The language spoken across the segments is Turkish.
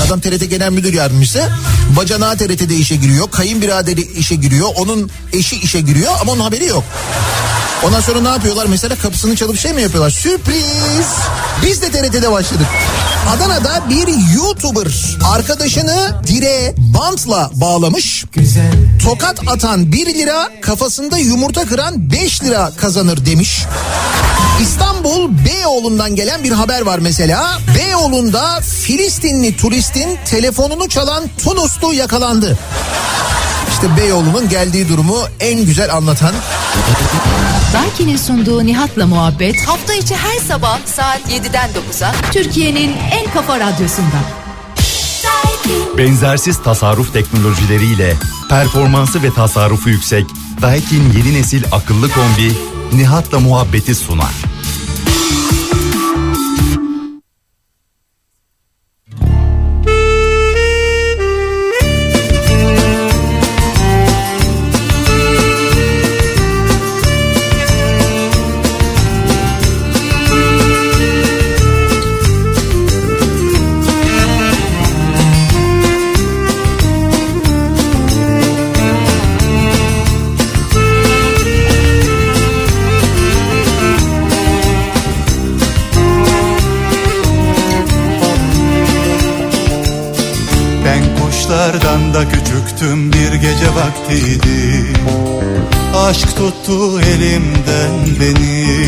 Adam TRT Genel Müdür Yardımcısı. Bacanağı TRT'de işe giriyor. Kayınbiraderi işe giriyor. Onun eşi işe giriyor ama onun haberi yok. Ondan sonra ne yapıyorlar? Mesela kapısını çalıp şey mi yapıyorlar? Sürpriz! Biz de TRT'de başladık. Adana'da bir YouTuber arkadaşını direğe bantla bağlamış. Tokat atan 1 lira, kafasında yumurta kıran 5 lira kazanır demiş. İstanbul Beyoğlu'ndan gelen bir haber var mesela. Beyoğlu'nda Filistinli turistin telefonunu çalan Tunuslu yakalandı. İşte Beyoğlu'nun geldiği durumu en güzel anlatan. Daiki'nin sunduğu Nihat'la Muhabbet hafta içi her sabah saat 7'den 9'a Türkiye'nin en kafa radyosunda. Benzersiz tasarruf teknolojileriyle performansı ve tasarrufu yüksek Daikin yeni nesil akıllı kombi Nihat'la Muhabbet'i sunar. Da küçüktüm, bir gece vaktiydi. Aşk tuttu elimden beni.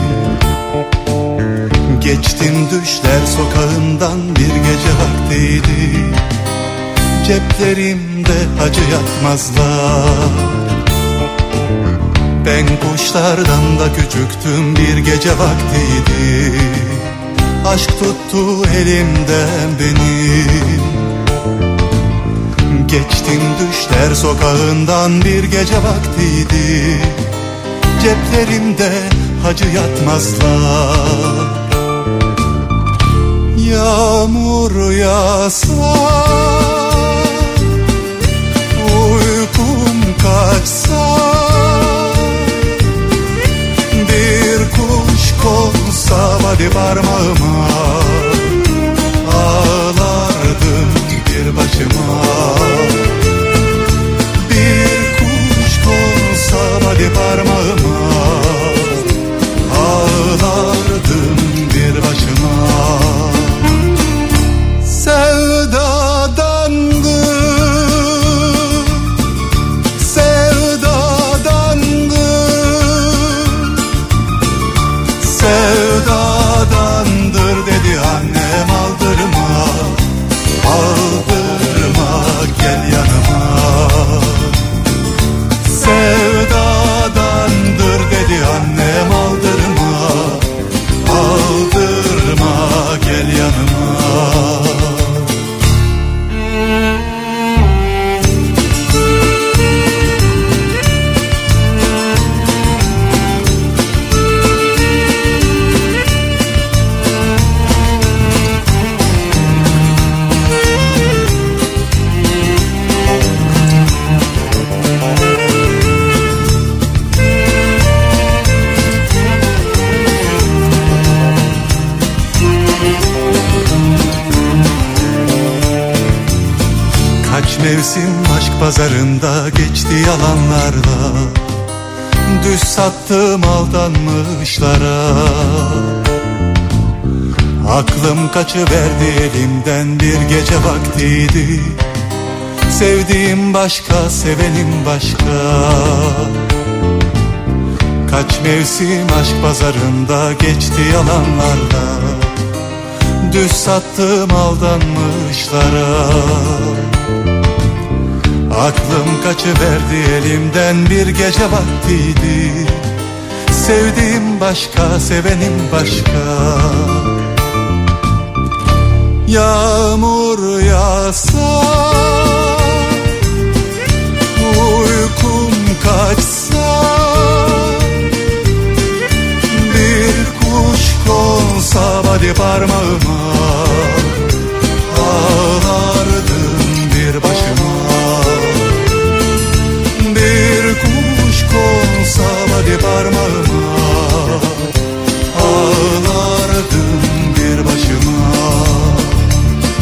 Geçtim düşler sokağından, bir gece vaktiydi. Ceplerimde acı yatmazlar. Ben kuşlardan da küçüktüm, bir gece vaktiydi. Aşk tuttu elimden beni. Geçtim düşler sokağından, bir gece vaktiydi. Ceplerimde hacı yatmazlar. Yağmur yağsa, uykum kaçsa, bir kuş konsa hadi parmağıma, ağlardım bir başıma. Bir kuş konsa hadi parmağıma, ağlardım bir başıma. Sevdadandı, sevdadandı, sevdadandır dedi annem, aldırma, aldırma gel yanıma. Sevdadandır dedi annem, aldırma, aldırma gel yanıma. Mevsim aşk pazarında geçti yalanlarla. Düz sattım aldanmışlara. Aklım kaçıverdi elimden, bir gece vaktiydi. Sevdiğim başka, sevenim başka. Kaç mevsim aşk pazarında geçti yalanlarla. Düz sattım aldanmışlara. Aklım kaçıverdi elimden, bir gece vaktiydi. Sevdiğim başka, sevenim başka. Yağmur yağsa, uykum kaçsa, bir kuş konsa hadi parmağıma, ağlardım bir başıma. Bir kuş konsa hadi parmağıma, ağlardım bir başıma.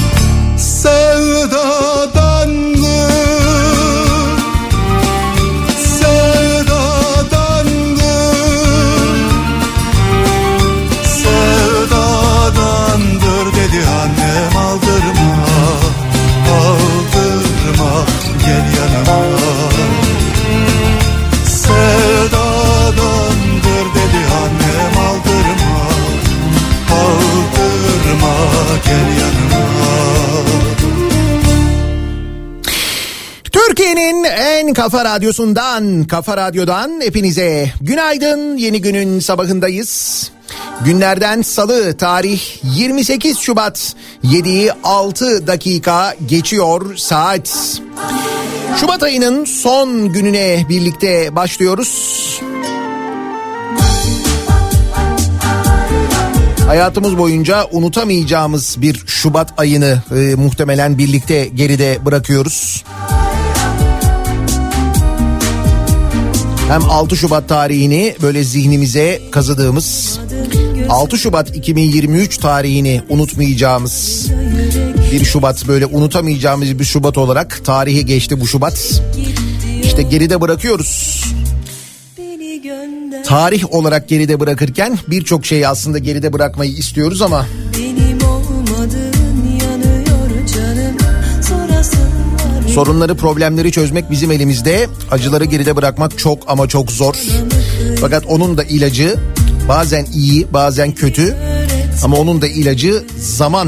annem aldırma, aldırma gel yanıma. Sevdadandır dedi annem aldırma, aldırma gel yanıma. Türkiye'nin en kafa radyosundan, Kafa Radyo'dan hepinize günaydın. Yeni günün sabahındayız. Günlerden salı, tarih 28 Şubat, 7'yi 6 dakika geçiyor saat. Şubat ayının son gününe birlikte başlıyoruz. Hayatımız boyunca unutamayacağımız bir Şubat ayını muhtemelen birlikte geride bırakıyoruz. Hem 6 Şubat tarihini böyle zihnimize kazıdığımız, 6 Şubat 2023 tarihini unutmayacağımız bir Şubat, böyle unutamayacağımız bir Şubat olarak tarihi geçti bu Şubat. İşte geride bırakıyoruz. Tarih olarak geride bırakırken birçok şeyi aslında geride bırakmayı istiyoruz ama sorunları, problemleri çözmek bizim elimizde. Acıları geride bırakmak çok ama çok zor. Fakat onun da ilacı bazen iyi, bazen kötü. Ama onun da ilacı zaman.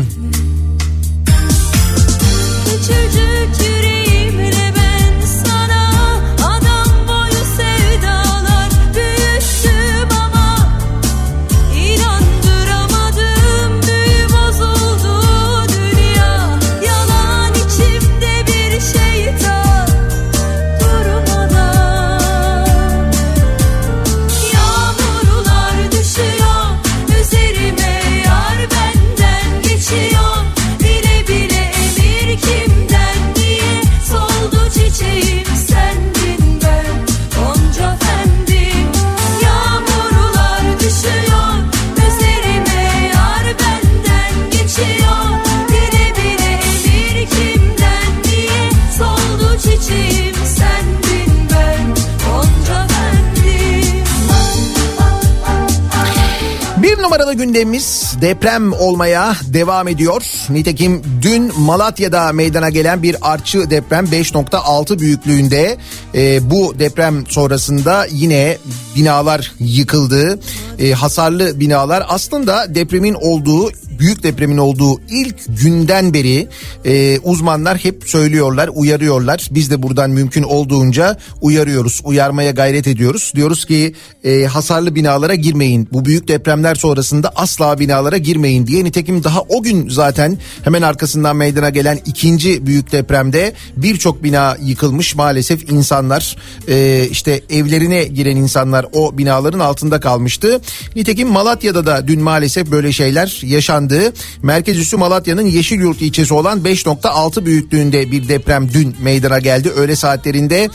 Numaralı gündemimiz deprem olmaya devam ediyor. Nitekim dün Malatya'da meydana gelen bir artçı deprem 5.6 büyüklüğünde. Bu deprem sonrasında yine binalar yıkıldı. Hasarlı binalar, aslında büyük depremin olduğu ilk günden beri uzmanlar hep söylüyorlar, uyarıyorlar. Biz de buradan mümkün olduğunca uyarıyoruz, uyarmaya gayret ediyoruz. Diyoruz ki hasarlı binalara girmeyin. Bu büyük depremler sonrasında asla binalara girmeyin diye. Nitekim daha o gün zaten hemen arkasından meydana gelen ikinci büyük depremde birçok bina yıkılmış. Maalesef insanlar, işte evlerine giren insanlar o binaların altında kalmıştı. Nitekim Malatya'da da dün maalesef böyle şeyler yaşandı. Merkez üssü Malatya'nın Yeşilyurt ilçesi olan 5.6 büyüklüğünde bir deprem dün meydana geldi. Öğle saatlerinde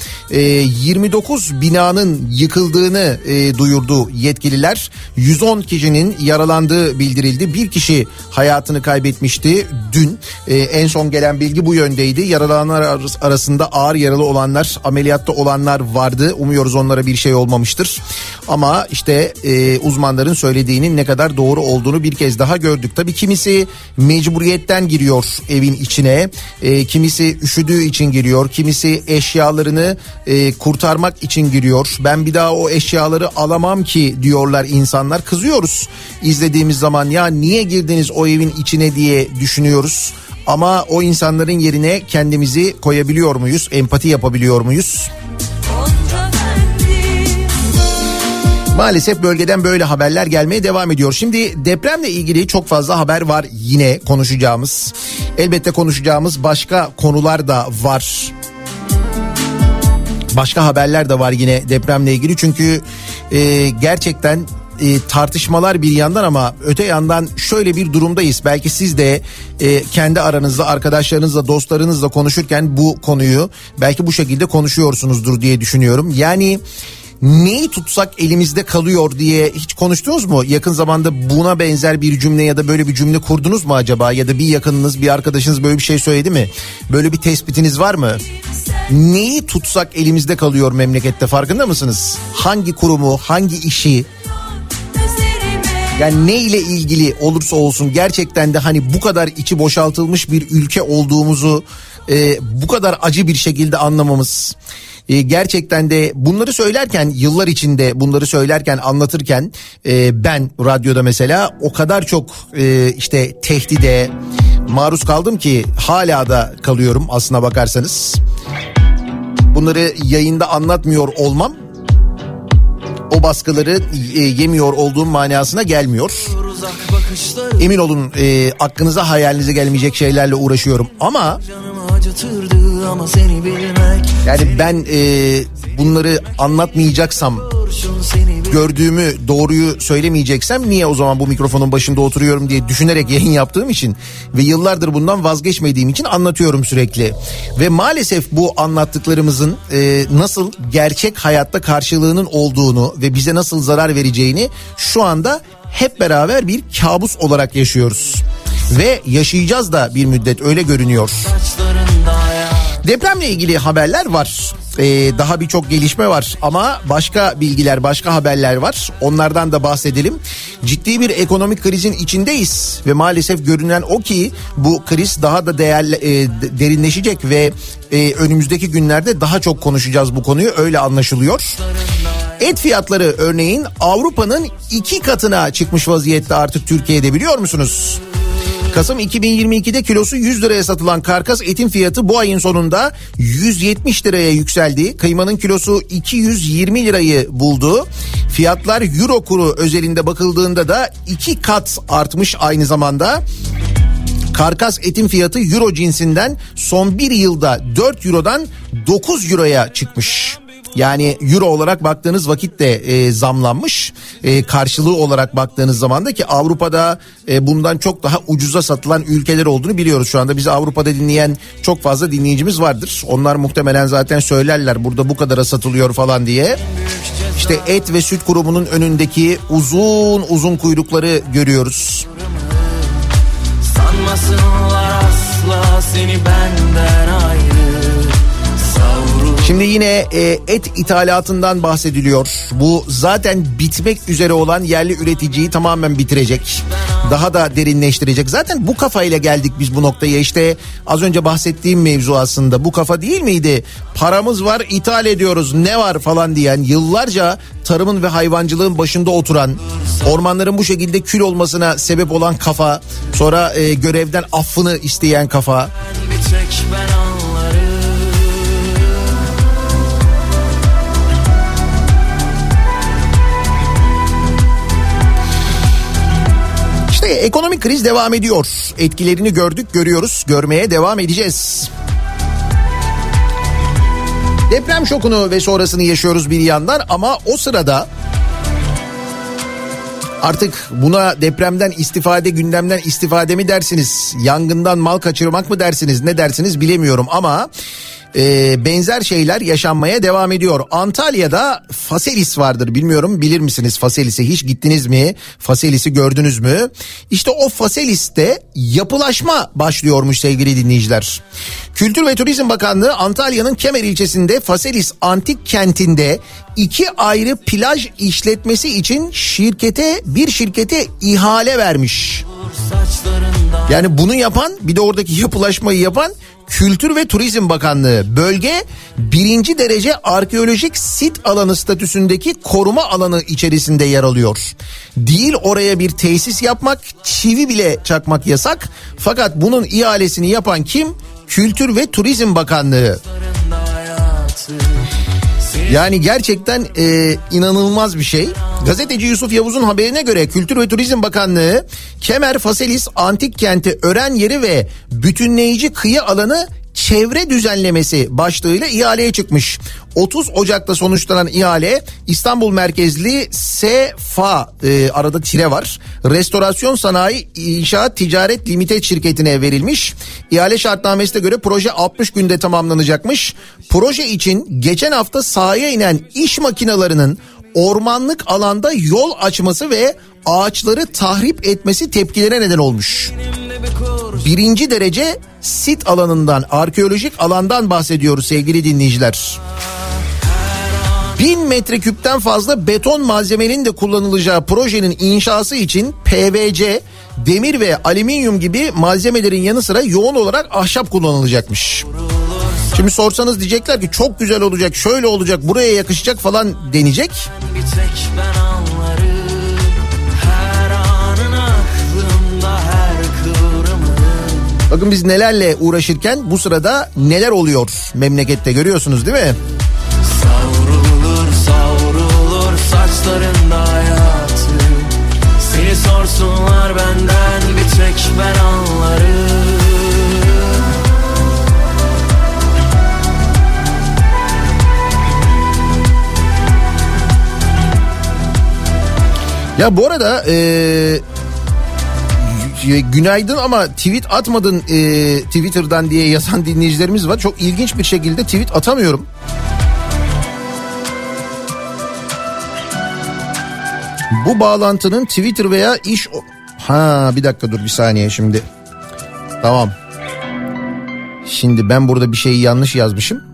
29 binanın yıkıldığını duyurdu yetkililer. 110 kişinin yaralandığı bildirildi. Bir kişi hayatını kaybetmişti dün. En son gelen bilgi bu yöndeydi. Yaralananlar arasında ağır yaralı olanlar, ameliyatta olanlar vardı. Umuyoruz onlara bir şey olmamıştır. Ama işte uzmanların söylediğinin ne kadar doğru olduğunu bir kez daha gördük. Tabii kimisi mecburiyetten giriyor evin içine, kimisi üşüdüğü için giriyor, kimisi eşyalarını kurtarmak için giriyor. Ben bir daha o eşyaları alamam ki diyorlar insanlar. Kızıyoruz izlediğimiz zaman, ya niye girdiniz o evin içine diye düşünüyoruz. Ama o insanların yerine kendimizi koyabiliyor muyuz? Empati yapabiliyor muyuz? Maalesef bölgeden böyle haberler gelmeye devam ediyor. Şimdi depremle ilgili çok fazla haber var yine konuşacağımız. Elbette konuşacağımız başka konular da var. Başka haberler de var yine depremle ilgili. Çünkü gerçekten tartışmalar bir yandan ama öte yandan şöyle bir durumdayız. Belki siz de kendi aranızda, arkadaşlarınızla, dostlarınızla konuşurken bu konuyu belki bu şekilde konuşuyorsunuzdur diye düşünüyorum. Yani neyi tutsak elimizde kalıyor diye hiç konuştunuz mu? Yakın zamanda buna benzer bir cümle ya da böyle bir cümle kurdunuz mu acaba? Ya da bir yakınınız, bir arkadaşınız böyle bir şey söyledi mi? Böyle bir tespitiniz var mı? Neyi tutsak elimizde kalıyor memlekette, farkında mısınız? Hangi kurumu, hangi işi? Yani ne ile ilgili olursa olsun gerçekten de hani bu kadar içi boşaltılmış bir ülke olduğumuzu bu kadar acı bir şekilde anlamamız. Gerçekten de bunları söylerken, yıllar içinde bunları söylerken, anlatırken ben radyoda mesela o kadar çok işte tehdide maruz kaldım ki hala da kalıyorum aslına bakarsanız. Bunları yayında anlatmıyor olmam o baskıları yemiyor olduğum manasına gelmiyor. Emin olun aklınıza hayalinize gelmeyecek şeylerle uğraşıyorum ama yani ben bunları anlatmayacaksam, gördüğümü doğruyu söylemeyeceksem niye o zaman bu mikrofonun başında oturuyorum diye düşünerek yayın yaptığım için ve yıllardır bundan vazgeçmediğim için anlatıyorum sürekli. Ve maalesef bu anlattıklarımızın nasıl gerçek hayatta karşılığının olduğunu ve bize nasıl zarar vereceğini şu anda hep beraber bir kabus olarak yaşıyoruz. Ve yaşayacağız da bir müddet, öyle görünüyor. Depremle ilgili haberler var. Daha birçok gelişme var ama başka bilgiler, başka haberler var. Onlardan da bahsedelim. Ciddi bir ekonomik krizin içindeyiz ve maalesef görünen o ki bu kriz daha da derinleşecek ve önümüzdeki günlerde daha çok konuşacağız bu konuyu, öyle anlaşılıyor. Et fiyatları örneğin Avrupa'nın 2 katına çıkmış vaziyette artık Türkiye'de, biliyor musunuz? Kasım 2022'de kilosu 100 liraya satılan karkas etin fiyatı bu ayın sonunda 170 liraya yükseldi. Kıymanın kilosu 220 lirayı buldu. Fiyatlar euro kuru özelinde bakıldığında da 2 kat artmış aynı zamanda. Karkas etin fiyatı euro cinsinden son bir yılda 4 eurodan 9 euroya çıkmış. Yani euro olarak baktığınız vakit de zamlanmış. Karşılığı olarak baktığınız zaman da ki Avrupa'da bundan çok daha ucuza satılan ülkeler olduğunu biliyoruz şu anda. Bizi Avrupa'da dinleyen çok fazla dinleyicimiz vardır. Onlar muhtemelen zaten söylerler burada bu kadara satılıyor falan diye. İşte Et ve Süt Kurumu'nun önündeki uzun uzun kuyrukları görüyoruz. Sanmasınlar asla seni benden ayrı. Şimdi yine et ithalatından bahsediliyor. Bu zaten bitmek üzere olan yerli üreticiyi tamamen bitirecek. Daha da derinleştirecek. Zaten bu kafayla geldik biz bu noktaya. İşte az önce bahsettiğim mevzu aslında bu kafa değil miydi? Paramız var, ithal ediyoruz, ne var falan diyen, yıllarca tarımın ve hayvancılığın başında oturan, ormanların bu şekilde kül olmasına sebep olan kafa, sonra görevden affını isteyen kafa. Ekonomik kriz devam ediyor. Etkilerini gördük, görüyoruz, görmeye devam edeceğiz. Deprem şokunu ve sonrasını yaşıyoruz bir yandan ama o sırada artık buna depremden istifade, gündemden istifade mi dersiniz? Yangından mal kaçırmak mı dersiniz? Ne dersiniz bilemiyorum ama benzer şeyler yaşanmaya devam ediyor. Antalya'da Faselis vardır, bilmiyorum bilir misiniz Faselis'e, hiç gittiniz mi? Faselis'i gördünüz mü? İşte o Faselis'te yapılaşma başlıyormuş sevgili dinleyiciler. Kültür ve Turizm Bakanlığı Antalya'nın Kemer ilçesinde Faselis Antik Kenti'nde 2 ayrı plaj işletmesi için bir şirkete ihale vermiş. Yani bunu yapan, bir de oradaki yapılaşmayı yapan Kültür ve Turizm Bakanlığı. Bölge 1. derece arkeolojik sit alanı statüsündeki koruma alanı içerisinde yer alıyor. Değil oraya bir tesis yapmak, çivi bile çakmak yasak. Fakat bunun ihalesini yapan kim? Kültür ve Turizm Bakanlığı. Yani gerçekten inanılmaz bir şey. Gazeteci Yusuf Yavuz'un haberine göre Kültür ve Turizm Bakanlığı Kemer Faselis Antik Kenti Ören Yeri ve Bütünleyici Kıyı Alanı Çevre Düzenlemesi başlığıyla ihaleye çıkmış. 30 Ocak'ta sonuçlanan ihale İstanbul merkezli SFA arada tire var. Restorasyon Sanayi İnşaat Ticaret Limited şirketine verilmiş. İhale şartnamesine göre proje 60 günde tamamlanacakmış. Proje için geçen hafta sahaya inen iş makinelerinin ormanlık alanda yol açması ve ağaçları tahrip etmesi tepkilere neden olmuş. 1. derece sit alanından, arkeolojik alandan bahsediyoruz sevgili dinleyiciler. 1000 metreküpten fazla beton malzemenin de kullanılacağı projenin inşası için PVC, demir ve alüminyum gibi malzemelerin yanı sıra yoğun olarak ahşap kullanılacakmış. Şimdi sorsanız diyecekler ki çok güzel olacak, şöyle olacak, buraya yakışacak falan denecek. Bir tek ben anlarım her anın aklımda, her kıvrımın. Bakın biz nelerle uğraşırken bu sırada neler oluyor memlekette, görüyorsunuz değil mi? Savrulur savrulur saçlarında hayatım. Seni sorsunlar benden, bir tek ben anlarım. Ya bu arada günaydın ama tweet atmadın Twitter'dan diye yazan dinleyicilerimiz var. Çok ilginç bir şekilde tweet atamıyorum. Bu bağlantının Twitter veya iş... bir dakika dur bir saniye şimdi. Tamam. Şimdi ben burada bir şeyi yanlış yazmışım.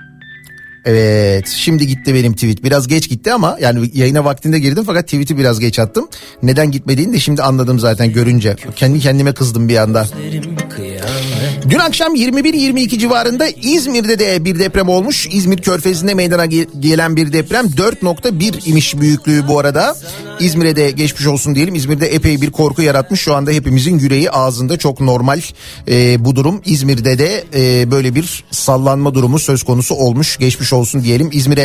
Evet, şimdi gitti benim tweet. Biraz geç gitti ama yani yayına vaktinde girdim fakat tweet'i biraz geç attım. Neden gitmediğini de şimdi anladım zaten görünce. Kendi kendime kızdım bir anda. Dün akşam 21-22 civarında İzmir'de de bir deprem olmuş. İzmir Körfezi'nde meydana gelen bir deprem 4.1 imiş büyüklüğü bu arada. İzmir'e de geçmiş olsun diyelim. İzmir'de epey bir korku yaratmış. Şu anda hepimizin yüreği ağzında, çok normal bu durum. İzmir'de de böyle bir sallanma durumu söz konusu olmuş. Geçmiş olsun diyelim İzmir'e.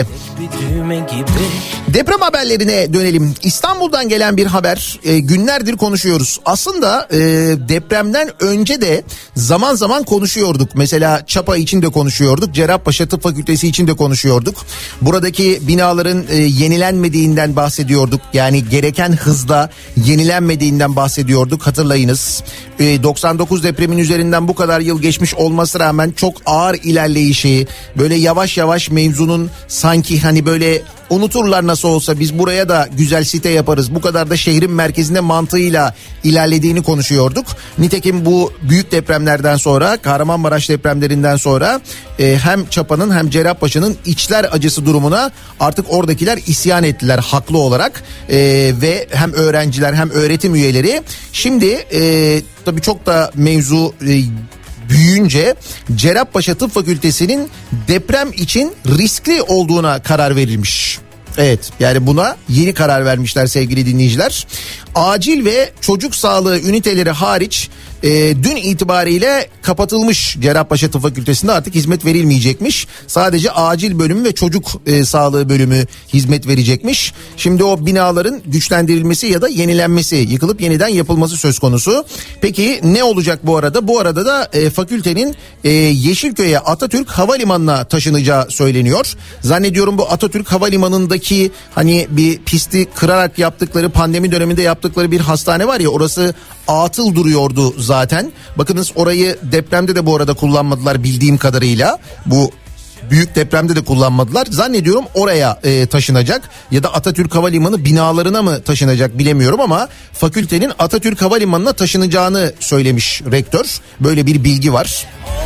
Deprem haberlerine dönelim. İstanbul'dan gelen bir haber, günlerdir konuşuyoruz. Aslında depremden önce de zaman zaman konuşuyorduk. Mesela Çapa için de konuşuyorduk. Cerrahpaşa Tıp Fakültesi için de konuşuyorduk. Buradaki binaların yenilenmediğinden bahsediyorduk. Yani gereken hızda yenilenmediğinden bahsediyorduk, hatırlayınız. 99 depremin üzerinden bu kadar yıl geçmiş olmasına rağmen çok ağır ilerleyişi, böyle yavaş yavaş mevzunun sanki hani böyle unuturlar nasıl olsa, biz buraya da güzel site yaparız, bu kadar da şehrin merkezinde mantığıyla ilerlediğini konuşuyorduk. Nitekim bu büyük depremlerden sonra, Kahramanmaraş depremlerinden sonra hem Çapa'nın hem Cerrahpaşa'nın içler acısı durumuna artık oradakiler isyan ettiler haklı olarak. Ve hem öğrenciler hem öğretim üyeleri şimdi tabii çok da mevzu büyüyünce Cerrahpaşa Tıp Fakültesi'nin deprem için riskli olduğuna karar verilmiş. Evet, yani buna yeni karar vermişler sevgili dinleyiciler. Acil ve çocuk sağlığı üniteleri hariç dün itibariyle kapatılmış. Cerrahpaşa Tıp Fakültesi'nde artık hizmet verilmeyecekmiş. Sadece acil bölümü ve çocuk sağlığı bölümü hizmet verecekmiş. Şimdi o binaların güçlendirilmesi ya da yenilenmesi, yıkılıp yeniden yapılması söz konusu. Peki ne olacak bu arada? Bu arada da fakültenin Yeşilköy'e, Atatürk Havalimanı'na taşınacağı söyleniyor. Zannediyorum bu Atatürk Havalimanı'ndaki hani bir pisti kırarak yaptıkları, pandemi döneminde yaptıkları bir hastane var ya, orası atıl duruyordu zaten. Bakınız orayı depremde de bu arada kullanmadılar bildiğim kadarıyla. Bu büyük depremde de kullanmadılar. Zannediyorum oraya taşınacak ya da Atatürk Havalimanı binalarına mı taşınacak bilemiyorum ama fakültenin Atatürk Havalimanı'na taşınacağını söylemiş rektör. Böyle bir bilgi var.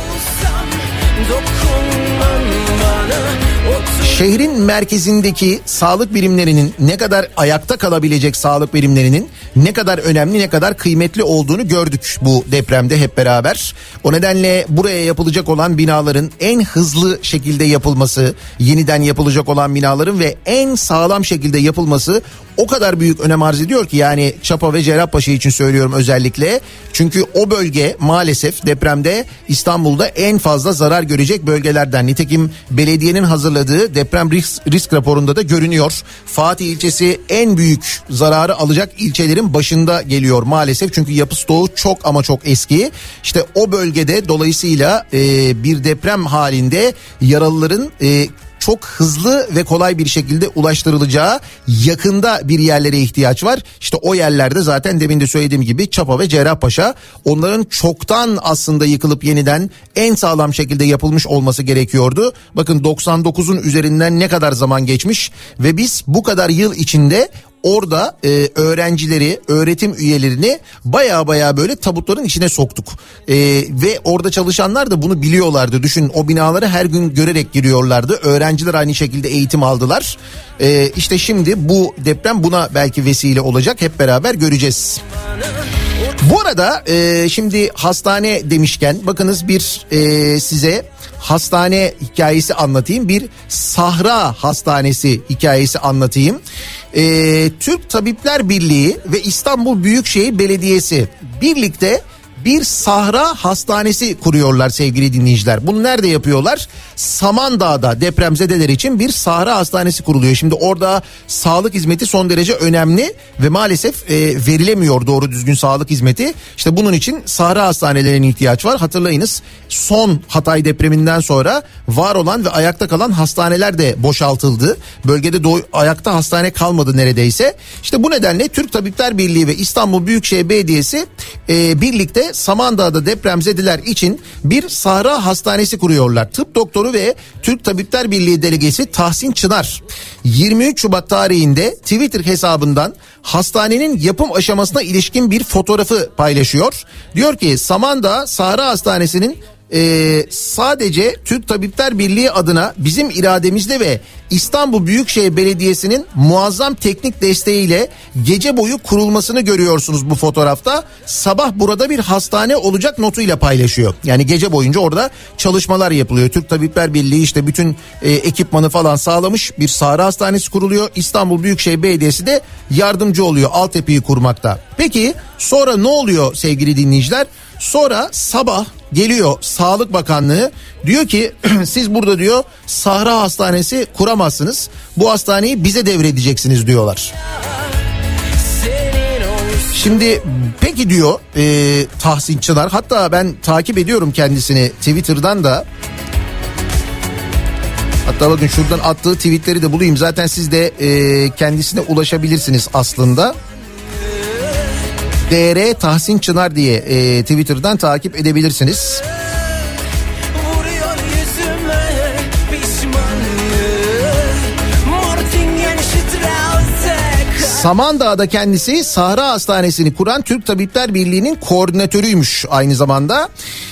Şehrin merkezindeki sağlık birimlerinin ne kadar ayakta kalabilecek sağlık birimlerinin ne kadar önemli, ne kadar kıymetli olduğunu gördük bu depremde hep beraber. O nedenle buraya yapılacak olan binaların en hızlı şekilde yapılması, yeniden yapılacak olan binaların ve en sağlam şekilde yapılması o kadar büyük önem arz ediyor ki, yani Çapa ve Cerrahpaşa için söylüyorum özellikle. Çünkü o bölge maalesef depremde İstanbul'da en fazla zarar görecek bölgelerden. Nitekim belediyenin hazırladığı deprem risk raporunda da görünüyor. Fatih ilçesi en büyük zararı alacak ilçelerin başında geliyor maalesef. Çünkü yapı stoğu çok ama çok eski. İşte o bölgede dolayısıyla bir deprem halinde yaralıların çok hızlı ve kolay bir şekilde ulaştırılacağı yakında bir yerlere ihtiyaç var. İşte o yerlerde zaten demin de söylediğim gibi Çapa ve Cerrahpaşa, onların çoktan aslında yıkılıp yeniden en sağlam şekilde yapılmış olması gerekiyordu. Bakın 99'un üzerinden ne kadar zaman geçmiş ve biz bu kadar yıl içinde orada öğrencileri, öğretim üyelerini baya böyle tabutların içine soktuk. Ve orada çalışanlar da bunu biliyorlardı. Düşün, o binaları her gün görerek giriyorlardı. Öğrenciler aynı şekilde eğitim aldılar. İşte şimdi bu deprem buna belki vesile olacak. Hep beraber göreceğiz. Bu arada şimdi hastane demişken bakınız bir size hastane hikayesi anlatayım. Bir Sahra Hastanesi hikayesi anlatayım. Türk Tabipler Birliği ve İstanbul Büyükşehir Belediyesi birlikte bir Sahra Hastanesi kuruyorlar sevgili dinleyiciler. Bunu nerede yapıyorlar? Samandağ'da depremzedeler için bir Sahra Hastanesi kuruluyor. Şimdi orada sağlık hizmeti son derece önemli ve maalesef verilemiyor doğru düzgün sağlık hizmeti. İşte bunun için Sahra hastanelerine ihtiyaç var. Hatırlayınız, son Hatay depreminden sonra var olan ve ayakta kalan hastaneler de boşaltıldı. Bölgede ayakta hastane kalmadı neredeyse. İşte bu nedenle Türk Tabipler Birliği ve İstanbul Büyükşehir Belediyesi birlikte Samandağ'da depremzedeler için bir Sahra Hastanesi kuruyorlar. Tıp doktoru ve Türk Tabipler Birliği delegesi Tahsin Çınar 23 Şubat tarihinde Twitter hesabından hastanenin yapım aşamasına ilişkin bir fotoğrafı paylaşıyor. Diyor ki Samandağ Sahra Hastanesi'nin sadece Türk Tabipler Birliği adına bizim irademizle ve İstanbul Büyükşehir Belediyesi'nin muazzam teknik desteğiyle gece boyu kurulmasını görüyorsunuz bu fotoğrafta. Sabah burada bir hastane olacak notuyla paylaşıyor. Yani gece boyunca orada çalışmalar yapılıyor. Türk Tabipler Birliği işte bütün ekipmanı falan sağlamış, bir Sahra Hastanesi kuruluyor. İstanbul Büyükşehir Belediyesi de yardımcı oluyor altyapıyı kurmakta. Peki sonra ne oluyor sevgili dinleyiciler? Sonra sabah geliyor Sağlık Bakanlığı, diyor ki siz burada diyor Sahra Hastanesi kuramazsınız. Bu hastaneyi bize devredeceksiniz diyorlar. Şimdi peki diyor Tahsin Çınar, hatta ben takip ediyorum kendisini Twitter'dan da. Hatta bakın şuradan attığı tweetleri de bulayım. Zaten siz de kendisine ulaşabilirsiniz aslında. DR Tahsin Çınar diye Twitter'dan takip edebilirsiniz. Samandağ'da kendisi Sahra Hastanesi'ni kuran Türk Tabipler Birliği'nin koordinatörüymüş aynı zamanda.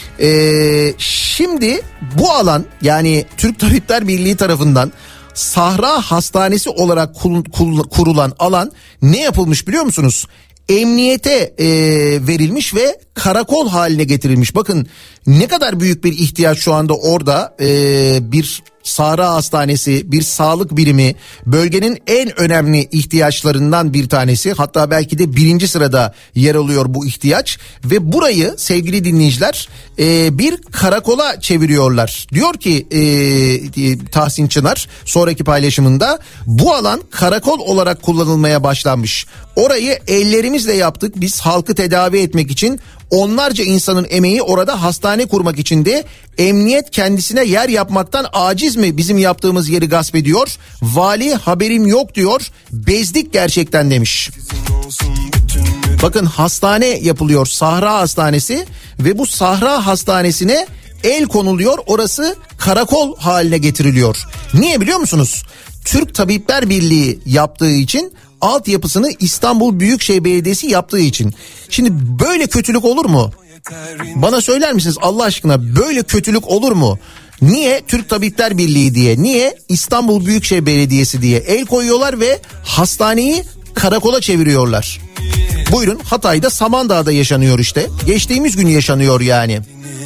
Şimdi bu alan, yani Türk Tabipler Birliği tarafından Sahra Hastanesi olarak kurulan alan ne yapılmış biliyor musunuz? Emniyete verilmiş ve karakol haline getirilmiş. Bakın ne kadar büyük bir ihtiyaç şu anda orada. Bir Sahra Hastanesi, bir sağlık birimi, bölgenin en önemli ihtiyaçlarından bir tanesi. Hatta belki de birinci sırada yer alıyor bu ihtiyaç. Ve burayı sevgili dinleyiciler bir karakola çeviriyorlar. Diyor ki Tahsin Çınar sonraki paylaşımında, bu alan karakol olarak kullanılmaya başlanmış. Orayı ellerimizle yaptık biz halkı tedavi etmek için. Onlarca insanın emeği orada hastane kurmak için de emniyet kendisine yer yapmaktan aciz mi bizim yaptığımız yeri gasp ediyor? Vali haberim yok diyor. Bezdik gerçekten demiş. Bakın hastane yapılıyor, Sahra Hastanesi, ve bu Sahra Hastanesi'ne el konuluyor. Orası karakol haline getiriliyor. Niye biliyor musunuz? Türk Tabipler Birliği yaptığı için, altyapısını İstanbul Büyükşehir Belediyesi yaptığı için. Şimdi böyle kötülük olur mu? Bana söyler misiniz Allah aşkına, böyle kötülük olur mu? Niye Türk Tabipler Birliği diye, niye İstanbul Büyükşehir Belediyesi diye el koyuyorlar ve hastaneyi karakola çeviriyorlar? Buyurun, Hatay'da Samandağ'da yaşanıyor işte. Geçtiğimiz gün yaşanıyor yani.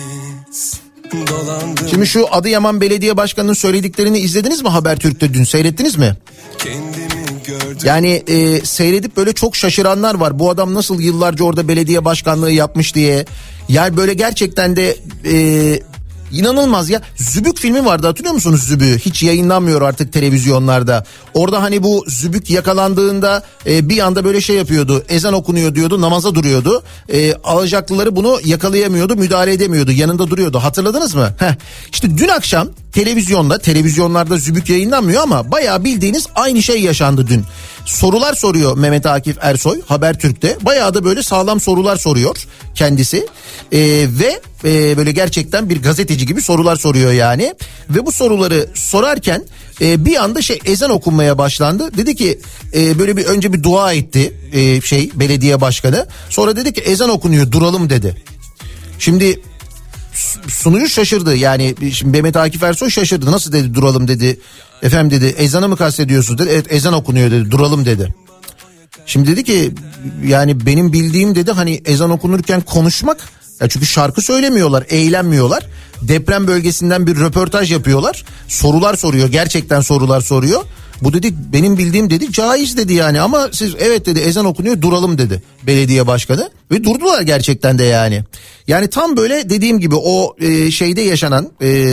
Şimdi şu Adıyaman Belediye Başkanı'nın söylediklerini izlediniz mi Habertürk'te dün, seyrettiniz mi? Yani seyredip böyle çok şaşıranlar var. Bu adam nasıl yıllarca orada belediye başkanlığı yapmış diye. Yani böyle gerçekten de inanılmaz ya. Zübük filmi vardı, hatırlıyor musunuz Zübük'ü? Hiç yayınlanmıyor artık televizyonlarda. Orada hani bu Zübük yakalandığında bir anda böyle şey yapıyordu. Ezan okunuyor diyordu, namaza duruyordu. Alacaklıları bunu yakalayamıyordu, müdahale edemiyordu. Yanında duruyordu. Hatırladınız mı? İşte dün akşam televizyonlarda Zübük yayınlanmıyor ama bayağı bildiğiniz aynı şey yaşandı dün. Sorular soruyor Mehmet Akif Ersoy Habertürk'te. Bayağı da böyle sağlam sorular soruyor kendisi. Ve böyle gerçekten bir gazeteci gibi sorular soruyor yani. Ve bu soruları sorarken bir anda ezan okunmaya başlandı. Dedi ki böyle önce bir dua etti belediye başkanı. Sonra dedi ki ezan okunuyor, duralım dedi. Şimdi sunucu şaşırdı. Yani şimdi Mehmet Akif Ersoy şaşırdı. Nasıl dedi duralım dedi. Efendim dedi, ezanı mı kastediyorsunuz dedi. Evet, ezan okunuyor dedi, duralım dedi. Şimdi dedi ki yani benim bildiğim dedi hani ezan okunurken konuşmak. Ya çünkü şarkı söylemiyorlar, eğlenmiyorlar. Deprem bölgesinden bir röportaj yapıyorlar. Sorular soruyor, gerçekten sorular soruyor. Bu dedi benim bildiğim dedi caiz dedi yani, ama siz evet dedi ezan okunuyor, duralım dedi belediye başkanı. Ve durdular gerçekten de yani. Yani tam böyle dediğim gibi o şeyde yaşanan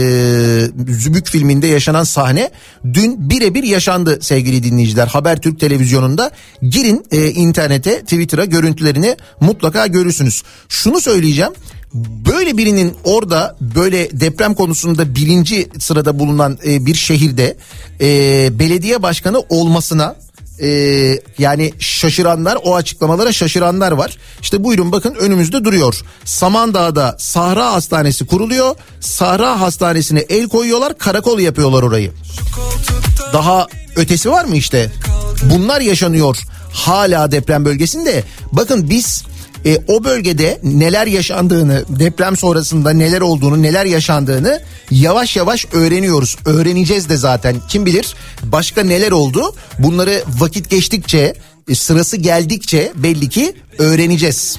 Zübük filminde yaşanan sahne dün birebir yaşandı sevgili dinleyiciler. Habertürk televizyonunda girin internete, Twitter'a, görüntülerini mutlaka görürsünüz. Şunu söyleyeceğim. Böyle birinin orada böyle deprem konusunda birinci sırada bulunan bir şehirde belediye başkanı olmasına yani şaşıranlar, o açıklamalara şaşıranlar var. İşte buyurun bakın önümüzde duruyor. Samandağ'da Sahra Hastanesi kuruluyor. Sahra Hastanesi'ne el koyuyorlar, karakol yapıyorlar orayı. Daha ötesi var mı işte? Bunlar yaşanıyor hala deprem bölgesinde. Bakın biz o bölgede neler yaşandığını, deprem sonrasında neler olduğunu, neler yaşandığını yavaş yavaş öğreniyoruz. Öğreneceğiz de zaten. Kim bilir başka neler oldu? Bunları vakit geçtikçe, sırası geldikçe belli ki öğreneceğiz.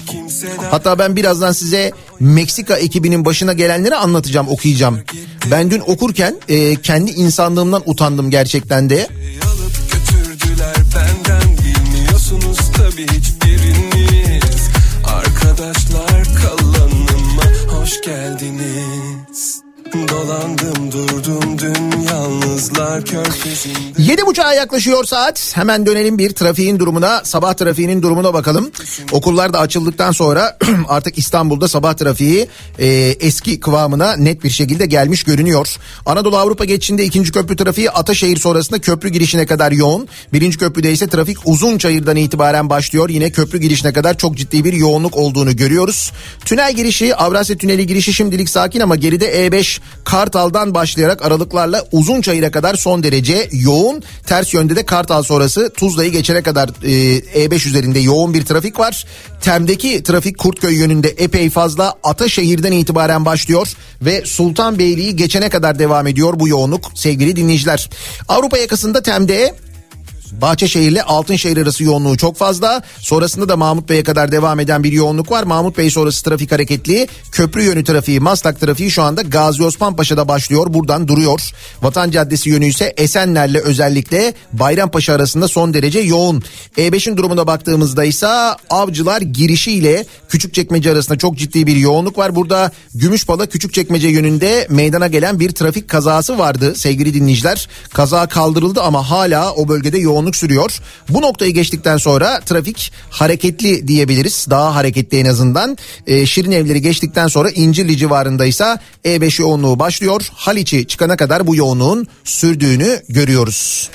Hatta ben birazdan size Meksika ekibinin başına gelenleri anlatacağım, okuyacağım. Ben dün okurken kendi insanlığımdan utandım gerçekten de. Alıp götürdüler benden, bilmiyorsunuz tabii hiçbiriniz. Arkadaşlar kalanıma hoş geldiniz. Dolandım durdum dün yalnızlar körfezinde. 7.30'a yaklaşıyor saat. Hemen dönelim bir trafiğin durumuna, sabah trafiğinin durumuna bakalım. Okullar da açıldıktan sonra artık İstanbul'da sabah trafiği eski kıvamına net bir şekilde gelmiş görünüyor. Anadolu Avrupa geçişinde 2. köprü trafiği Ataşehir sonrasında köprü girişine kadar yoğun. 1. köprüde ise trafik Uzunçayır'dan itibaren başlıyor. Yine köprü girişine kadar çok ciddi bir yoğunluk olduğunu görüyoruz. Tünel girişi, Avrasya Tüneli girişi şimdilik sakin ama geride E5 Kartal'dan başlayarak aralıklarla Uzunçayır'a kadar son derece yoğun. Ters yönde de Kartal sonrası Tuzla'yı geçene kadar E5 üzerinde yoğun bir trafik var. Tem'deki trafik Kurtköy yönünde epey fazla, Ataşehir'den itibaren başlıyor ve Sultanbeyli'yi geçene kadar devam ediyor bu yoğunluk sevgili dinleyiciler. Avrupa yakasında Tem'de Bahçeşehir ile Altınşehir arası yoğunluğu çok fazla. Sonrasında da Mahmut Bey'e kadar devam eden bir yoğunluk var. Mahmut Bey sonrası trafik hareketli. Köprü yönü trafiği, Maslak trafiği şu anda Gazi Osman Paşa'da başlıyor. Buradan duruyor. Vatan Caddesi yönü ise Esenler'le özellikle Bayrampaşa arasında son derece yoğun. E5'in durumuna baktığımızda ise Avcılar girişi ile Küçükçekmece arasında çok ciddi bir yoğunluk var. Burada Gümüşpala Küçükçekmece yönünde meydana gelen bir trafik kazası vardı sevgili dinleyiciler. Kaza kaldırıldı ama hala o bölgede yoğunluk sürüyor. Bu noktayı geçtikten sonra trafik hareketli diyebiliriz. Daha hareketli en azından. Şirinevleri geçtikten sonra İncirli civarındaysa E5 yoğunluğu başlıyor. Haliç'i çıkana kadar bu yoğunluğun sürdüğünü görüyoruz.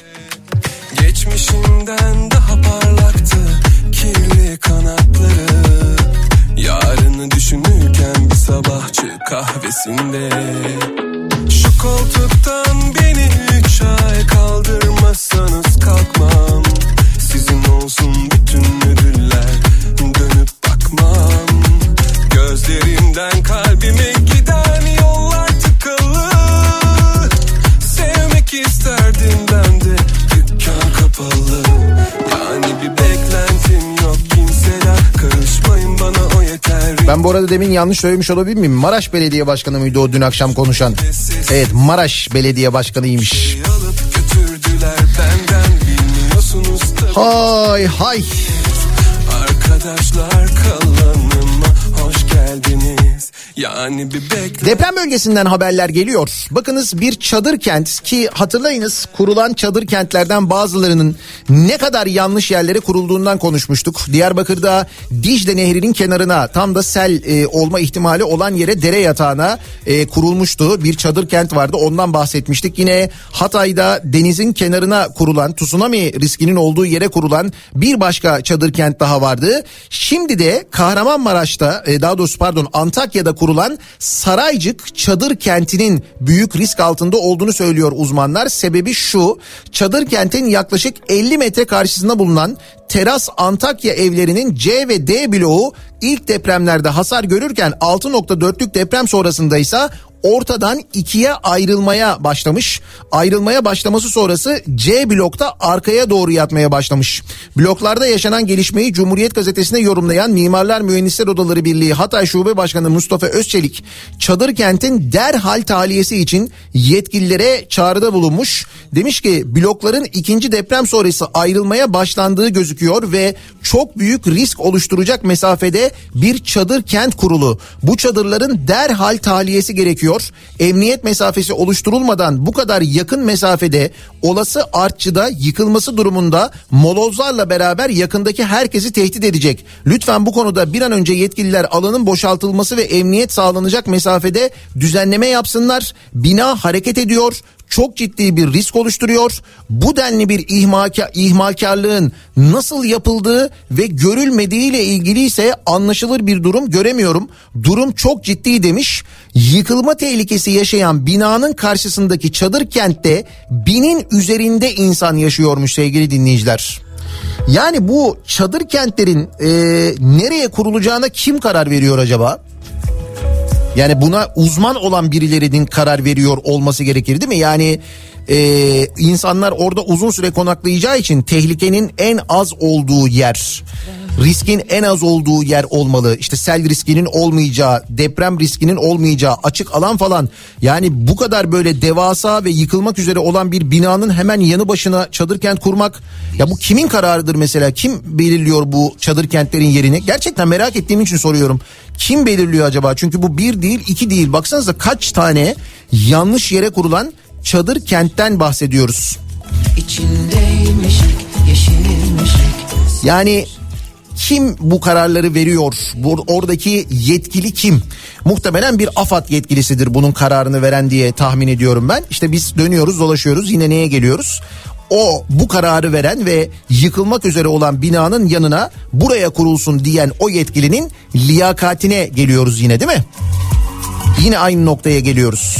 Geçmişinden daha parlaktı kirli kanatları. Yarını düşünürken bir sabahçı kahvesinde. Şu koltuktan beni 3 ay kaldırmazsanız kalkmam. Sizin olsun bütün ödüller, dönüp bakmam. Gözlerimden kalbime giden yollar tıkalı. Sevmek isterdim ben de, dükkan kapalı. Yani bir beklentim yok kimseden, karışmayın bana o yeter. Ben bu arada demin yanlış söylemiş olabilir miyim? Maraş Belediye Başkanı mıydı o dün akşam konuşan? Evet, Maraş Belediye Başkanıymış. Hay hay. Arkadaşlar kalanıma hoş geldiniz. Yani bir bekle. Deprem bölgesinden haberler geliyor. Bakınız bir çadır kent ki hatırlayınız kurulan çadır kentlerden bazılarının ne kadar yanlış yerlere kurulduğundan konuşmuştuk. Diyarbakır'da Dicle Nehri'nin kenarına tam da sel olma ihtimali olan yere dere yatağına kurulmuştu. Bir çadır kent vardı, ondan bahsetmiştik. Yine Hatay'da denizin kenarına kurulan, tsunami riskinin olduğu yere kurulan bir başka çadır kent daha vardı. Şimdi de Kahramanmaraş'ta Antakya'da kurulan Saraycık çadır kentinin büyük risk altında olduğunu söylüyor uzmanlar. Sebebi şu: çadır kentin yaklaşık 50 metre karşısında bulunan Teras Antakya evlerinin C ve D bloğu ilk depremlerde hasar görürken 6.4'lük deprem sonrasında ise ortadan ikiye ayrılmaya başlamış. Ayrılmaya başlaması sonrası C blokta arkaya doğru yatmaya başlamış. Bloklarda yaşanan gelişmeyi Cumhuriyet Gazetesi'ne yorumlayan Mimarlar Mühendisler Odaları Birliği Hatay Şube Başkanı Mustafa Özçelik, çadır kentin derhal tahliyesi için yetkililere çağrıda bulunmuş. Demiş ki blokların ikinci deprem sonrası ayrılmaya başlandığı gözüküyor ve çok büyük risk oluşturacak mesafede bir çadır kent kurulu. Bu çadırların derhal tahliyesi gerekiyor. Emniyet mesafesi oluşturulmadan bu kadar yakın mesafede olası artçıda yıkılması durumunda molozlarla beraber yakındaki herkesi tehdit edecek. Lütfen bu konuda bir an önce yetkililer alanın boşaltılması ve emniyet sağlanacak mesafede düzenleme yapsınlar. Bina hareket ediyor. Çok ciddi bir risk oluşturuyor. Bu denli bir ihmalkarlığın nasıl yapıldığı ve görülmediğiyle ilgili ise anlaşılır bir durum göremiyorum. Durum çok ciddi demiş. Yıkılma tehlikesi yaşayan binanın karşısındaki çadır kentte 1000'in üzerinde insan yaşıyormuş sevgili dinleyiciler. Yani bu çadır kentlerin nereye kurulacağına kim karar veriyor acaba? Yani buna uzman olan birilerinin karar veriyor olması gerekir değil mi? Yani insanlar orada uzun süre konaklayacağı için tehlikenin en az olduğu yer, riskin en az olduğu yer olmalı. İşte sel riskinin olmayacağı, deprem riskinin olmayacağı açık alan falan. Yani bu kadar böyle devasa ve yıkılmak üzere olan bir binanın hemen yanı başına çadır kent kurmak, ya bu kimin kararıdır mesela? Kim belirliyor bu çadır kentlerin yerini? Gerçekten merak ettiğim için soruyorum. Kim belirliyor acaba? Çünkü bu bir değil, iki değil. Baksanıza kaç tane yanlış yere kurulan çadır kentten bahsediyoruz. Yani kim bu kararları veriyor? Oradaki yetkili kim? Muhtemelen bir AFAD yetkilisidir bunun kararını veren diye tahmin ediyorum ben. İşte biz dönüyoruz dolaşıyoruz, yine neye geliyoruz? Bu kararı veren ve yıkılmak üzere olan binanın yanına buraya kurulsun diyen o yetkilinin liyakatine geliyoruz yine, değil mi? Yine aynı noktaya geliyoruz.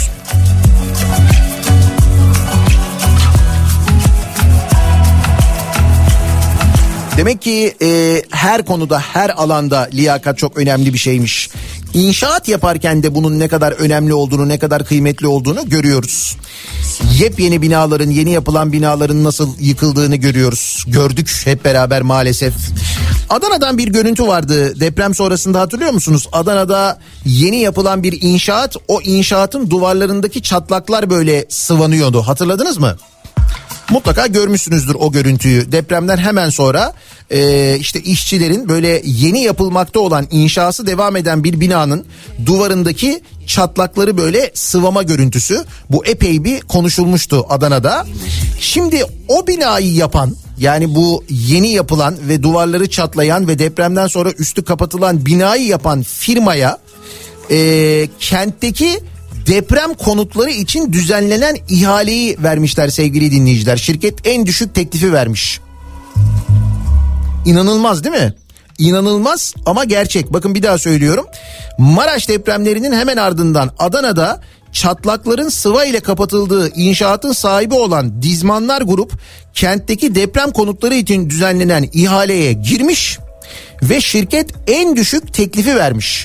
Demek ki her konuda, her alanda liyakat çok önemli bir şeymiş. İnşaat yaparken de bunun ne kadar önemli olduğunu, ne kadar kıymetli olduğunu görüyoruz. Yepyeni binaların, yeni yapılan binaların nasıl yıkıldığını görüyoruz. Gördük hep beraber maalesef. Adana'dan bir görüntü vardı deprem sonrasında, hatırlıyor musunuz? Adana'da yeni yapılan bir inşaat, o inşaatın duvarlarındaki çatlaklar böyle sıvanıyordu. Hatırladınız mı? Mutlaka görmüşsünüzdür o görüntüyü. Depremden hemen sonra işte işçilerin böyle yeni yapılmakta olan, inşası devam eden bir binanın duvarındaki çatlakları böyle sıvama görüntüsü. Bu epey bir konuşulmuştu Adana'da. Şimdi o binayı yapan, yani bu yeni yapılan ve duvarları çatlayan ve depremden sonra üstü kapatılan binayı yapan firmaya kentteki deprem konutları için düzenlenen ihaleyi vermişler sevgili dinleyiciler. Şirket en düşük teklifi vermiş. İnanılmaz değil mi? İnanılmaz ama gerçek. Bakın bir daha söylüyorum. Maraş depremlerinin hemen ardından Adana'da çatlakların sıva ile kapatıldığı inşaatın sahibi olan Dizmanlar Grup kentteki deprem konutları için düzenlenen ihaleye girmiş ve şirket en düşük teklifi vermiş.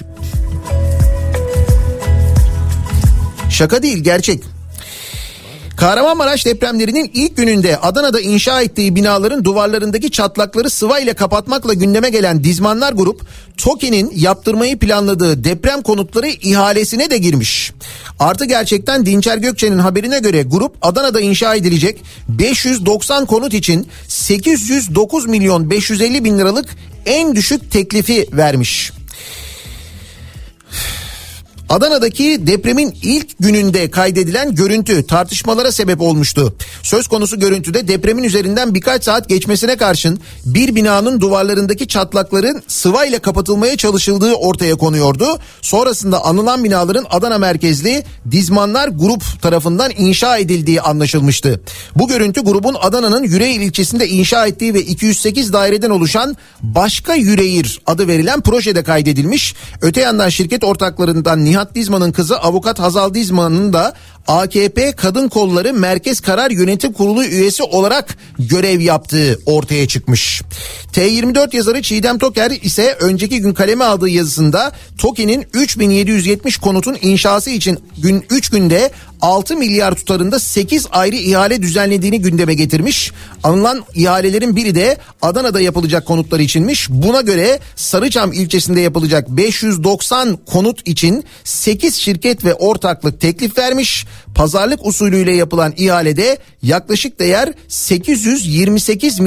Şaka değil, gerçek. Kahramanmaraş depremlerinin ilk gününde Adana'da inşa ettiği binaların duvarlarındaki çatlakları sıva ile kapatmakla gündeme gelen Dizmanlar Grup, TOKİ'nin yaptırmayı planladığı deprem konutları ihalesine de girmiş. Artı gerçekten Dinçer Gökçe'nin haberine göre grup Adana'da inşa edilecek 590 konut için 809 milyon 550 bin liralık en düşük teklifi vermiş. Adana'daki depremin ilk gününde kaydedilen görüntü tartışmalara sebep olmuştu. Söz konusu görüntüde depremin üzerinden birkaç saat geçmesine karşın bir binanın duvarlarındaki çatlakların sıvayla kapatılmaya çalışıldığı ortaya konuyordu. Sonrasında anılan binaların Adana merkezli Dizmanlar Grup tarafından inşa edildiği anlaşılmıştı. Bu görüntü grubun Adana'nın Yüreğir ilçesinde inşa ettiği ve 208 daireden oluşan Başka Yüreğir adı verilen projede kaydedilmiş. Öte yandan şirket ortaklarından Nihat Dizman'ın kızı avukat Hazal Dizman'ın da AKP Kadın Kolları Merkez Karar Yönetim Kurulu üyesi olarak görev yaptığı ortaya çıkmış. T24 yazarı Çiğdem Toker ise önceki gün kaleme aldığı yazısında TOKİ'nin 3770 konutun inşası için 3 günde 6 milyar tutarında 8 ayrı ihale düzenlediğini gündeme getirmiş. Anılan ihalelerin biri de Adana'da yapılacak konutlar içinmiş. Buna göre Sarıçam ilçesinde yapılacak 590 konut için 8 şirket ve ortaklık teklif vermiş. Pazarlık usulüyle yapılan ihalede yaklaşık değer 828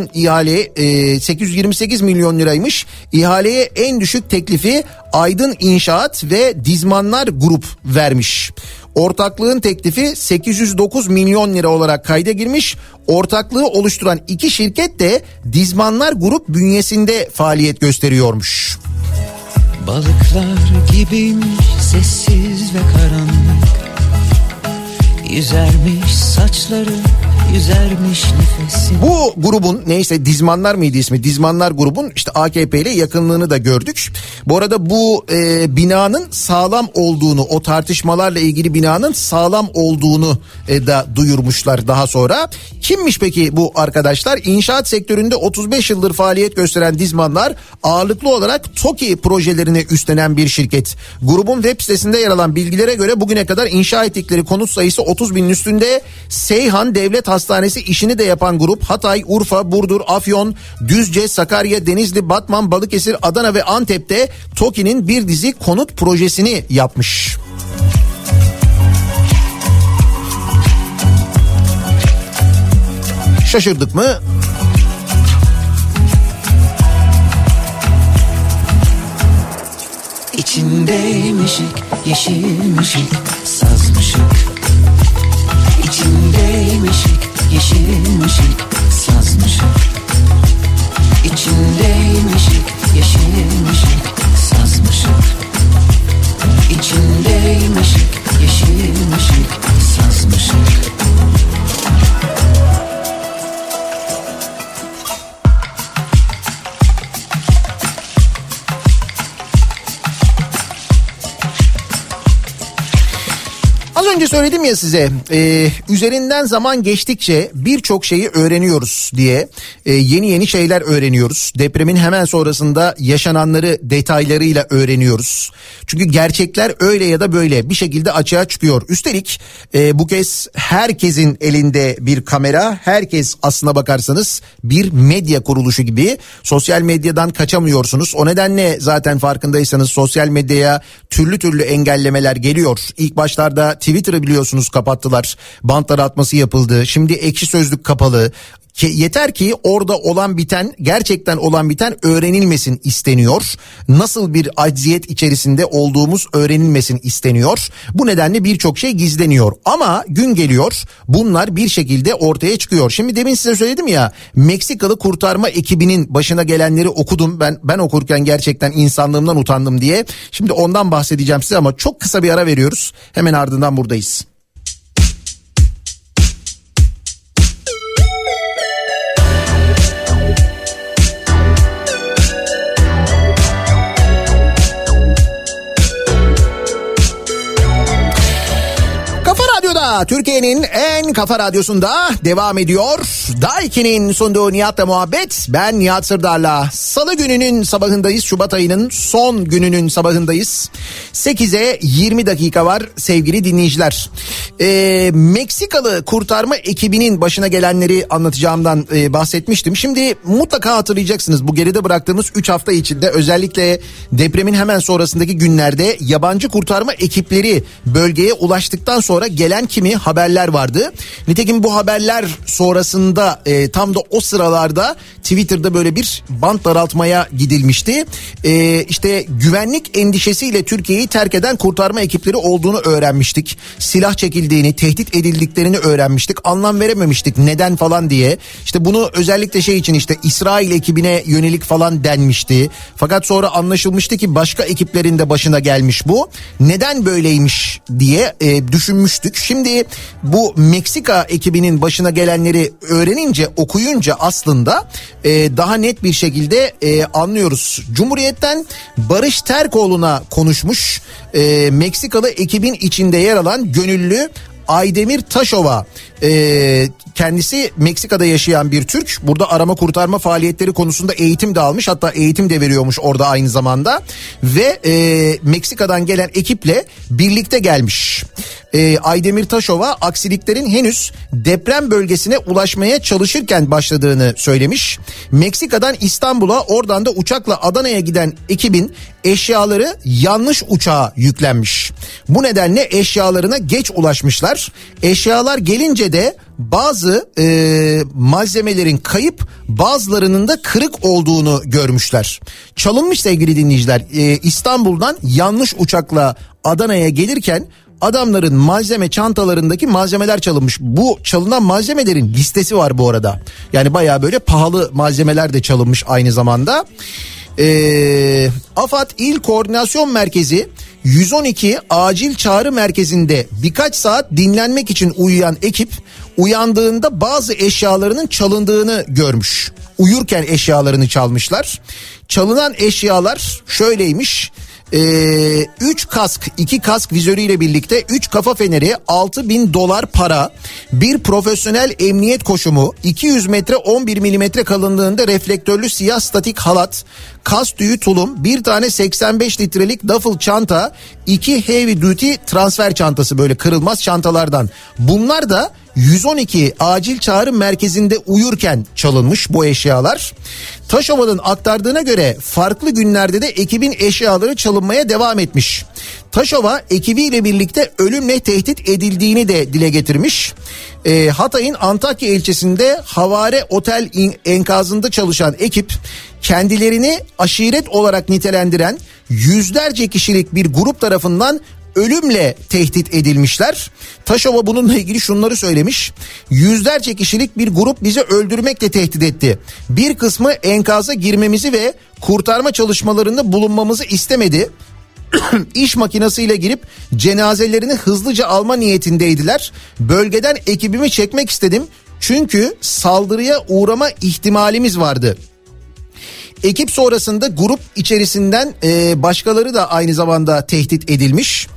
milyon liraymış. İhaleye en düşük teklifi Aydın İnşaat ve Dizmanlar Grup vermiş. Ortaklığın teklifi 809 milyon lira olarak kayda girmiş. Ortaklığı oluşturan iki şirket de Dizmanlar Grup bünyesinde faaliyet gösteriyormuş. Balıklar gibiymiş sessiz ve karanlık. Yüzermiş saçları, yüzermiş nefesi. Bu grubun neyse Dizmanlar mıydı ismi? Dizmanlar grubun işte AKP ile yakınlığını da gördük. Bu arada bu binanın sağlam olduğunu, o tartışmalarla ilgili binanın sağlam olduğunu da duyurmuşlar daha sonra. Kimmiş peki bu arkadaşlar? İnşaat sektöründe 35 yıldır faaliyet gösteren Dizmanlar ağırlıklı olarak TOKİ projelerini üstlenen bir şirket. Grubun web sitesinde yer alan bilgilere göre bugüne kadar inşa ettikleri konut sayısı 30 binin üstünde. Seyhan Devlet Hastanesi işini de yapan grup Hatay, Urfa, Burdur, Afyon, Düzce, Sakarya, Denizli, Batman, Balıkesir, Adana ve Antep'te TOKİ'nin bir dizi konut projesini yapmış. Şaşırdık mı? İçindeymişik, yeşilmişik, sazmışık. İçindeymişik, yeşilmişik, sazmışık. İçindeymişik, yeşilmişik, sazmışık. İçindeymişik, yeşilmişik, sazmışık. Az önce söyledim ya size üzerinden zaman geçtikçe birçok şeyi öğreniyoruz diye yeni şeyler öğreniyoruz. Depremin hemen sonrasında yaşananları detaylarıyla öğreniyoruz. Çünkü gerçekler öyle ya da böyle bir şekilde açığa çıkıyor. Üstelik bu kez herkesin elinde bir kamera, herkes aslına bakarsanız bir medya kuruluşu gibi, sosyal medyadan kaçamıyorsunuz. O nedenle zaten farkındaysanız sosyal medyaya türlü engellemeler geliyor. İlk başlarda Twitter'ı biliyorsunuz kapattılar. Bantlar atması yapıldı. Şimdi Ekşi Sözlük kapalı. Yeter ki orada olan biten, gerçekten olan biten öğrenilmesin isteniyor. Nasıl bir acziyet içerisinde olduğumuz öğrenilmesin isteniyor. Bu nedenle birçok şey gizleniyor. Ama gün geliyor, bunlar bir şekilde ortaya çıkıyor. Şimdi demin size söyledim ya, Meksikalı kurtarma ekibinin başına gelenleri okudum. Ben okurken gerçekten insanlığımdan utandım diye. Şimdi ondan bahsedeceğim size ama çok kısa bir ara veriyoruz. Hemen ardından buradayız. Türkiye'nin en kafa radyosunda devam ediyor. Daiki'nin sunduğu Nihat'la muhabbet. Ben Nihat Sırdar'la. Salı gününün sabahındayız. Şubat ayının son gününün sabahındayız. 8'e 20 dakika var sevgili dinleyiciler. Meksikalı kurtarma ekibinin başına gelenleri anlatacağımdan bahsetmiştim. Şimdi mutlaka hatırlayacaksınız, bu geride bıraktığımız 3 hafta içinde özellikle depremin hemen sonrasındaki günlerde yabancı kurtarma ekipleri bölgeye ulaştıktan sonra gelen kimi haberler vardı. Nitekim bu haberler sonrasında tam da o sıralarda Twitter'da böyle bir bant daraltmaya gidilmişti. İşte güvenlik endişesiyle Türkiye'yi terk eden kurtarma ekipleri olduğunu öğrenmiştik. Silah çekildiğini, tehdit edildiklerini öğrenmiştik. Anlam verememiştik neden falan diye. İşte bunu özellikle şey için işte İsrail ekibine yönelik falan denmişti. Fakat sonra anlaşılmıştı ki başka ekiplerin de başına gelmiş bu. Neden böyleymiş diye düşünmüştük. Şimdi bu Meksika ekibinin başına gelenleri öğrenince, okuyunca aslında daha net bir şekilde anlıyoruz. Cumhuriyet'ten Barış Terkoğlu'na konuşmuş Meksikalı ekibin içinde yer alan gönüllü Aydemir Taşova. Kendisi Meksika'da yaşayan bir Türk. Burada arama kurtarma faaliyetleri konusunda eğitim de almış. Hatta eğitim de veriyormuş orada aynı zamanda. Ve Meksika'dan gelen ekiple birlikte gelmiş. Aydemir Taşova aksiliklerin henüz deprem bölgesine ulaşmaya çalışırken başladığını söylemiş. Meksika'dan İstanbul'a, oradan da uçakla Adana'ya giden ekibin eşyaları yanlış uçağa yüklenmiş. Bu nedenle eşyalarına geç ulaşmışlar. Eşyalar gelince de bazı malzemelerin kayıp, bazılarının da kırık olduğunu görmüşler. Çalınmış sevgili dinleyiciler. İstanbul'dan yanlış uçakla Adana'ya gelirken adamların malzeme çantalarındaki malzemeler çalınmış. Bu çalınan malzemelerin listesi var bu arada. Yani bayağı böyle pahalı malzemeler de çalınmış aynı zamanda. AFAD İl Koordinasyon Merkezi 112 acil çağrı merkezinde birkaç saat dinlenmek için uyuyan ekip uyandığında bazı eşyalarının çalındığını görmüş. Uyurken eşyalarını çalmışlar. Çalınan eşyalar şöyleymiş. 3 kask, 2 kask vizörüyle birlikte 3 kafa feneri, $6.000 para, bir profesyonel emniyet koşumu, 200 metre 11 milimetre kalınlığında reflektörlü siyah statik halat, kas tüyü tulum, bir tane 85 litrelik duffel çanta, 2 heavy duty transfer çantası, böyle kırılmaz çantalardan. Bunlar da 112 acil çağrı merkezinde uyurken çalınmış bu eşyalar. Taşova'nın aktardığına göre farklı günlerde de ekibin eşyaları çalınmaya devam etmiş. Taşova ekibiyle birlikte ölümle tehdit edildiğini de dile getirmiş. Hatay'ın Antakya ilçesinde Havare Otel enkazında çalışan ekip kendilerini aşiret olarak nitelendiren yüzlerce kişilik bir grup tarafından ölümle tehdit edilmişler. Taşova bununla ilgili şunları söylemiş. Yüzlerce kişilik bir grup bizi öldürmekle tehdit etti. Bir kısmı enkaza girmemizi ve kurtarma çalışmalarında bulunmamızı istemedi. İş makinesiyle girip cenazelerini hızlıca alma niyetindeydiler. Bölgeden ekibimi çekmek istedim. Çünkü saldırıya uğrama ihtimalimiz vardı. Ekip sonrasında grup içerisinden başkaları da aynı zamanda tehdit edilmiş.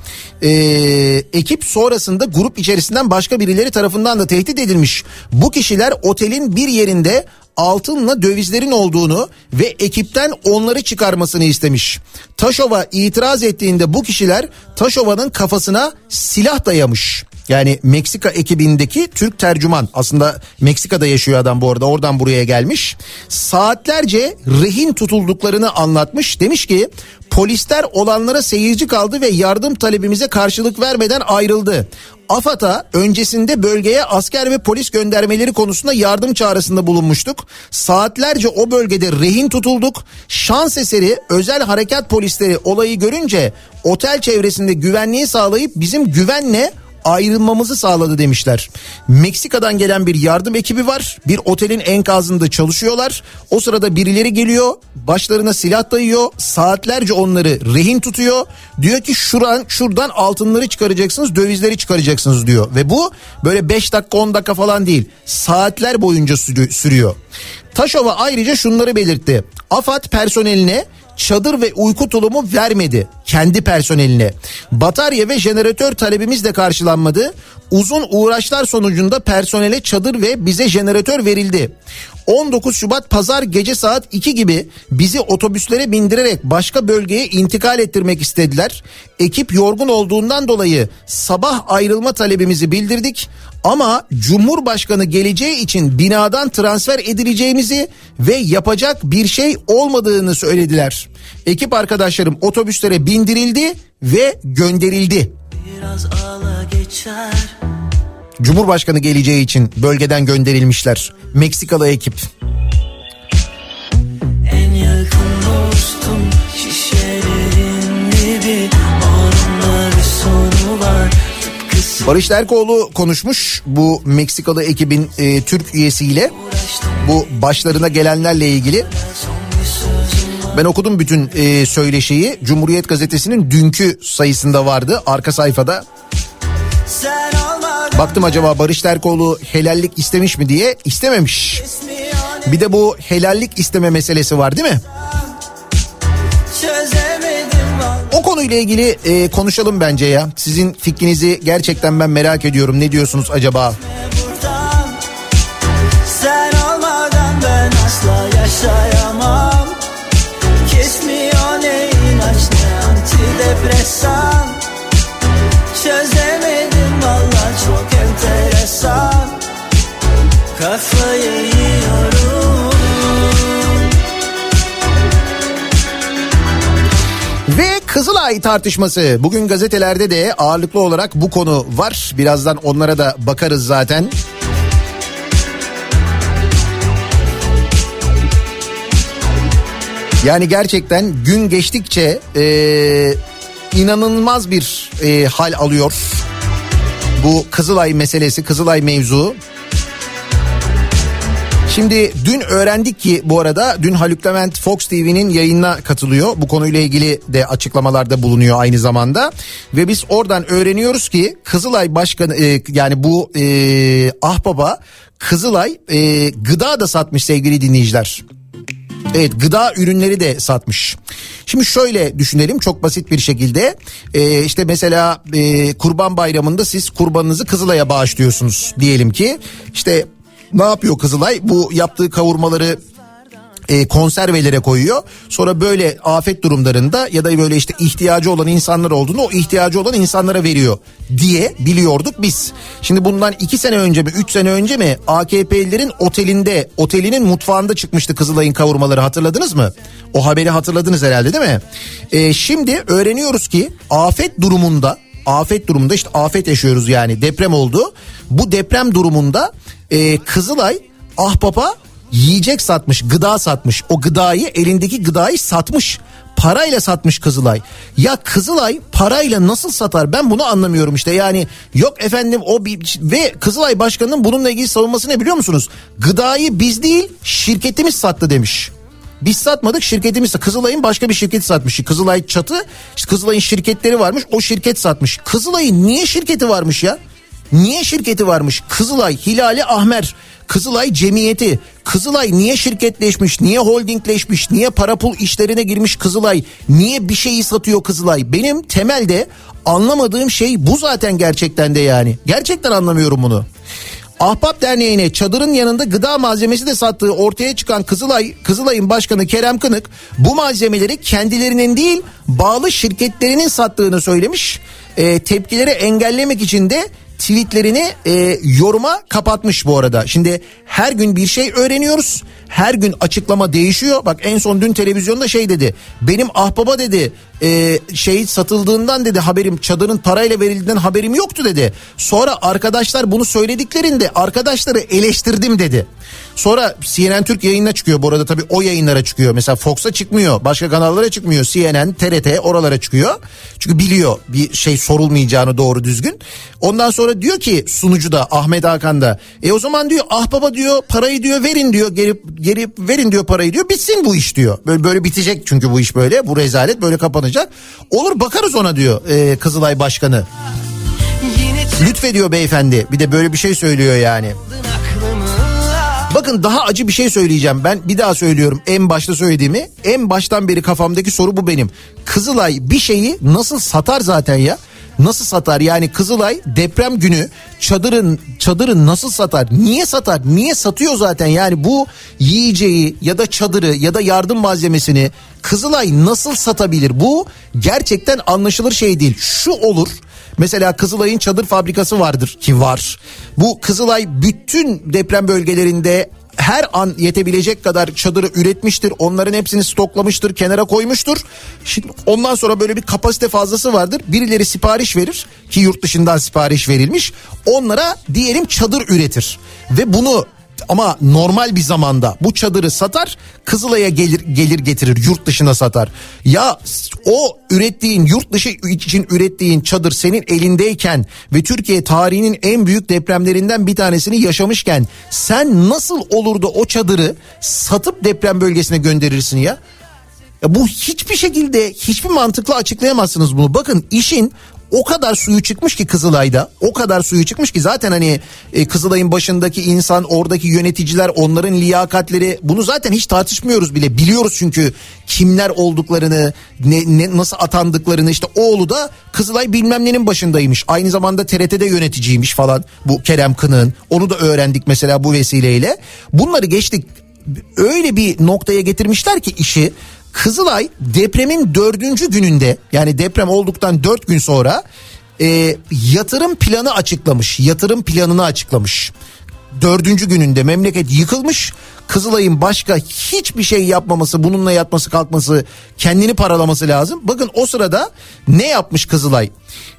Ekip sonrasında grup içerisinden başka birileri tarafından da tehdit edilmiş. Bu kişiler otelin bir yerinde altınla dövizlerin olduğunu ve ekipten onları çıkarmasını istemiş. Taşova itiraz ettiğinde bu kişiler Taşova'nın kafasına silah dayamış. Yani Meksika ekibindeki Türk tercüman, aslında Meksika'da yaşıyor adam bu arada, oradan buraya gelmiş. Saatlerce rehin tutulduklarını anlatmış. Demiş ki polisler olanlara seyirci kaldı ve yardım talebimize karşılık vermeden ayrıldı. AFAD'a öncesinde bölgeye asker ve polis göndermeleri konusunda yardım çağrısında bulunmuştuk. Saatlerce o bölgede rehin tutulduk. Şans eseri özel harekat polisleri olayı görünce otel çevresinde güvenliği sağlayıp bizim güvenle ayrılmamızı sağladı demişler. Meksika'dan gelen bir yardım ekibi var. Bir otelin enkazında çalışıyorlar. O sırada birileri geliyor. Başlarına silah dayıyor. Saatlerce onları rehin tutuyor. Diyor ki şuradan altınları çıkaracaksınız, dövizleri çıkaracaksınız diyor. Ve bu böyle 5 dakika 10 dakika falan değil. Saatler boyunca sürüyor. Taşova ayrıca şunları belirtti. AFAD personeline çadır ve uyku tulumu vermedi, kendi personeline. Batarya ve jeneratör talebimiz de karşılanmadı. Uzun uğraşlar sonucunda personele çadır ve bize jeneratör verildi. 19 Şubat Pazar gece saat 2 gibi bizi otobüslere bindirerek başka bölgeye intikal ettirmek istediler. Ekip yorgun olduğundan dolayı sabah ayrılma talebimizi bildirdik. Ama Cumhurbaşkanı geleceği için binadan transfer edileceğimizi ve yapacak bir şey olmadığını söylediler. Ekip arkadaşlarım otobüslere bindirildi ve gönderildi. Biraz ağla geçer, Cumhurbaşkanı geleceği için bölgeden gönderilmişler. Meksikalı ekip. En yakın dostum şişelerin dibi, onunla bir sonu var. Barış Terkoğlu konuşmuş bu Meksikalı ekibin Türk üyesiyle, bu başlarına gelenlerle ilgili. Ben okudum bütün söyleşiyi. Cumhuriyet Gazetesi'nin dünkü sayısında vardı, arka sayfada. Baktım acaba Barış Terkoğlu helallik istemiş mi diye, istememiş. Bir de bu helallik isteme meselesi var değil mi? O konuyla ilgili konuşalım bence ya. Sizin fikrinizi gerçekten ben merak ediyorum. Ne diyorsunuz acaba? Sen olmadan ben asla yaşayamam. Kesmiyor ne ilaç ne antidepresan. Çözemedim valla, çok enteresan. Kafayı yiyorum. Ve Kızılay tartışması. Bugün gazetelerde de ağırlıklı olarak bu konu var. Birazdan onlara da bakarız zaten. Yani gerçekten gün geçtikçe inanılmaz bir hal alıyor bu Kızılay meselesi, Kızılay mevzu. Şimdi dün öğrendik ki bu arada, dün Haluk Levent Fox TV'nin yayınına katılıyor. Bu konuyla ilgili de açıklamalarda bulunuyor aynı zamanda. Ve biz oradan öğreniyoruz ki Kızılay Başkanı yani bu Ahbaba Kızılay gıda da satmış sevgili dinleyiciler. Evet, gıda ürünleri de satmış. Şimdi şöyle düşünelim çok basit bir şekilde. İşte mesela Kurban Bayramı'nda siz kurbanınızı Kızılay'a bağışlıyorsunuz diyelim ki. İşte ne yapıyor Kızılay? Bu yaptığı kavurmaları konservelere koyuyor. Sonra böyle afet durumlarında ya da böyle işte ihtiyacı olan insanlar olduğunu o ihtiyacı olan insanlara veriyor diye biliyorduk biz. Şimdi bundan 2 sene önce mi 3 sene önce mi AKP'lilerin otelinin mutfağında çıkmıştı Kızılay'ın kavurmaları, hatırladınız mı? O haberi hatırladınız herhalde değil mi? Şimdi öğreniyoruz ki afet durumunda işte afet yaşıyoruz yani, deprem oldu. Bu deprem durumunda Kızılay Ahbap'a yiyecek satmış, gıda satmış. O gıdayı, elindeki gıdayı satmış. Parayla satmış Kızılay. Ya Kızılay parayla nasıl satar? Ben bunu anlamıyorum işte. Yani yok efendim ve Kızılay Başkanı'nın bununla ilgili savunması ne biliyor musunuz? Gıdayı biz değil şirketimiz sattı demiş. Biz satmadık, şirketimiz. Kızılay'ın başka bir şirketi satmış. Kızılay Çatı, işte Kızılay'ın şirketleri varmış, o şirket satmış. Kızılay'ın niye şirketi varmış ya? Niye şirketi varmış? Kızılay, Hilali Ahmer, Kızılay Cemiyeti. Kızılay niye şirketleşmiş? Niye holdingleşmiş? Niye para pul işlerine girmiş Kızılay? Niye bir şeyi satıyor Kızılay? Benim temelde anlamadığım şey bu zaten gerçekten de yani. Gerçekten anlamıyorum bunu. Ahbap Derneği'ne çadırın yanında gıda malzemesi de sattığı ortaya çıkan Kızılay'ın başkanı Kerem Kınık bu malzemeleri kendilerinin değil bağlı şirketlerinin sattığını söylemiş. Tepkileri engellemek için de tweetlerini yoruma kapatmış bu arada. Şimdi her gün bir şey öğreniyoruz. Her gün açıklama değişiyor. Bak en son dün televizyonda şey dedi. Benim Ahbaba dedi satıldığından dedi haberim, çadırın parayla verildiğinden haberim yoktu dedi. Sonra arkadaşlar bunu söylediklerinde arkadaşları eleştirdim dedi. Sonra CNN Türk yayınına çıkıyor bu arada, tabii o yayınlara çıkıyor. Mesela Fox'a çıkmıyor, başka kanallara çıkmıyor. CNN, TRT oralara çıkıyor. Çünkü biliyor bir şey sorulmayacağını doğru düzgün. Ondan sonra diyor ki sunucu da, Ahmet Hakan da o zaman diyor Ahbaba diyor parayı diyor verin diyor, geri verin diyor parayı diyor, bitsin bu iş diyor. Böyle bitecek çünkü bu iş böyle, bu rezalet böyle kapanacak. Olur bakarız ona diyor Kızılay Başkanı. Lütfediyor beyefendi, bir de böyle bir şey söylüyor yani. Bakın daha acı bir şey söyleyeceğim, ben bir daha söylüyorum en başta söylediğimi. En baştan beri kafamdaki soru bu benim. Kızılay bir şeyi nasıl satar zaten ya? Nasıl satar yani? Kızılay deprem günü çadırı nasıl satar? Niye satar? Niye satıyor zaten? Yani bu yiyeceği ya da çadırı ya da yardım malzemesini Kızılay nasıl satabilir? Bu gerçekten anlaşılır şey değil. Şu olur. Mesela Kızılay'ın çadır fabrikası vardır ki var. Bu Kızılay bütün deprem bölgelerinde her an yetebilecek kadar çadırı üretmiştir. Onların hepsini stoklamıştır, kenara koymuştur. Şimdi ondan sonra böyle bir kapasite fazlası vardır. Birileri sipariş verir ki yurt dışından sipariş verilmiş. Onlara diyelim çadır üretir ve bunu ama normal bir zamanda bu çadırı satar, Kızılay'a gelir getirir, yurt dışına satar. Ya o ürettiğin, yurt dışı için ürettiğin çadır senin elindeyken ve Türkiye tarihinin en büyük depremlerinden bir tanesini yaşamışken sen nasıl olur da o çadırı satıp deprem bölgesine gönderirsin ya? Ya bu hiçbir şekilde, hiçbir mantıkla açıklayamazsınız bunu. Bakın işin o kadar suyu çıkmış ki Kızılay'da, o kadar suyu çıkmış ki zaten hani Kızılay'ın başındaki insan, oradaki yöneticiler, onların liyakatleri, bunu zaten hiç tartışmıyoruz bile. Biliyoruz çünkü kimler olduklarını, nasıl atandıklarını. İşte oğlu da Kızılay bilmem nenin başındaymış. Aynı zamanda TRT'de yöneticiymiş falan, bu Kerem Kınık'ın. Onu da öğrendik mesela bu vesileyle. Bunları geçtik. Öyle bir noktaya getirmişler ki işi. Kızılay depremin 4. gününde, yani deprem olduktan 4 gün sonra yatırım planı açıklamış. Yatırım planını açıklamış. 4. gününde memleket yıkılmış. Kızılay'ın başka hiçbir şey yapmaması, bununla yatması kalkması, kendini paralaması lazım. Bakın o sırada ne yapmış Kızılay?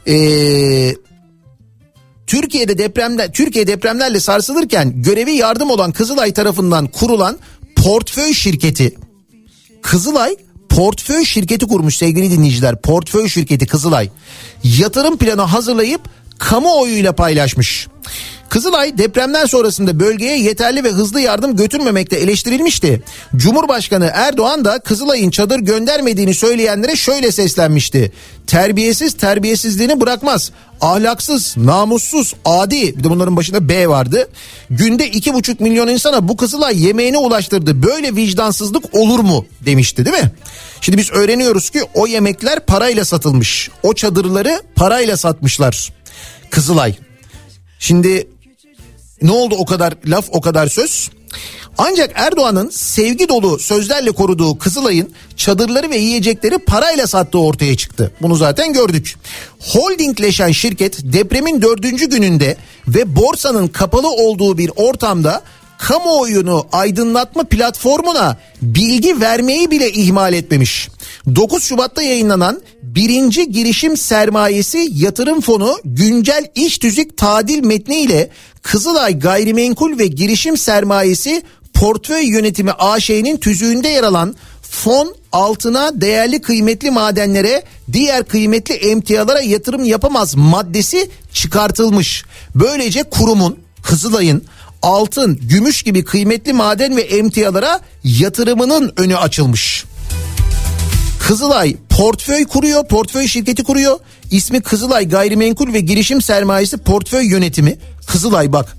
Türkiye depremlerle sarsılırken görevi yardım olan Kızılay tarafından kurulan portföy şirketi, Kızılay portföy şirketi kurmuş sevgili dinleyiciler. Portföy şirketi Kızılay yatırım planı hazırlayıp kamuoyuyla paylaşmış. Kızılay depremden sonrasında bölgeye yeterli ve hızlı yardım götürmemekte eleştirilmişti. Cumhurbaşkanı Erdoğan da Kızılay'ın çadır göndermediğini söyleyenlere şöyle seslenmişti. Terbiyesiz terbiyesizliğini bırakmaz. Ahlaksız, namussuz, adi, bir de bunların başında B vardı. Günde 2,5 milyon insana bu Kızılay yemeğini ulaştırdı. Böyle vicdansızlık olur mu demişti, değil mi? Şimdi biz öğreniyoruz ki o yemekler parayla satılmış. O çadırları parayla satmışlar Kızılay. Şimdi ne oldu, o kadar laf, o kadar söz? Ancak Erdoğan'ın sevgi dolu sözlerle koruduğu Kızılay'ın çadırları ve yiyecekleri parayla sattığı ortaya çıktı. Bunu zaten gördük. Holdingleşen şirket depremin 4. gününde ve borsanın kapalı olduğu bir ortamda kamuoyunu aydınlatma platformuna bilgi vermeyi bile ihmal etmemiş. 9 Şubat'ta yayınlanan 1. Girişim Sermayesi Yatırım Fonu Güncel İş Tüzük Tadil metniyle Kızılay Gayrimenkul ve Girişim Sermayesi Portföy Yönetimi AŞ'nin tüzüğünde yer alan fon altına, değerli kıymetli madenlere, diğer kıymetli emtialara yatırım yapamaz maddesi çıkartılmış. Böylece kurumun, Kızılay'ın altın, gümüş gibi kıymetli maden ve emtialara yatırımının önü açılmış. Kızılay portföy kuruyor, portföy şirketi kuruyor. İsmi Kızılay Gayrimenkul ve Girişim Sermayesi Portföy Yönetimi. Kızılay bak.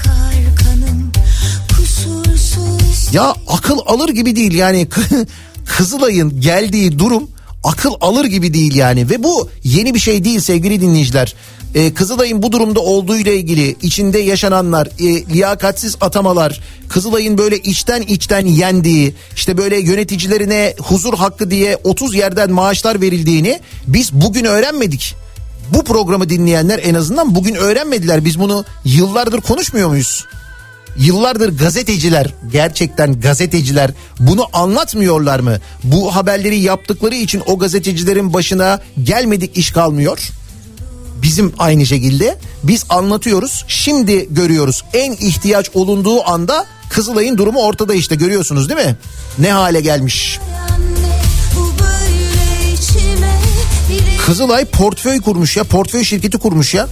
Ya akıl alır gibi değil yani. Kızılay'ın geldiği durum akıl alır gibi değil yani. Ve bu yeni bir şey değil sevgili dinleyiciler. Kızılay'ın bu durumda olduğuyla ilgili içinde yaşananlar, liyakatsiz atamalar, Kızılay'ın böyle içten yendiği, işte böyle yöneticilerine huzur hakkı diye 30 yerden maaşlar verildiğini biz bugün öğrenmedik. Bu programı dinleyenler en azından bugün öğrenmediler. Biz bunu yıllardır konuşmuyor muyuz? Yıllardır gazeteciler, gerçekten gazeteciler bunu anlatmıyorlar mı? Bu haberleri yaptıkları için o gazetecilerin başına gelmedik iş kalmıyor. Bizim aynı şekilde biz anlatıyoruz. Şimdi görüyoruz, en ihtiyaç olunduğu anda Kızılay'ın durumu ortada, işte görüyorsunuz değil mi? Ne hale gelmiş. Kızılay portföy kurmuş ya, portföy şirketi kurmuş ya.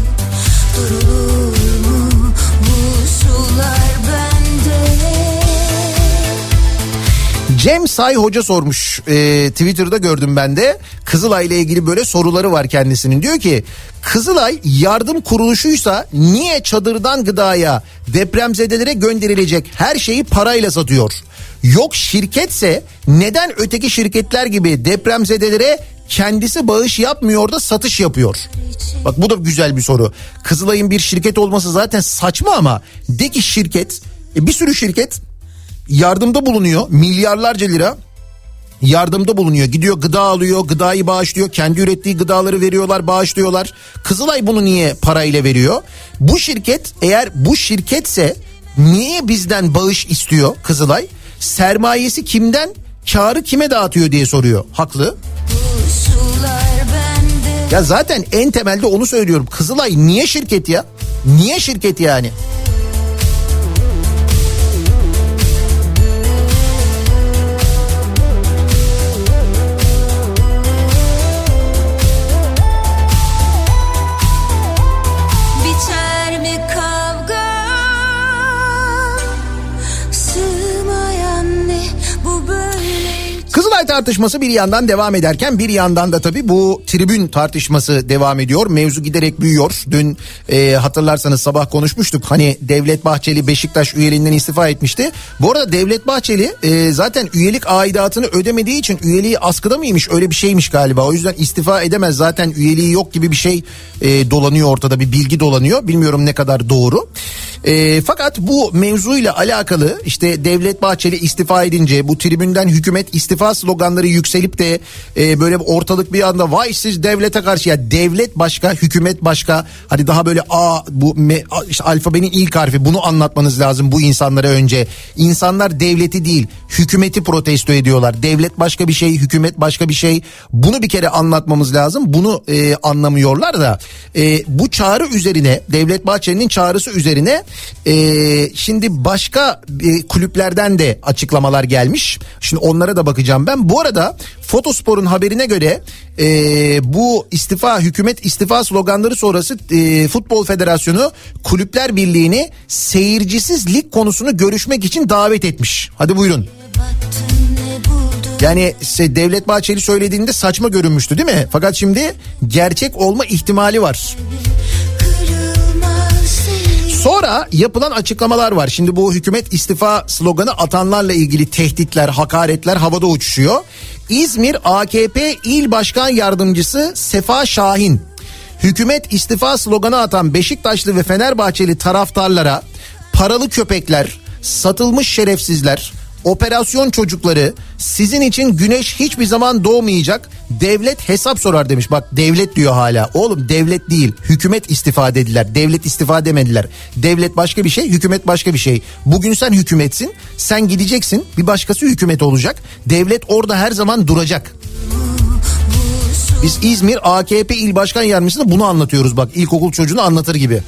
Cem Say Hoca sormuş, Twitter'da gördüm ben de. Kızılay ile ilgili böyle soruları var kendisinin. Diyor ki Kızılay yardım kuruluşuysa niye çadırdan gıdaya, depremzedelere gönderilecek her şeyi parayla satıyor? Yok şirketse neden öteki şirketler gibi depremzedelere kendisi bağış yapmıyor da satış yapıyor? Bak bu da güzel bir soru. Kızılay'ın bir şirket olması zaten saçma ama de ki şirket, bir sürü şirket yardımda bulunuyor, milyarlarca lira yardımda bulunuyor. Gidiyor gıda alıyor, gıdayı bağışlıyor, kendi ürettiği gıdaları veriyorlar, bağışlıyorlar. Kızılay bunu niye parayla veriyor? Bu şirket, eğer bu şirketse Niye bizden bağış istiyor Kızılay? Sermayesi kimden, kârı kime dağıtıyor diye soruyor. Haklı. Ya zaten en temelde onu söylüyorum. Kızılay niye şirket ya? Niye şirket yani? Kızılay tartışması bir yandan devam ederken bir yandan da tabii bu tribün tartışması devam ediyor. Mevzu giderek büyüyor. Dün hatırlarsanız sabah konuşmuştuk. Hani Devlet Bahçeli Beşiktaş üyeliğinden istifa etmişti. Bu arada Devlet Bahçeli zaten üyelik aidatını ödemediği için üyeliği askıda mıymış, öyle bir şeymiş galiba. O yüzden istifa edemez, zaten üyeliği yok gibi bir şey dolanıyor ortada, bir bilgi dolanıyor. Bilmiyorum ne kadar doğru. Fakat bu mevzuyla alakalı işte Devlet Bahçeli istifa edince bu tribünden hükümet istifa sloganları yükselip de böyle ortalık bir anda vay siz devlete karşı, ya devlet başka, hükümet başka. Hadi daha böyle işte alfabenin ilk harfi, bunu anlatmanız lazım bu insanlara önce. İnsanlar devleti değil hükümeti protesto ediyorlar. Devlet başka bir şey, hükümet başka bir şey. Bunu bir kere anlatmamız lazım. Bunu anlamıyorlar da bu çağrı üzerine, Devlet Bahçeli'nin çağrısı üzerine şimdi başka kulüplerden de açıklamalar gelmiş. Şimdi onlara da bakacağım ben. Bu arada Fotospor'un haberine göre bu hükümet istifa sloganları sonrası Futbol Federasyonu Kulüpler Birliği'ni seyircisiz lig konusunu görüşmek için davet etmiş. Hadi buyurun. Yani Devlet Bahçeli söylediğinde saçma görünmüştü değil mi? Fakat şimdi gerçek olma ihtimali var. Sonra yapılan açıklamalar var. Şimdi bu hükümet istifa sloganı atanlarla ilgili tehditler, hakaretler havada uçuşuyor. İzmir AKP İl Başkan Yardımcısı Sefa Şahin, hükümet istifa sloganı atan Beşiktaşlı ve Fenerbahçeli taraftarlara paralı köpekler, satılmış şerefsizler, operasyon çocukları, sizin için güneş hiçbir zaman doğmayacak, devlet hesap sorar demiş. Bak devlet diyor hala. Oğlum devlet değil, hükümet istifa dediler. Devlet istifa demediler. Devlet başka bir şey, hükümet başka bir şey. Bugün sen hükümetsin, sen gideceksin, bir başkası hükümet olacak. Devlet orada her zaman duracak. Biz İzmir AKP İl Başkan Yardımcısı'na bunu anlatıyoruz, bak ilkokul çocuğunu anlatır gibi.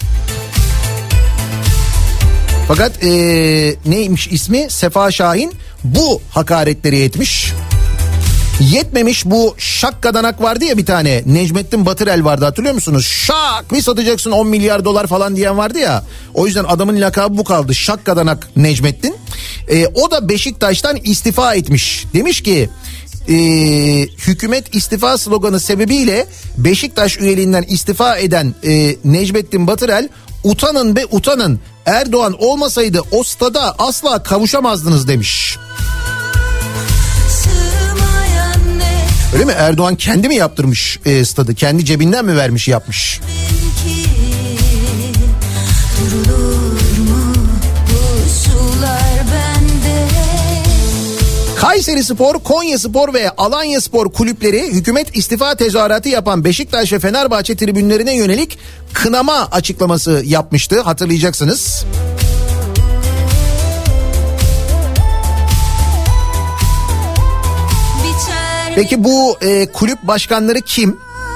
Fakat neymiş ismi? Sefa Şahin bu hakaretleri etmiş. Yetmemiş, bu şakkadanak vardı ya bir tane. Necmettin Batırel vardı, hatırlıyor musunuz? Şak bir satacaksın 10 milyar dolar falan diyen vardı ya. O yüzden adamın lakabı bu kaldı. Şakkadanak Necmettin. O da Beşiktaş'tan istifa etmiş. Demiş ki hükümet istifa sloganı sebebiyle Beşiktaş üyeliğinden istifa eden Necmettin Batırel, utanın be utanın, Erdoğan olmasaydı o stada asla kavuşamazdınız demiş. Öyle mi? Erdoğan kendi mi yaptırmış stadı? Kendi cebinden mi vermiş, yapmış? Kayserispor, Konyaspor ve Alanyaspor kulüpleri hükümet istifa tezahüratı yapan Beşiktaş ve Fenerbahçe tribünlerine yönelik kınama açıklaması yapmıştı, hatırlayacaksınız. Peki bu kulüp başkanları kim?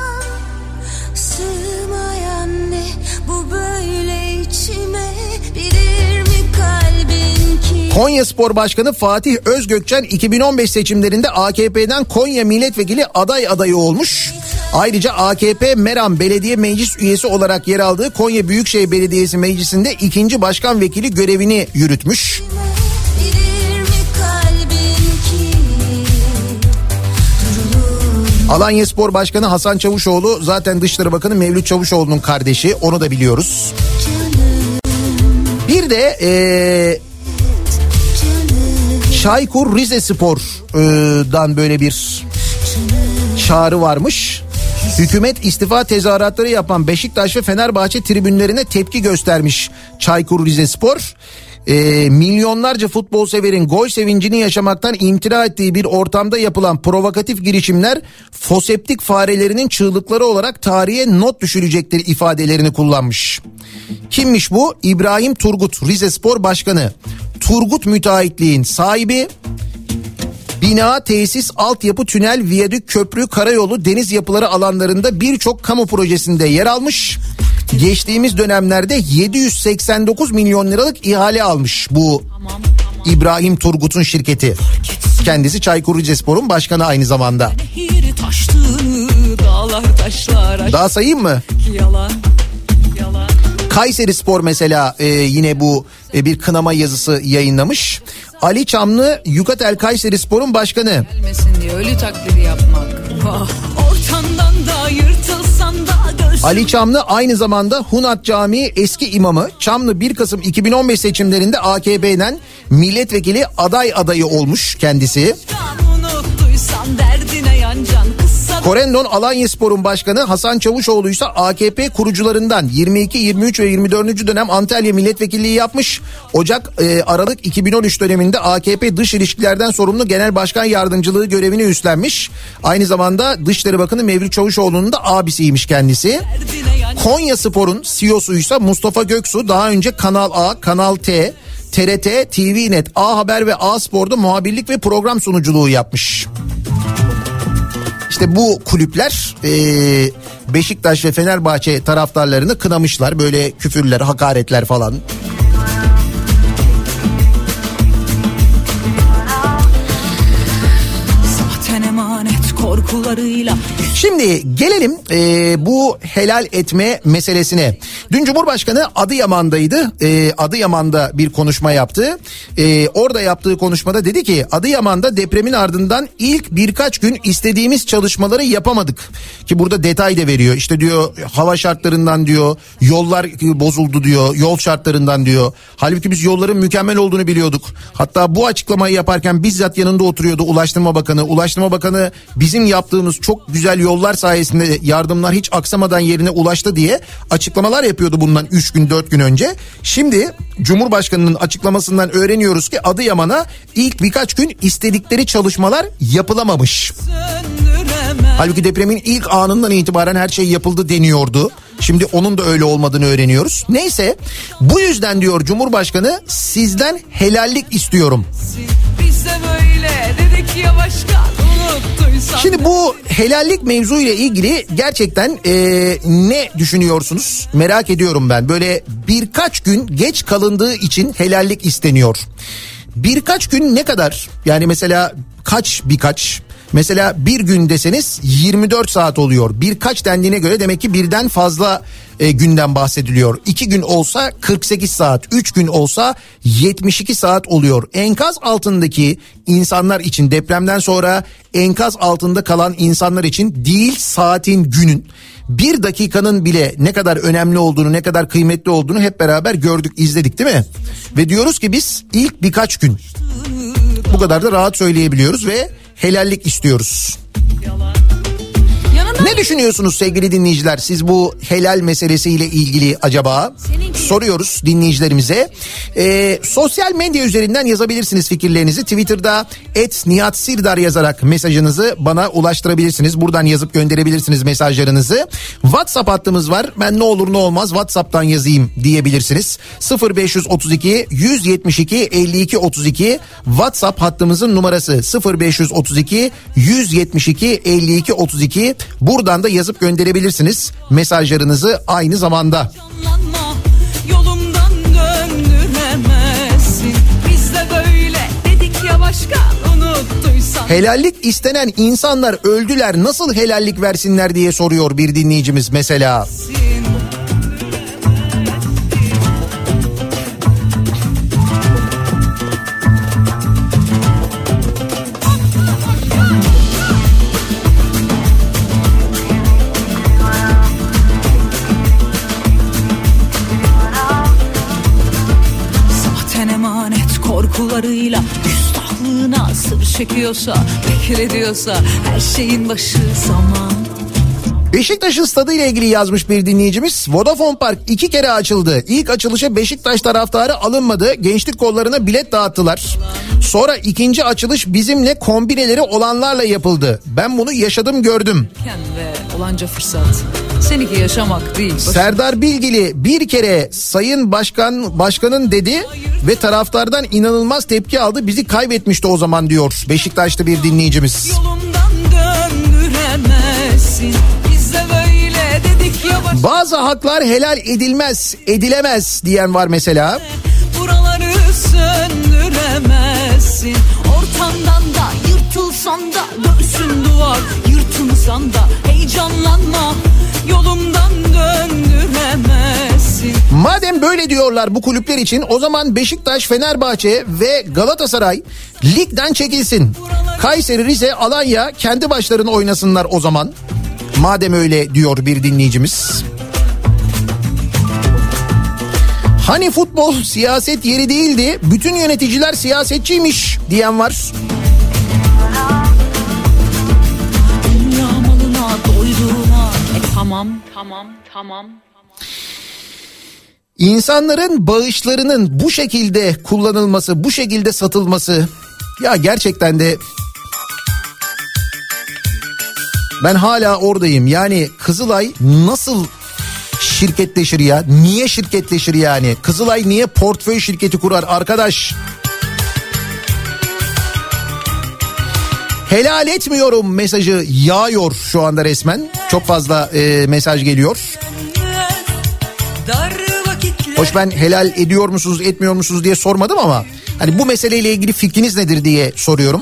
Konyaspor Başkanı Fatih Özgökçen 2015 seçimlerinde AKP'den Konya Milletvekili adayı olmuş. Ayrıca AKP Meram Belediye Meclis üyesi olarak yer aldığı Konya Büyükşehir Belediyesi Meclisi'nde 2. Başkan Vekili görevini yürütmüş. Alanyaspor Başkanı Hasan Çavuşoğlu zaten Dışişleri Bakanı Mevlüt Çavuşoğlu'nun kardeşi, onu da biliyoruz. Bir de Çaykur Rizespor'dan böyle bir çağrı varmış. Hükümet istifa tezahüratları yapan Beşiktaş ve Fenerbahçe tribünlerine tepki göstermiş Çaykur Rizespor. Milyonlarca futbol severin gol sevincini yaşamaktan imtina ettiği bir ortamda yapılan provokatif girişimler foseptik farelerinin çığlıkları olarak tarihe not düşülecektir ifadelerini kullanmış. Kimmiş bu? İbrahim Turgut, Rizespor Başkanı. Turgut Müteahhitliğin sahibi. Bina, tesis, altyapı, tünel, viyadük, köprü, karayolu, deniz yapıları alanlarında birçok kamu projesinde yer almış. Geçtiğimiz dönemlerde 789 milyon liralık ihale almış bu İbrahim Turgut'un şirketi. Kendisi Çaykur Rizespor'un başkanı aynı zamanda. Daha sayayım mı? Yalan, yalan. Kayseri Spor mesela yine bu bir kınama yazısı yayınlamış. Ali Çamlı, Yukatel Kayseri Spor'un başkanı. Gelmesin diye ölü taklidi yapmak. Ortandan da yırtılsan da Ali Çamlı aynı zamanda Hunat Camii eski imamı. Çamlı 1 Kasım 2015 seçimlerinde AKP'den milletvekili adayı olmuş kendisi. Korendon Alanyaspor'un başkanı. Hasan Çavuşoğlu ise AKP kurucularından 22, 23 ve 24. dönem Antalya milletvekilliği yapmış. Aralık 2013 döneminde AKP dış ilişkilerden sorumlu genel başkan yardımcılığı görevini üstlenmiş. Aynı zamanda Dışişleri Bakanı Mevlüt Çavuşoğlu'nun da abisiymiş kendisi. Konyaspor'un CEO'su ise Mustafa Göksu. Daha önce Kanal A, Kanal T, TRT, TVNet, A Haber ve A Spor'da muhabirlik ve program sunuculuğu yapmış. İşte bu kulüpler Beşiktaş ve Fenerbahçe taraftarlarını kınamışlar. Böyle küfürler, hakaretler falan. Zaten emanet korkularıyla. Şimdi gelelim bu helal etme meselesine. Dün Cumhurbaşkanı Adıyaman'daydı. Adıyaman'da bir konuşma yaptı. Orada yaptığı konuşmada dedi ki Adıyaman'da depremin ardından ilk birkaç gün istediğimiz çalışmaları yapamadık. Ki burada detay da veriyor. İşte diyor hava şartlarından diyor, yollar bozuldu diyor, yol şartlarından diyor. Halbuki biz yolların mükemmel olduğunu biliyorduk. Hatta bu açıklamayı yaparken bizzat yanında oturuyordu Ulaştırma Bakanı. Ulaştırma Bakanı bizim yaptığımız çok güzel yollar sayesinde yardımlar hiç aksamadan yerine ulaştı diye açıklamalar yapıyordu bundan 3 gün 4 gün önce. Şimdi Cumhurbaşkanı'nın açıklamasından öğreniyoruz ki Adıyaman'a ilk birkaç gün istedikleri çalışmalar yapılamamış. Halbuki depremin ilk anından itibaren her şey yapıldı deniyordu. Şimdi onun da öyle olmadığını öğreniyoruz. Neyse bu yüzden diyor Cumhurbaşkanı sizden helallik istiyorum. Biz de böyle dedik ya başkan. Şimdi bu helallik mevzu ile ilgili gerçekten ne düşünüyorsunuz? Merak ediyorum ben. Böyle birkaç gün geç kalındığı için helallik isteniyor. Birkaç gün ne kadar? Yani mesela birkaç? Mesela bir gün deseniz 24 saat oluyor. Birkaç dendiğine göre demek ki birden fazla günden bahsediliyor. 2 gün olsa 48 saat, 3 gün olsa 72 saat oluyor. Enkaz altındaki insanlar için depremden sonra enkaz altında kalan insanlar için değil saatin günün. Bir dakikanın bile ne kadar önemli olduğunu, ne kadar kıymetli olduğunu hep beraber gördük, izledik değil mi? Ve diyoruz ki biz ilk birkaç gün bu kadar da rahat söyleyebiliyoruz ve helallik istiyoruz. Ne düşünüyorsunuz sevgili dinleyiciler? Siz bu helal meselesiyle ilgili acaba? Soruyoruz dinleyicilerimize. Sosyal medya üzerinden yazabilirsiniz fikirlerinizi. Twitter'da @NihatSirdar yazarak mesajınızı bana ulaştırabilirsiniz. Buradan yazıp gönderebilirsiniz mesajlarınızı. WhatsApp hattımız var. Ben ne olur ne olmaz WhatsApp'tan yazayım diyebilirsiniz. 0532 172 52 32 WhatsApp hattımızın numarası 0532 172 52 32. Buradan da yazıp gönderebilirsiniz mesajlarınızı aynı zamanda. Yolumdan döndüremezsin. Biz de böyle dedik ya başkan unuttuysan. Helallik istenen insanlar öldüler, nasıl helallik versinler diye soruyor bir dinleyicimiz mesela. Korkularıyla küstahlığına sır çekiyorsa, beklediyorsa her şeyin başı zaman. Beşiktaş'ın stadı ile ilgili yazmış bir dinleyicimiz. Vodafone Park 2 kere açıldı. İlk açılışa Beşiktaş taraftarı alınmadı. Gençlik kollarına bilet dağıttılar. Sonra ikinci açılış bizimle kombineleri olanlarla yapıldı. Ben bunu yaşadım, gördüm. Ve olanca fırsat. Seninki yaşamak değil. Serdar Bilgili bir kere Sayın Başkanın dedi ve taraftardan inanılmaz tepki aldı. Bizi kaybetmişti o zaman diyor Beşiktaş'ta bir dinleyicimiz. Yolundan döndüremezsin. Biz de böyle dedik ya baş... Bazı haklar helal edilmez, edilemez diyen var mesela. Buraları söndüremezsin. Ortamdan da yırtılsan da göğsün duvar. Yırtılsan da heyecanlanma. Yolumdan döndüremezsin. Madem böyle diyorlar bu kulüpler için, o zaman Beşiktaş, Fenerbahçe ve Galatasaray ligden çekilsin. Kayseri, Rize, Alanya kendi başlarına oynasınlar o zaman. Madem öyle diyor bir dinleyicimiz. Hani futbol siyaset yeri değildi, bütün yöneticiler siyasetçiymiş diyen var. Dünya malına doyduğuna tamam. İnsanların bağışlarının bu şekilde kullanılması, bu şekilde satılması, ya gerçekten de ben hala oradayım. Yani Kızılay nasıl şirketleşir ya? Niye şirketleşir yani? Kızılay niye portföy şirketi kurar arkadaş? Helal etmiyorum mesajı yağıyor şu anda resmen. Çok fazla mesaj geliyor. Hoş, ben helal ediyor musunuz, etmiyor musunuz diye sormadım ama hani bu meseleyle ilgili fikriniz nedir diye soruyorum.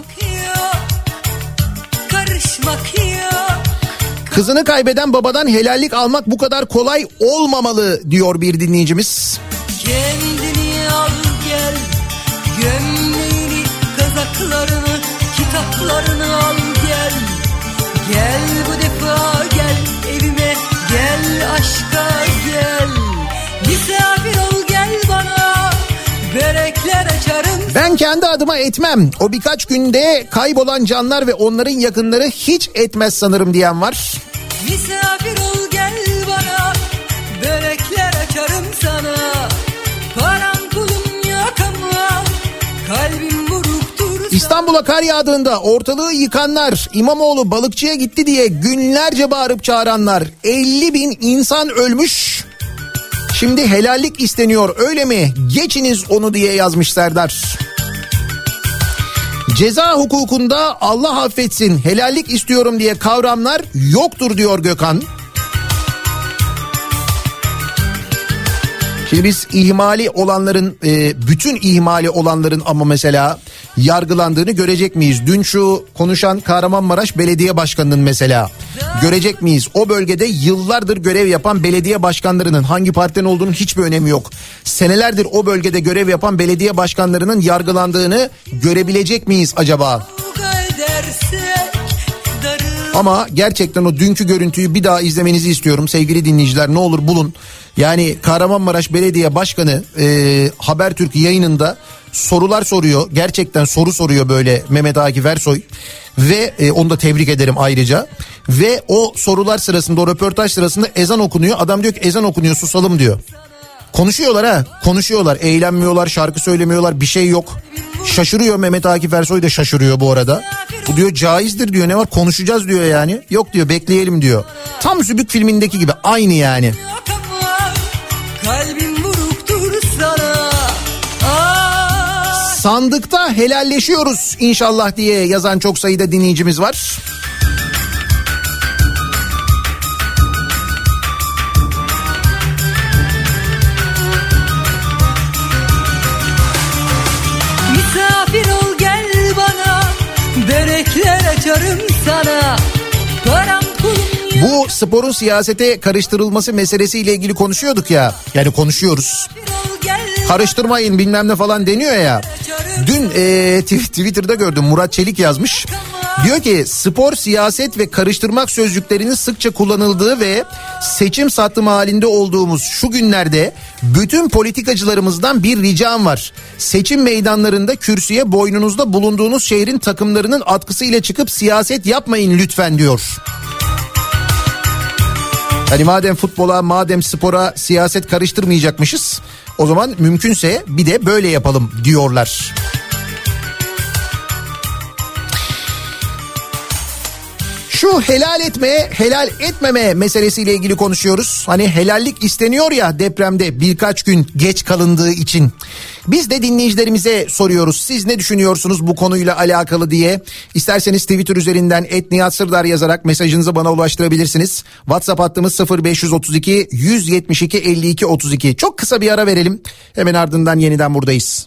Kızını kaybeden babadan helallik almak bu kadar kolay olmamalı diyor bir dinleyicimiz. Kendini al gel, gömleğini, kazaklarını, kitaplarını al gel. Gel bu defa gel evime, gel aşka gel. Misafir ol gel bana, börekler açarım. Ben kendi adıma etmem. O birkaç günde kaybolan canlar ve onların yakınları hiç etmez sanırım diyen var. Misafir ol gel bana, börekler açarım sana. Param pulum yok ama kalbim buruktur. İstanbul'a kar yağdığında ortalığı yıkanlar, İmamoğlu balıkçıya gitti diye günlerce bağırıp çağıranlar, 50.000 insan ölmüş. Şimdi helallik isteniyor, öyle mi? Geçiniz onu diye yazmış Serdar. Ceza hukukunda Allah affetsin, helallik istiyorum diye kavramlar yoktur diyor Gökhan. Şimdi biz ihmali olanların, bütün ihmali olanların ama mesela yargılandığını görecek miyiz? Dün şu konuşan Kahramanmaraş Belediye Başkanı'nın mesela görecek miyiz? O bölgede yıllardır görev yapan belediye başkanlarının, hangi partiden olduğunun hiçbir önemi yok. Senelerdir o bölgede görev yapan belediye başkanlarının yargılandığını görebilecek miyiz acaba? Ama gerçekten o dünkü görüntüyü bir daha izlemenizi istiyorum sevgili dinleyiciler, ne olur bulun. Yani Kahramanmaraş Belediye Başkanı Habertürk yayınında sorular soruyor. Gerçekten soru soruyor böyle Mehmet Akif Ersoy. Ve onu da tebrik ederim ayrıca. Ve o sorular sırasında, o röportaj sırasında ezan okunuyor. Adam diyor ki ezan okunuyor, susalım diyor. Konuşuyorlar ha, konuşuyorlar, eğlenmiyorlar, şarkı söylemiyorlar, bir şey yok. Şaşırıyor Mehmet Akif Ersoy da şaşırıyor bu arada. Bu diyor caizdir diyor, ne var, konuşacağız diyor yani. Yok diyor, bekleyelim diyor. Tam Zübük filmindeki gibi, aynı yani. Kalbim buruktur sana. Sandıkta helalleşiyoruz inşallah diye yazan çok sayıda dinleyicimiz var. Misafir ol gel bana, börekler açarım sana. Param pulum yok. Bu sporun siyasete karıştırılması meselesiyle ilgili konuşuyorduk ya. Yani konuşuyoruz. Karıştırmayın bilmem ne falan deniyor ya. Dün Twitter'da gördüm, Murat Çelik yazmış. Diyor ki spor, siyaset ve karıştırmak sözcüklerinin sıkça kullanıldığı ve seçim sattım halinde olduğumuz şu günlerde bütün politikacılarımızdan bir ricam var. Seçim meydanlarında kürsüye boynunuzda bulunduğunuz şehrin takımlarının atkısıyla çıkıp siyaset yapmayın lütfen diyor. Hani madem futbola, madem spora siyaset karıştırmayacakmışız, o zaman mümkünse bir de böyle yapalım diyorlar. Şu helal etme, helal etmeme meselesiyle ilgili konuşuyoruz. Hani helallik isteniyor ya depremde birkaç gün geç kalındığı için. Biz de dinleyicilerimize soruyoruz. Siz ne düşünüyorsunuz bu konuyla alakalı diye. İsterseniz Twitter üzerinden @nihatsırdar yazarak mesajınızı bana ulaştırabilirsiniz. WhatsApp hattımız 0532 172 52 32. Çok kısa bir ara verelim. Hemen ardından yeniden buradayız.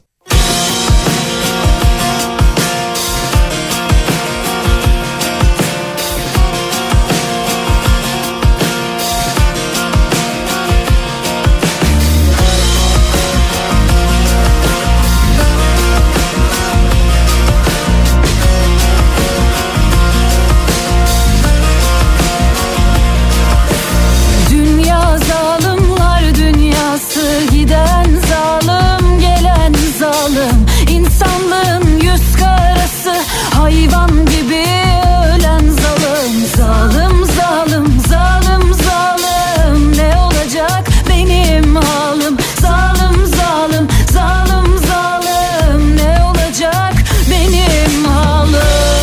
Giden zalim, gelen zalim, insanlığın yüz karası, hayvan gibi ölen zalim. Zalim, zalim, zalim, zalim, ne olacak benim halim? Zalim, zalim, zalim, zalim, ne olacak benim halim?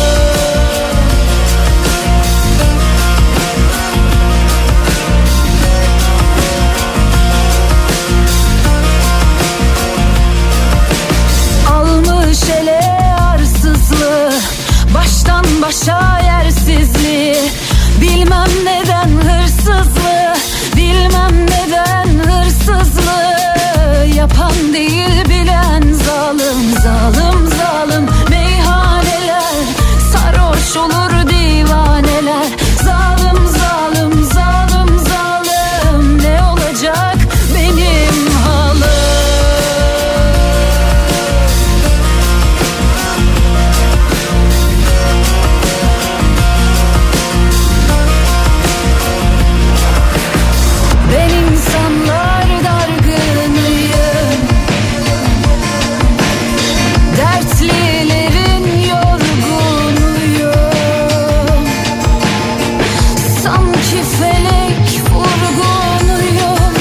Ele arsızlığı, baştan başa yersizliği, bilmem neden hırsızlığı, bilmem neden hırsızlığı, yapan değil bilen zalim. Zalim, zalim, meyhaneler, sarhoş olur divaneler. Zalim, zalim, zalim, zalim, ne olacak benim halim? Ben insanlar dargınıyım, dertlilerin yorgunuyum. Sanki felek vurgunuyum,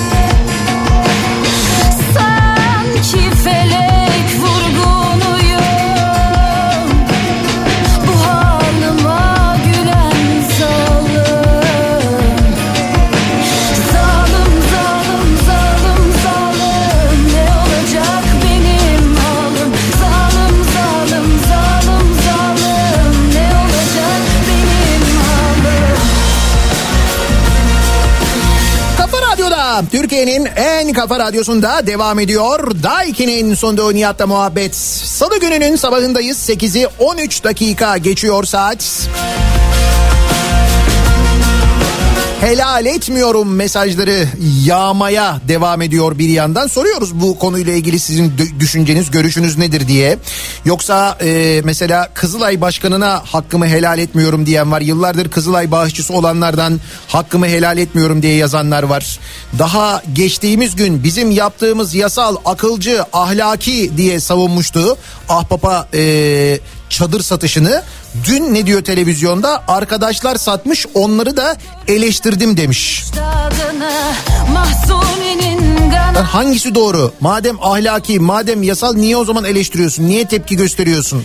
sanki felek vurgunuyum. Bu halıma gülen zalim. Zalim, zalim, zalim, zalim, ne olacak benim halim? Zalim, zalim, zalim, zalim, ne olacak benim halim? Kafa Radyo'da, Türkiye'nin en kafa radyosunda devam ediyor. Daiki'nin sunduğu Nihat'la muhabbet. Salı gününün sabahındayız. 8'i 13 dakika geçiyor saat. Helal etmiyorum mesajları yağmaya devam ediyor bir yandan. Soruyoruz bu konuyla ilgili sizin düşünceniz, görüşünüz nedir diye. Yoksa mesela Kızılay Başkanı'na hakkımı helal etmiyorum diyen var. Yıllardır Kızılay bağışçısı olanlardan hakkımı helal etmiyorum diye yazanlar var. Daha geçtiğimiz gün bizim yaptığımız yasal, akılcı, ahlaki diye savunmuştu Ahbap'a çadır satışını. Dün ne diyor televizyonda? Arkadaşlar satmış, onları da eleştirdim demiş. Yani hangisi doğru? Madem ahlaki, madem yasal, niye o zaman eleştiriyorsun? Niye tepki gösteriyorsun?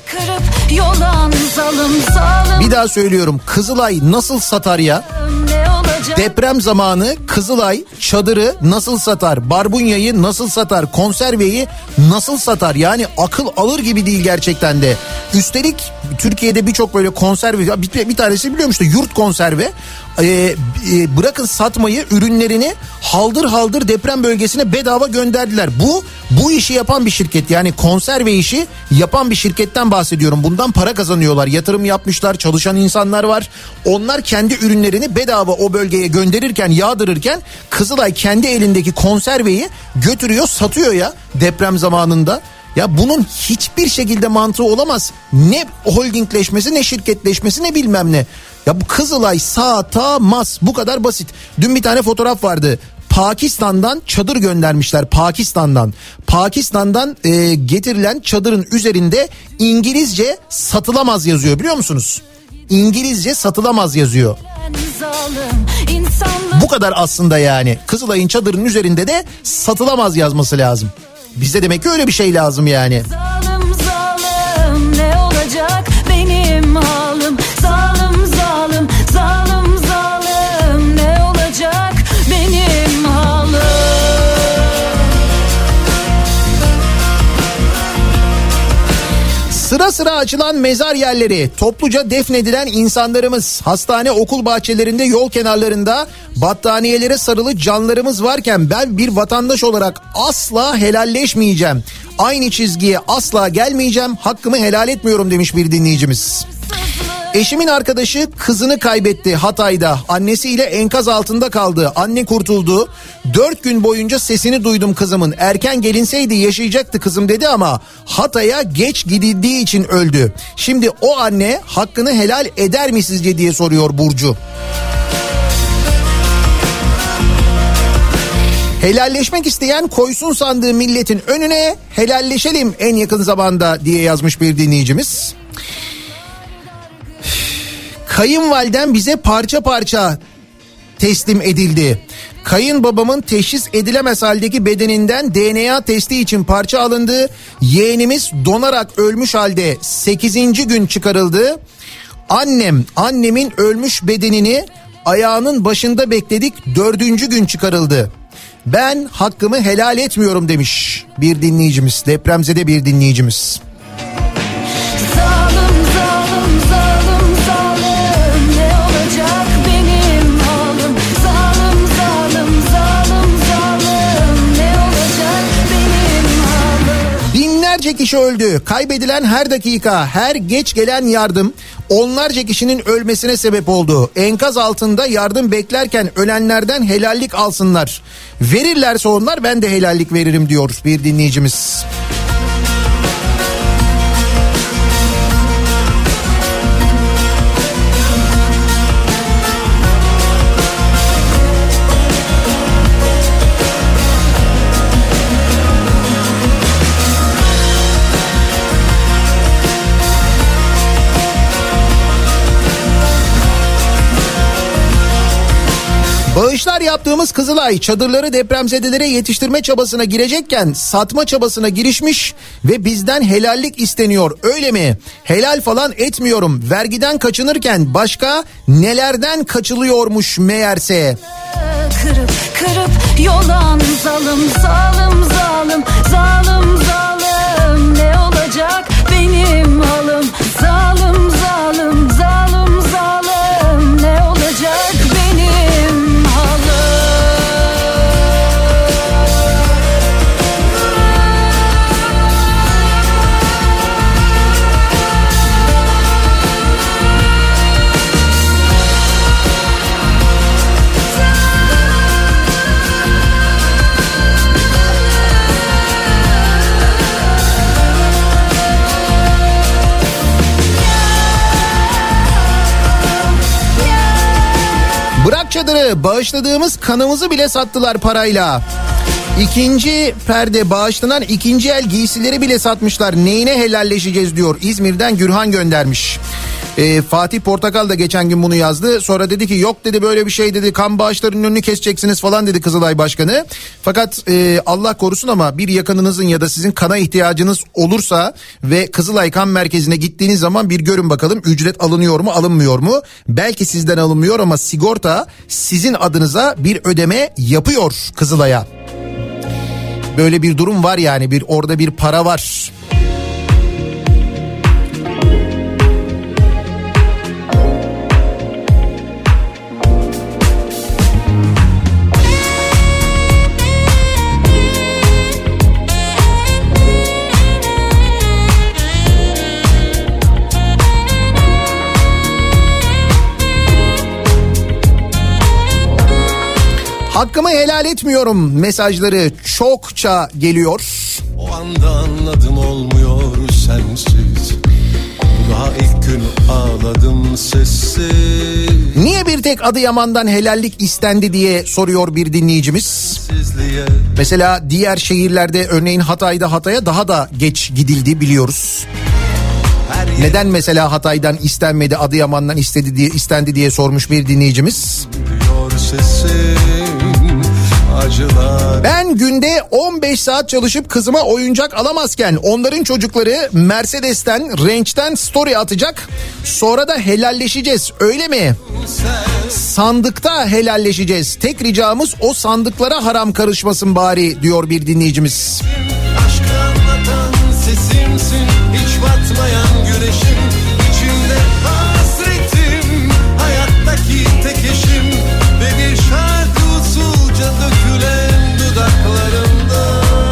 Bir daha söylüyorum, Kızılay nasıl satar ya? Deprem zamanı Kızılay çadırı nasıl satar? Barbunyayı nasıl satar? Konserveyi nasıl satar? Yani akıl alır gibi değil gerçekten de. Üstelik Türkiye'de birçok böyle konserve, bir tanesi biliyorum işte, yurt konserve. Bırakın satmayı, ürünlerini haldır haldır deprem bölgesine bedava gönderdiler. Bu işi yapan bir şirket, yani konserve işi yapan bir şirketten bahsediyorum. Bundan para kazanıyorlar, yatırım yapmışlar, çalışan insanlar var. Onlar kendi ürünlerini bedava o bölgeye gönderirken, yağdırırken Kızılay kendi elindeki konserveyi götürüyor, satıyor ya deprem zamanında. Ya bunun hiçbir şekilde mantığı olamaz. Ne holdingleşmesi, ne şirketleşmesi, ne bilmem ne. Ya bu Kızılay satamaz, bu kadar basit. Dün bir tane fotoğraf vardı. Pakistan'dan çadır göndermişler, Pakistan'dan getirilen çadırın üzerinde İngilizce satılamaz yazıyor, biliyor musunuz? İngilizce satılamaz yazıyor. Bu kadar aslında yani. Kızılay'ın çadırının üzerinde de satılamaz yazması lazım. Bize demek ki öyle bir şey lazım yani. Zalim zalim ne olacak benim halim? Zalim zalim zalim zalim ne olacak benim halim? Sıra sıra açılan mezar yerleri, topluca defnedilen insanlarımız, hastane okul bahçelerinde, yol kenarlarında battaniyelere sarılı canlarımız varken ben bir vatandaş olarak asla helalleşmeyeceğim. Aynı çizgiye asla gelmeyeceğim, hakkımı helal etmiyorum demiş bir dinleyicimiz. Eşimin arkadaşı kızını kaybetti Hatay'da. Annesiyle enkaz altında kaldı. Anne kurtuldu. 4 gün boyunca sesini duydum kızımın. Erken gelinseydi yaşayacaktı kızım dedi ama Hatay'a geç gidildiği için öldü. Şimdi o anne hakkını helal eder mi sizce diye soruyor Burcu. Helalleşmek isteyen koysun sandığı milletin önüne, helalleşelim en yakın zamanda diye yazmış bir dinleyicimiz. Kayınvalidem bize parça parça teslim edildi. Kayınbabamın teşhis edilemez haldeki bedeninden DNA testi için parça alındı. Yeğenimiz donarak ölmüş halde 8. gün çıkarıldı. Annemin ölmüş bedenini ayağının başında bekledik, 4. gün çıkarıldı. Ben hakkımı helal etmiyorum demiş bir dinleyicimiz, depremzede bir dinleyicimiz. Zalim zalim zalim zalim ne olacak benim halim? Zalim zalim zalim zalim ne olacak benim halim? Binlerce kişi öldü. Kaybedilen her dakika, her geç gelen yardım onlarca kişinin ölmesine sebep oldu. Enkaz altında yardım beklerken ölenlerden helallik alsınlar. Verirlerse onlar, ben de helallik veririm diyor bir dinleyicimiz. Bağışlar yaptığımız Kızılay çadırları depremzedelere yetiştirme çabasına girecekken satma çabasına girişmiş ve bizden helallik isteniyor. Öyle mi? Helal falan etmiyorum. Vergiden kaçınırken başka nelerden kaçılıyormuş meğerse. Kırıp kırıp yolan zalim zalim zalim zalim zalim ne olacak benim halim? Zalim zalim zalim zalim ne olacak benim halim? Bırak çadırı, bağışladığımız kanımızı bile sattılar parayla. İkinci perde, bağışlanan ikinci el giysileri bile satmışlar. Neyine helalleşeceğiz diyor. İzmir'den Gürhan göndermiş. Fatih Portakal da geçen gün bunu yazdı. Sonra dedi ki yok dedi, böyle bir şey dedi, kan bağışlarının önünü keseceksiniz falan dedi Kızılay Başkanı. Fakat Allah korusun ama bir yakınınızın ya da sizin kana ihtiyacınız olursa ve Kızılay Kan Merkezi'ne gittiğiniz zaman bir görün bakalım, ücret alınıyor mu alınmıyor mu? Belki sizden alınmıyor ama sigorta sizin adınıza bir ödeme yapıyor Kızılay'a. Böyle bir durum var yani, orada bir para var. Hakkımı helal etmiyorum mesajları çokça geliyor. O anda anladım olmuyor sensiz. Daha ilk gün ağladım sessiz. Niye bir tek Adıyaman'dan helallik istendi diye soruyor bir dinleyicimiz. Mesela diğer şehirlerde, örneğin Hatay'da Hatay'a daha da geç gidildi biliyoruz. Her Neden mesela Hatay'dan istenmedi, Adıyaman'dan istendi diye sormuş bir dinleyicimiz. Ben günde 15 saat çalışıp kızıma oyuncak alamazken onların çocukları Mercedes'ten, Range'den story atacak. Sonra da helalleşeceğiz, öyle mi? Sandıkta helalleşeceğiz. Tek ricamız o sandıklara haram karışmasın bari, diyor bir dinleyicimiz. Aşkı anlatan sesimsin, hiç batmayan güneşim, içimde hasretim, hayattaki tek eşim ve bir şarkı usulca dökülen dudaklarımda.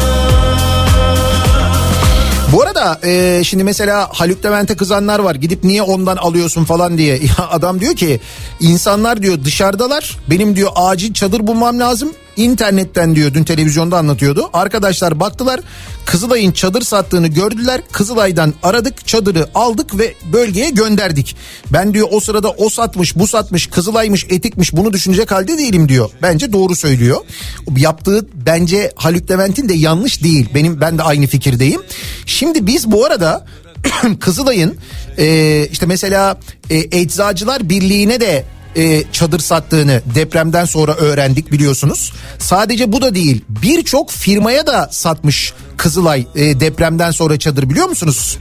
Bu arada şimdi mesela Haluk Levent'e kızanlar var, gidip niye ondan alıyorsun falan diye. Ya adam diyor ki insanlar diyor dışarıdalar, benim diyor acil çadır bulmam lazım. İnternetten diyor, dün televizyonda anlatıyordu. Arkadaşlar baktılar, Kızılay'ın çadır sattığını gördüler. Kızılay'dan aradık, çadırı aldık ve bölgeye gönderdik. Ben diyor o sırada o satmış, bu satmış, Kızılay'mış, Etik'miş, bunu düşünecek halde değilim diyor. Bence doğru söylüyor. Yaptığı bence Haluk Levent'in de yanlış değil. Ben de aynı fikirdeyim. Şimdi biz bu arada Kızılay'ın işte mesela Eczacılar Birliği'ne de çadır sattığını depremden sonra öğrendik, biliyorsunuz. Sadece bu da değil, birçok firmaya da satmış Kızılay depremden sonra çadır, biliyor musunuz?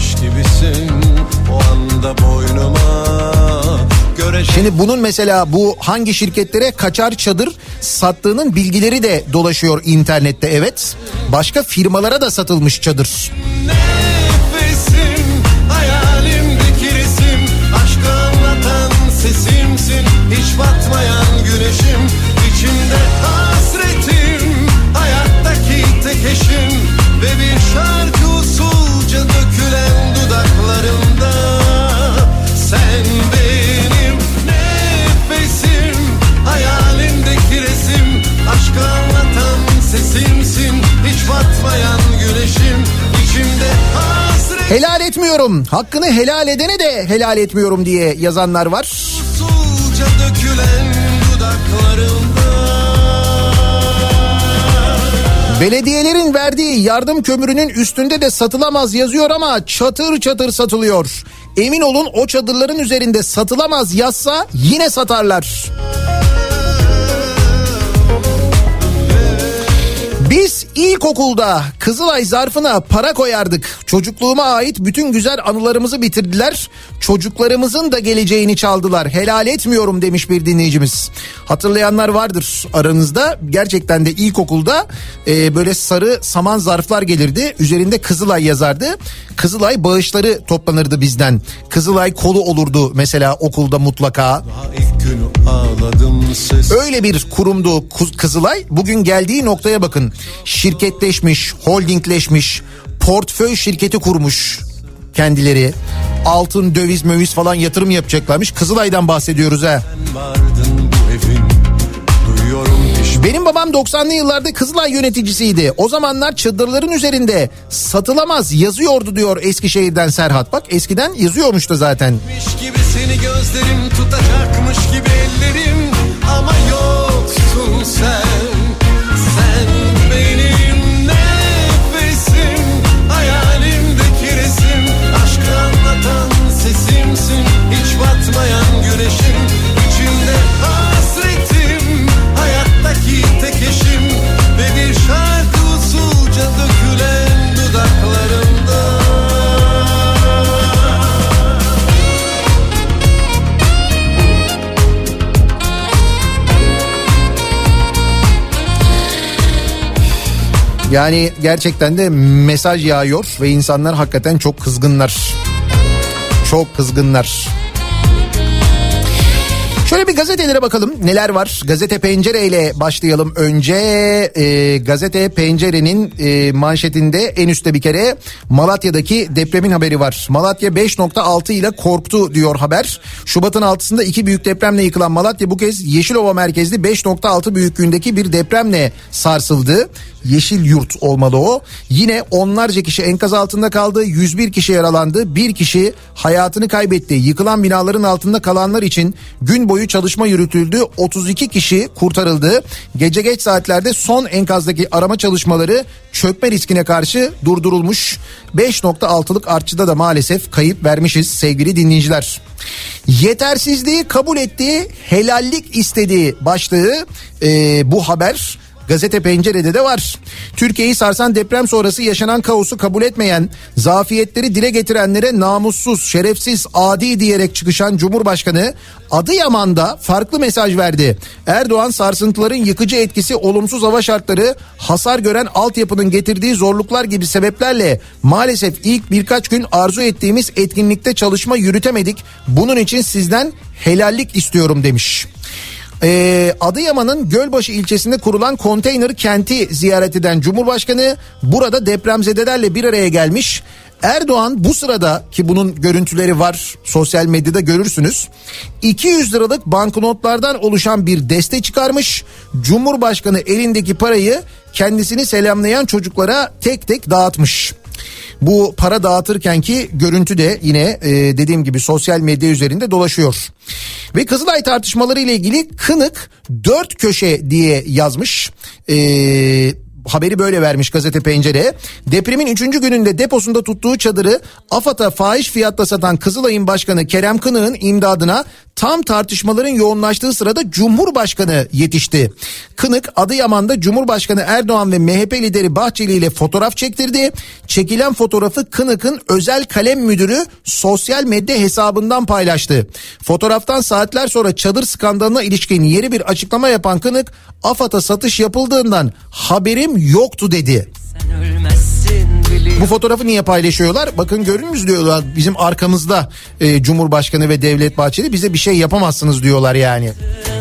Şimdi bunun mesela bu hangi şirketlere kaçar çadır sattığının bilgileri de dolaşıyor internette, evet. Başka firmalara da satılmış çadır. Nefesim, hayalimdeki resim, aşkı anlatan sesimsin, hiç batmayan güneşim, içimde hasretim, hayattaki tek eşim ve bir şarkı usulca dökülen dudaklarımda. Sen benim nefesim, hayalimdeki resim, aşkı anlatan sesimsin, hiç batmayan güneşim, içimde hasretim. Helal etmiyorum, hakkını helal edene de helal etmiyorum diye yazanlar var. Usulca dökülen dudaklarımda. Belediyelerin verdiği yardım kömürünün üstünde de satılamaz yazıyor ama çatır çatır satılıyor. Emin olun o çadırların üzerinde satılamaz yazsa yine satarlar. Biz ilkokulda Kızılay zarfına para koyardık. Çocukluğuma ait bütün güzel anılarımızı bitirdiler. Çocuklarımızın da geleceğini çaldılar. Helal etmiyorum demiş bir dinleyicimiz. Hatırlayanlar vardır aranızda. Gerçekten de ilkokulda böyle sarı saman zarflar gelirdi. Üzerinde Kızılay yazardı. Kızılay bağışları toplanırdı bizden. Kızılay kolu olurdu mesela okulda mutlaka. Öyle bir kurumdu Kızılay. Bugün geldiği noktaya bakın. Şirketleşmiş, holdingleşmiş, portföy şirketi kurmuş kendileri. Altın, döviz, möviz falan yatırım yapacaklarmış. Kızılay'dan bahsediyoruz ha. Benim babam 90'lı yıllarda Kızılay yöneticisiydi. O zamanlar çadırların üzerinde satılamaz yazıyordu diyor Eskişehir'den Serhat. Bak eskiden yazıyormuş da zaten. Gibi seni gözlerim tutacakmış gibi ellerim ama yoksun sen. Sen benim nefesim, hayalimdeki resim, aşkı anlatan sesimsin, hiç batmayan güneşim, içimde hasretim, hayattaki tek eşim ve bir şarkı usulca dökülen dudaklarımda. Yani gerçekten de mesaj yağıyor ve insanlar hakikaten çok kızgınlar. Çok kızgınlar. Şöyle bir gazetelere bakalım neler var. Gazete Pencere ile başlayalım önce. Gazete Pencere'nin manşetinde en üstte bir kere Malatya'daki depremin haberi var. Malatya 5.6 ile korktu diyor haber. Şubat'ın 6'sında 2 büyük depremle yıkılan Malatya bu kez Yeşilova merkezli 5.6 büyüklüğündeki bir depremle sarsıldı. Yeşilyurt olmalı o. Yine onlarca kişi enkaz altında kaldı. 101 kişi yaralandı. Bir kişi hayatını kaybetti. Yıkılan binaların altında kalanlar için gün boyu boyu çalışma yürütüldü. 32 kişi kurtarıldı. Gece geç saatlerde son enkazdaki arama çalışmaları çökme riskine karşı durdurulmuş. 5.6'lık artçıda da maalesef kayıp vermişiz sevgili dinleyiciler. Yetersizliği kabul ettiği, helallik istediği başlığı bu haber Gazete Pencere'de de var. Türkiye'yi sarsan deprem sonrası yaşanan kaosu kabul etmeyen, zafiyetleri dile getirenlere namussuz, şerefsiz, adi diyerek çıkışan Cumhurbaşkanı Adıyaman'da farklı mesaj verdi. Erdoğan sarsıntıların yıkıcı etkisi, olumsuz hava şartları, hasar gören altyapının getirdiği zorluklar gibi sebeplerle maalesef ilk birkaç gün arzu ettiğimiz etkinlikte çalışma yürütemedik. Bunun için sizden helallik istiyorum demiş. Adıyaman'ın Gölbaşı ilçesinde kurulan konteyner kenti ziyaret eden Cumhurbaşkanı burada depremzedelerle bir araya gelmiş. Erdoğan bu sırada, ki bunun görüntüleri var, sosyal medyada görürsünüz, 200 liralık banknotlardan oluşan bir deste çıkarmış. Cumhurbaşkanı elindeki parayı kendisini selamlayan çocuklara tek tek dağıtmış. Bu para dağıtırkenki görüntü de yine dediğim gibi sosyal medya üzerinde dolaşıyor. Ve Kızılay tartışmaları ile ilgili Kınık 4 köşe diye yazmış. Haberi böyle vermiş Gazete Pencere. Depremin 3. gününde deposunda tuttuğu çadırı AFAD'a fahiş fiyatla satan Kızılay'ın başkanı Kerem Kınık'ın imdadına tam tartışmaların yoğunlaştığı sırada Cumhurbaşkanı yetişti. Kınık Adıyaman'da Cumhurbaşkanı Erdoğan ve MHP lideri Bahçeli ile fotoğraf çektirdi. Çekilen fotoğrafı Kınık'ın özel kalem müdürü sosyal medya hesabından paylaştı. Fotoğraftan saatler sonra çadır skandalına ilişkin yeni bir açıklama yapan Kınık, AFAD'a satış yapıldığından haberim yoktu dedi. Bu fotoğrafı niye paylaşıyorlar? Bakın görür müyüz diyorlar, bizim arkamızda Cumhurbaşkanı ve Devlet Bahçeli, bize bir şey yapamazsınız diyorlar yani.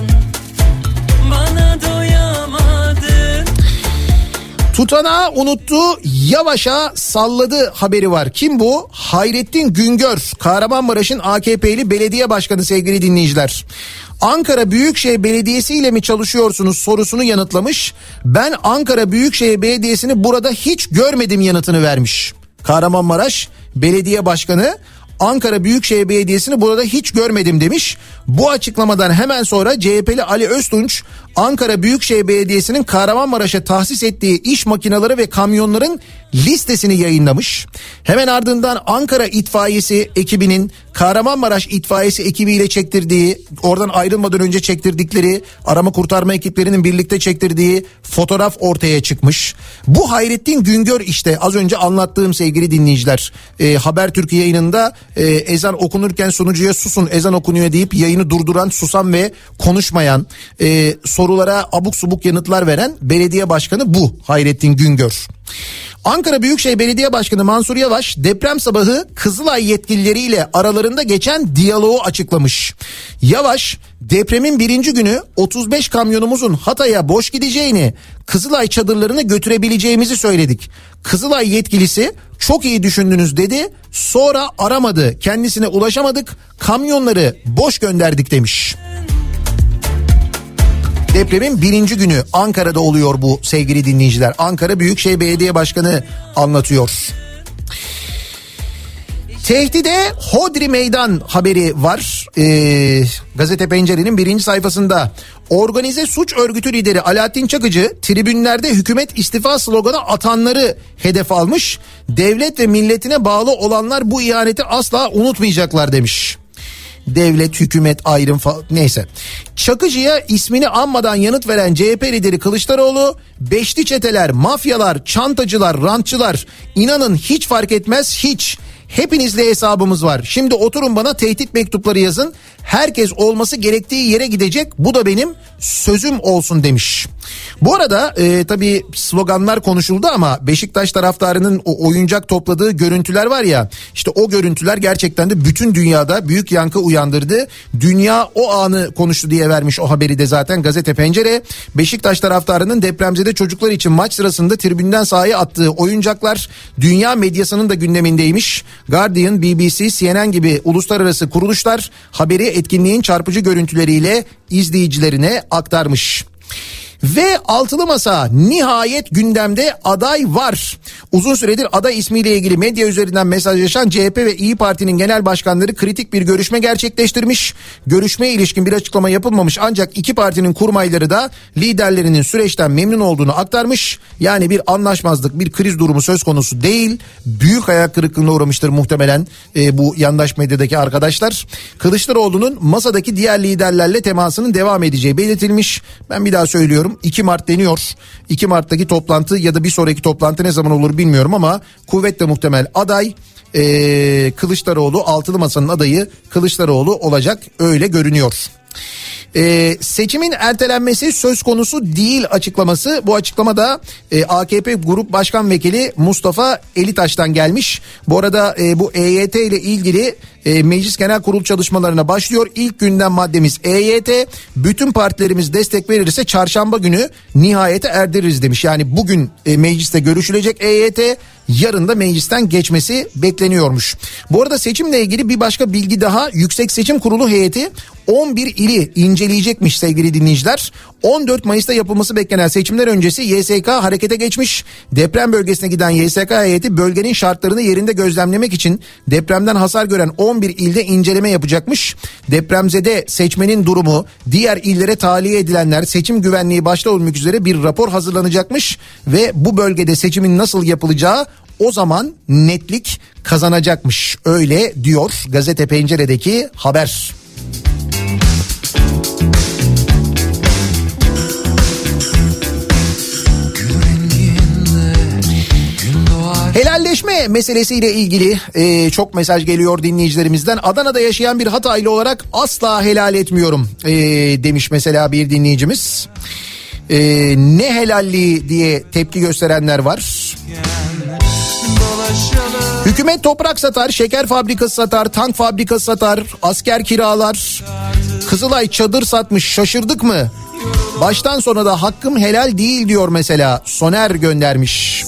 Tutanağı unuttu, Yavaş'a salladı haberi var. Kim bu? Hayrettin Güngör, Kahramanmaraş'ın AKP'li belediye başkanı sevgili dinleyiciler. Ankara Büyükşehir Belediyesi ile mi çalışıyorsunuz sorusunu yanıtlamış. Ben Ankara Büyükşehir Belediyesi'ni burada hiç görmedim yanıtını vermiş. Kahramanmaraş Belediye Başkanı Ankara Büyükşehir Belediyesi'ni burada hiç görmedim demiş. Bu açıklamadan hemen sonra CHP'li Ali Öztunç, Ankara Büyükşehir Belediyesi'nin Kahramanmaraş'a tahsis ettiği iş makineleri ve kamyonların listesini yayınlamış. Hemen ardından Ankara İtfaiyesi ekibinin Kahramanmaraş İtfaiyesi ekibiyle çektirdiği, oradan ayrılmadan önce çektirdikleri, arama kurtarma ekiplerinin birlikte çektirdiği fotoğraf ortaya çıkmış. Bu Hayrettin Güngör işte az önce anlattığım sevgili dinleyiciler. Habertürk yayınında ezan okunurken sunucuya susun, ezan okunuyor deyip yayını durduran, susan ve konuşmayan, sorulara abuk subuk yanıtlar veren belediye başkanı bu Hayrettin Güngör. Ankara Büyükşehir Belediye Başkanı Mansur Yavaş deprem sabahı Kızılay yetkilileriyle aralarında geçen diyaloğu açıklamış. Yavaş, depremin 1. günü 35 kamyonumuzun Hatay'a boş gideceğini, Kızılay çadırlarını götürebileceğimizi söyledik. Kızılay yetkilisi çok iyi düşündünüz dedi, sonra aramadı, kendisine ulaşamadık, kamyonları boş gönderdik demiş. Depremin 1. günü Ankara'da oluyor bu sevgili dinleyiciler. Ankara Büyükşehir Belediye Başkanı anlatıyor. Tehdide hodri meydan haberi var. Gazete Pencere'nin 1. sayfasında. Organize suç örgütü lideri Alaaddin Çakıcı tribünlerde hükümet istifa sloganı atanları hedef almış. Devlet ve milletine bağlı olanlar bu ihaneti asla unutmayacaklar demiş. Devlet, hükümet ayrım falan, neyse. Çakıcı'ya ismini anmadan yanıt veren CHP lideri Kılıçdaroğlu, beşli çeteler, mafyalar, çantacılar, rantçılar, inanın hiç fark etmez, hiç. Hepinizle hesabımız var. Şimdi oturun bana tehdit mektupları yazın. Herkes olması gerektiği yere gidecek. Bu da benim sözüm olsun demiş. Bu arada tabii sloganlar konuşuldu ama Beşiktaş taraftarının o oyuncak topladığı görüntüler var ya, işte o görüntüler gerçekten de bütün dünyada büyük yankı uyandırdı. Dünya o anı konuştu diye vermiş o haberi de zaten Gazete Pencere. Beşiktaş taraftarının depremzede çocuklar için maç sırasında tribünden sahaya attığı oyuncaklar dünya medyasının da gündemindeymiş. Guardian, BBC, CNN gibi uluslararası kuruluşlar haberi etkinliğin çarpıcı görüntüleriyle izleyicilerine aktarmış. Ve altılı masa nihayet gündemde aday var. Uzun süredir aday ismiyle ilgili medya üzerinden mesajlaşan CHP ve İYİ Parti'nin genel başkanları kritik bir görüşme gerçekleştirmiş. Görüşmeye ilişkin bir açıklama yapılmamış ancak iki partinin kurmayları da liderlerinin süreçten memnun olduğunu aktarmış. Yani bir anlaşmazlık, bir kriz durumu söz konusu değil. Büyük hayal kırıklığına uğramıştır muhtemelen bu yandaş medyadaki arkadaşlar. Kılıçdaroğlu'nun masadaki diğer liderlerle temasının devam edeceği belirtilmiş. Ben bir daha söylüyorum, 2 Mart deniyor. 2 Mart'taki toplantı ya da bir sonraki toplantı ne zaman olur bilmiyorum ama kuvvetle muhtemel aday Kılıçdaroğlu, altılı masanın adayı Kılıçdaroğlu olacak, öyle görünüyor. Seçimin ertelenmesi söz konusu değil açıklaması. Bu açıklama da AKP Grup Başkan Vekili Mustafa Elitaş'tan gelmiş. Bu arada bu EYT ile ilgili Meclis Genel Kurulu çalışmalarına başlıyor. İlk gündem maddemiz EYT. Bütün partilerimiz destek verirse çarşamba günü nihayete erdiririz demiş. Yani bugün mecliste görüşülecek EYT, yarın da meclisten geçmesi bekleniyormuş. Bu arada seçimle ilgili bir başka bilgi daha. Yüksek Seçim Kurulu heyeti 11 ili inceleyecekmiş sevgili dinleyiciler. 14 Mayıs'ta yapılması beklenen seçimler öncesi YSK harekete geçmiş. Deprem bölgesine giden YSK heyeti bölgenin şartlarını yerinde gözlemlemek için depremden hasar gören 11 ilde inceleme yapacakmış. Depremzede seçmenin durumu, diğer illere tahliye edilenler, seçim güvenliği başta olmak üzere bir rapor hazırlanacakmış ve bu bölgede seçimin nasıl yapılacağı o zaman netlik kazanacakmış. Öyle diyor Gazete Pencere'deki haber. Helalleşme meselesiyle ilgili çok mesaj geliyor dinleyicilerimizden. Adana'da yaşayan bir Hataylı olarak asla helal etmiyorum demiş mesela bir dinleyicimiz. Ne helalliği diye tepki gösterenler var. Hükümet toprak satar, şeker fabrikası satar, tank fabrikası satar, asker kiralar. Kızılay çadır satmış, şaşırdık mı? Baştan sona da hakkım helal değil diyor mesela. Soner göndermiş.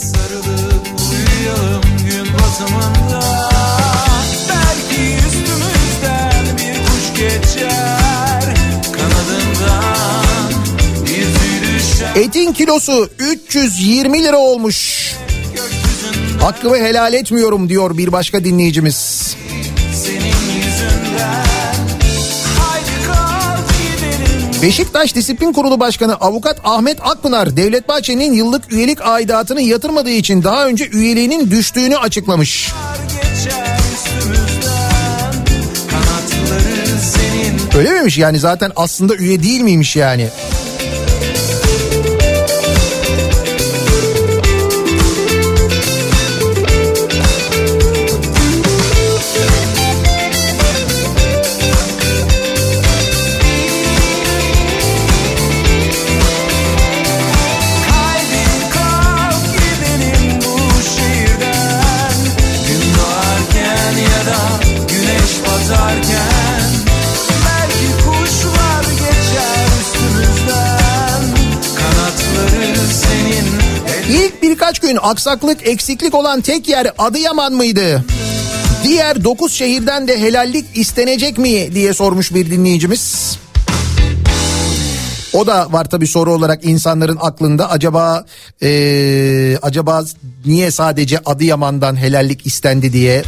Belki üstümüzden bir kuş geçer, kanadından bir tüy düşer. Etin kilosu 320 lira olmuş. Hakkımı helal etmiyorum diyor bir başka dinleyicimiz. Beşiktaş Disiplin Kurulu Başkanı Avukat Ahmet Akpınar, Devlet Bahçeli'nin yıllık üyelik aidatını yatırmadığı için daha önce üyeliğinin düştüğünü açıklamış. Öyle miymiş yani, zaten aslında üye değil miymiş yani? Birkaç gün aksaklık, eksiklik olan tek yer Adıyaman mıydı? Diğer 9 şehirden de helallik istenecek mi diye sormuş bir dinleyicimiz. O da var tabii soru olarak insanların aklında. Acaba niye sadece Adıyaman'dan helallik istendi diye.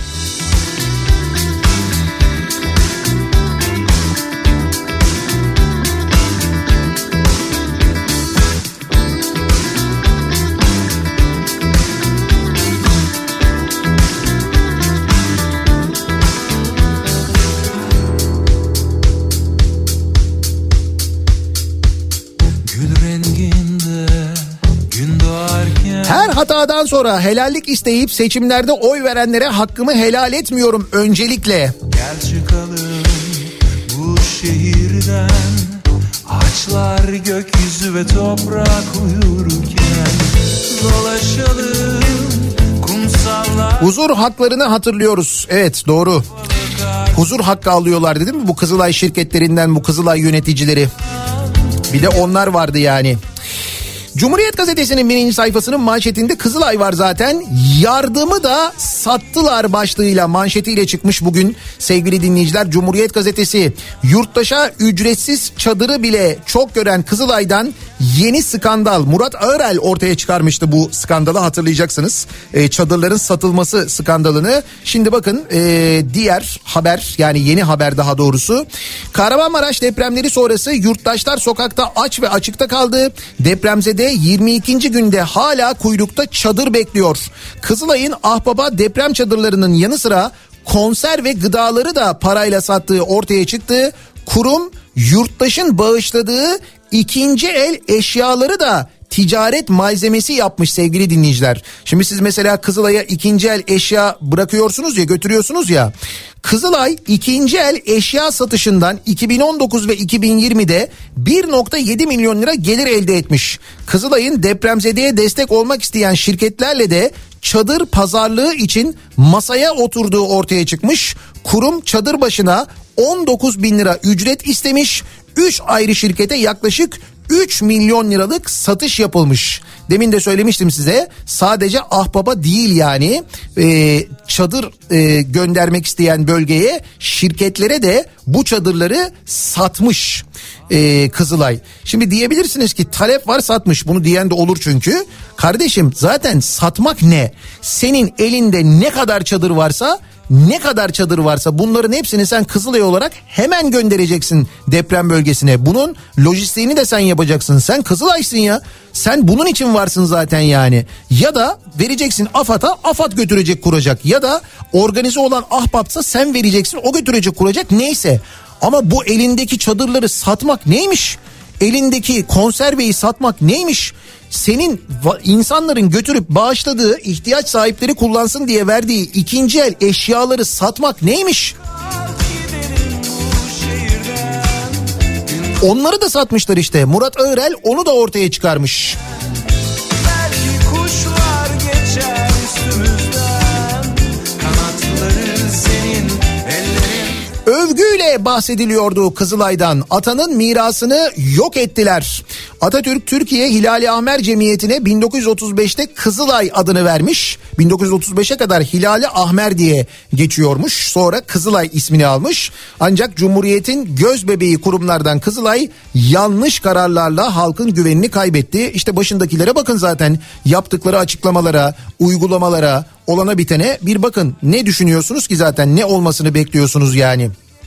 Hatadan sonra helallik isteyip seçimlerde oy verenlere hakkımı helal etmiyorum öncelikle. Gel çıkalım bu şehirden, ağaçlar, gökyüzü ve toprak uyurken dolaşalım kumsallar. Huzur haklarını hatırlıyoruz. Evet, doğru. Huzur hakkı alıyorlardı değil mi bu Kızılay şirketlerinden, bu Kızılay yöneticileri. Bir de onlar vardı yani. Cumhuriyet Gazetesi'nin birinci sayfasının manşetinde Kızılay var zaten. Yardımı da sattılar başlığıyla, manşetiyle çıkmış bugün sevgili dinleyiciler. Cumhuriyet Gazetesi, yurttaşa ücretsiz çadırı bile çok gören Kızılay'dan yeni skandal. Murat Ağırel ortaya çıkarmıştı bu skandalı, hatırlayacaksınız. Çadırların satılması skandalını. Şimdi bakın diğer haber, yani yeni haber daha doğrusu. Kahramanmaraş depremleri sonrası yurttaşlar sokakta aç ve açıkta kaldı. Depremzede 22. günde hala kuyrukta çadır bekliyor. Kızılay'ın Ahbaba deprem çadırlarının yanı sıra konserve gıdaları da parayla sattığı ortaya çıktı. Kurum yurttaşın bağışladığı ikinci el eşyaları da ticaret malzemesi yapmış sevgili dinleyiciler. Şimdi siz mesela Kızılay'a ikinci el eşya bırakıyorsunuz ya, götürüyorsunuz ya. Kızılay ikinci el eşya satışından 2019 ve 2020'de 1.7 milyon lira gelir elde etmiş. Kızılay'ın depremzedeye destek olmak isteyen şirketlerle de çadır pazarlığı için masaya oturduğu ortaya çıkmış. Kurum çadır başına 19 bin lira ücret istemiş. 3 ayrı şirkete yaklaşık 3 milyon liralık satış yapılmış. Demin de söylemiştim size, sadece Ahbaba değil yani, çadır göndermek isteyen bölgeye, şirketlere de bu çadırları satmış Kızılay. Şimdi diyebilirsiniz ki talep var, satmış, bunu diyen de olur çünkü. Kardeşim zaten satmak ne? Senin elinde ne kadar çadır varsa bunların hepsini sen Kızılay olarak hemen göndereceksin deprem bölgesine. Bunun lojistiğini de sen yapacaksın. Sen Kızılay'sın ya. Sen bunun için varsın zaten yani. Ya da vereceksin AFAD'a, AFAD götürecek, kuracak. Ya da organize olan Ahbap'sa sen vereceksin, o götürecek, kuracak, neyse. Ama bu elindeki çadırları satmak neymiş? Elindeki konserveyi satmak neymiş? Senin insanların götürüp bağışladığı, ihtiyaç sahipleri kullansın diye verdiği ikinci el eşyaları satmak neymiş? Onları da satmışlar işte. Murat Ağırel onu da ortaya çıkarmış. Belki kuşlar geçer üstümüzden, kanatları senin ellerin. Övgüyle bahsediliyordu Kızılay'dan. Atanın mirasını yok ettiler. Atatürk Türkiye Hilali Ahmer Cemiyeti'ne 1935'te Kızılay adını vermiş. 1935'e kadar Hilali Ahmer diye geçiyormuş. Sonra Kızılay ismini almış. Ancak Cumhuriyet'in gözbebeği kurumlardan Kızılay yanlış kararlarla halkın güvenini kaybetti. İşte başındakilere bakın zaten, yaptıkları açıklamalara, uygulamalara, olana bitene bir bakın. Ne düşünüyorsunuz ki zaten, ne olmasını bekliyorsunuz yani?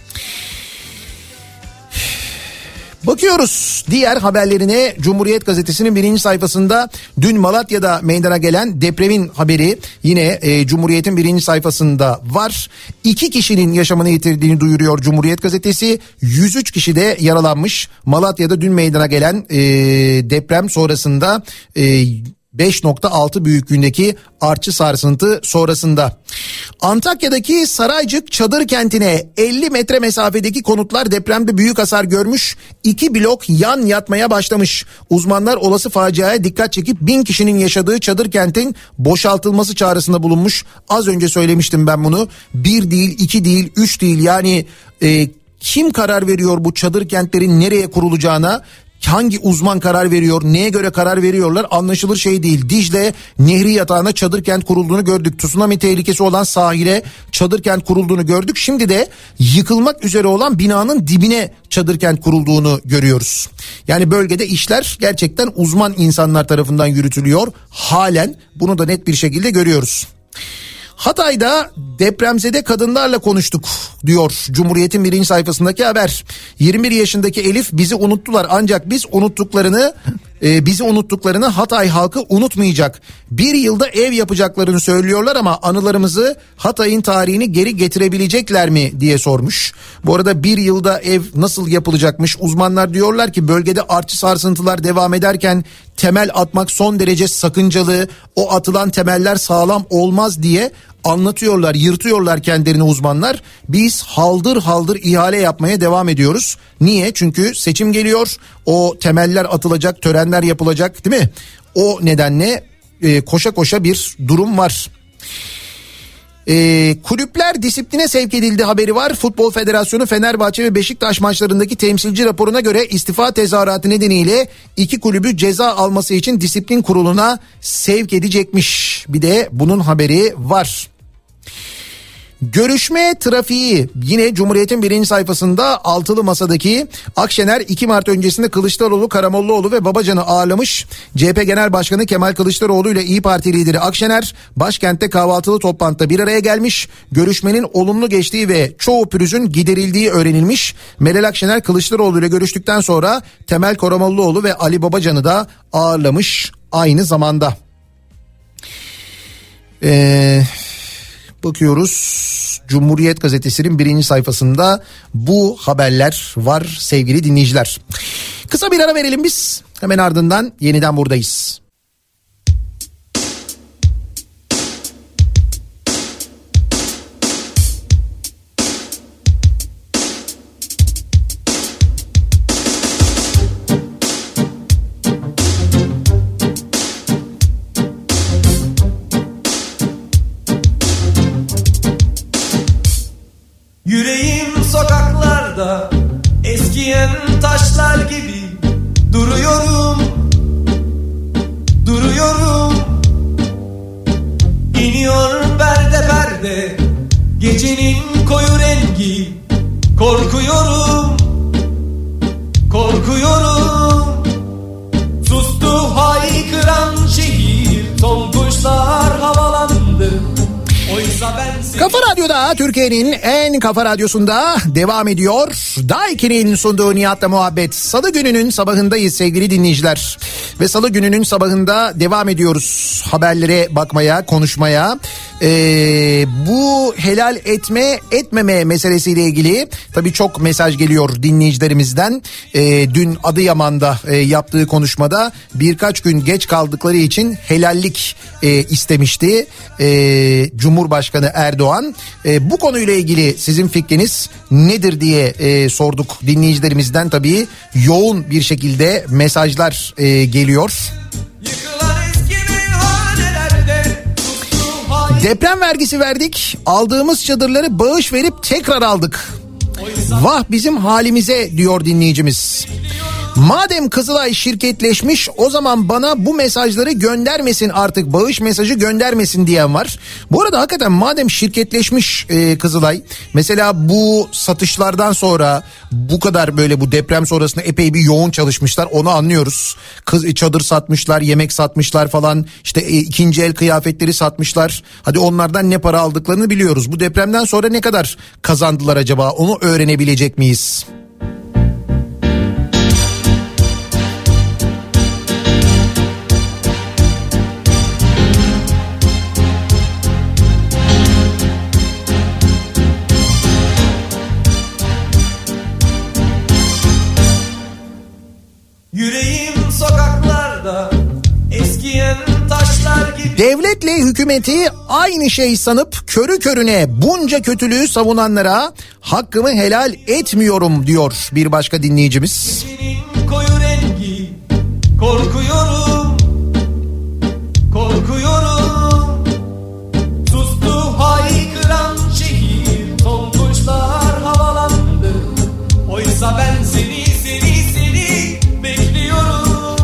Bakıyoruz diğer haberlerine. Cumhuriyet Gazetesi'nin birinci sayfasında dün Malatya'da meydana gelen depremin haberi yine Cumhuriyet'in birinci sayfasında var. 2 kişinin yaşamını yitirdiğini duyuruyor Cumhuriyet Gazetesi. 103 kişi de yaralanmış. Malatya'da dün meydana gelen deprem sonrasında 5.6 büyüklüğündeki artçı sarsıntı sonrasında. Antakya'daki Saraycık çadır kentine 50 metre mesafedeki konutlar depremde büyük hasar görmüş. 2 blok yan yatmaya başlamış. Uzmanlar olası faciaya dikkat çekip 1000 kişinin yaşadığı çadır kentin boşaltılması çağrısında bulunmuş. Az önce söylemiştim ben bunu. 1 değil, 2 değil, 3 değil, yani kim karar veriyor bu çadır kentlerin nereye kurulacağına? Hangi uzman karar veriyor, neye göre karar veriyorlar, anlaşılır şey değil. Dicle Nehri yatağına çadır kent kurulduğunu gördük. Tsunami tehlikesi olan sahile çadır kent kurulduğunu gördük. Şimdi de yıkılmak üzere olan binanın dibine çadır kent kurulduğunu görüyoruz. Yani bölgede işler gerçekten uzman insanlar tarafından yürütülüyor. Halen bunu da net bir şekilde görüyoruz. Hatay'da depremzede kadınlarla konuştuk diyor Cumhuriyet'in birinci sayfasındaki haber. 21 yaşındaki Elif, bizi unuttular ancak bizi unuttuklarını Hatay halkı unutmayacak. 1 yılda ev yapacaklarını söylüyorlar ama anılarımızı, Hatay'ın tarihini geri getirebilecekler mi diye sormuş. Bu arada 1 yılda ev nasıl yapılacakmış? Uzmanlar diyorlar ki bölgede artçı sarsıntılar devam ederken temel atmak son derece sakıncalı. O atılan temeller sağlam olmaz diye anlatıyorlar, yırtıyorlar kendilerini uzmanlar. Biz haldır haldır ihale yapmaya devam ediyoruz. Niye? Çünkü seçim geliyor. O temeller atılacak, törenler yapılacak, değil mi? O nedenle koşa koşa bir durum var. Kulüpler disipline sevk edildi haberi var. Futbol Federasyonu Fenerbahçe ve Beşiktaş maçlarındaki temsilci raporuna göre istifa tezahüratı nedeniyle 2 kulübü ceza alması için disiplin kuruluna sevk edecekmiş. Bir de bunun haberi var. Görüşme trafiği yine Cumhuriyet'in 1. sayfasında altılı masadaki Akşener 2 Mart öncesinde Kılıçdaroğlu, Karamollaoğlu ve Babacan'ı ağırlamış. CHP Genel Başkanı Kemal Kılıçdaroğlu ile İYİ Parti lideri Akşener başkentte kahvaltılı toplantıda bir araya gelmiş. Görüşmenin olumlu geçtiği ve çoğu pürüzün giderildiği öğrenilmiş. Meral Akşener Kılıçdaroğlu ile görüştükten sonra Temel Karamollaoğlu ve Ali Babacan'ı da ağırlamış aynı zamanda. Bakıyoruz. Cumhuriyet Gazetesi'nin 1. sayfasında bu haberler var sevgili dinleyiciler. Kısa bir ara verelim biz. Hemen ardından yeniden buradayız. Yüreğim sokaklarda eskiyen taşlar gibi duruyorum, duruyorum. İniyor perde perde gecenin koyu rengi, korkuyorum, korkuyorum. Sustu haykıran şehir, son kuşlar havalandı. Kafa Radyo'da, Türkiye'nin en kafa radyosunda devam ediyor. Daiki'nin sunduğu Nihat'la Muhabbet. Salı gününün sabahındayız sevgili dinleyiciler. Ve salı gününün sabahında devam ediyoruz haberlere bakmaya, konuşmaya. Bu helal etme etmeme meselesiyle ilgili tabii çok mesaj geliyor dinleyicilerimizden. Dün Adıyaman'da yaptığı konuşmada birkaç gün geç kaldıkları için helallik istemişti Cumhurbaşkanı Erdoğan. Bu konuyla ilgili sizin fikriniz nedir diye sorduk dinleyicilerimizden, tabii yoğun bir şekilde mesajlar geliyor. Deprem vergisi verdik, aldığımız çadırları bağış verip tekrar aldık. Vah bizim halimize diyor dinleyicimiz. Madem Kızılay şirketleşmiş, o zaman bana bu mesajları göndermesin, artık bağış mesajı göndermesin diyen var. Bu arada hakikaten madem şirketleşmiş Kızılay, mesela bu satışlardan sonra bu kadar böyle bu deprem sonrasında epey bir yoğun çalışmışlar, onu anlıyoruz. Çadır satmışlar, yemek satmışlar falan, işte ikinci el kıyafetleri satmışlar. Hadi onlardan ne para aldıklarını biliyoruz. Bu depremden sonra ne kadar kazandılar acaba, onu öğrenebilecek miyiz? Yüreğim sokaklarda eskiyen taşlar gibi. Devletle hükümeti aynı şey sanıp körü körüne bunca kötülüğü savunanlara hakkımı helal etmiyorum diyor bir başka dinleyicimiz. Gecenin koyu rengi, korkuyorum, korkuyorum. Sustu haykıran şehir, son kuşlar havalandı. Oysa ben seni bekliyorum.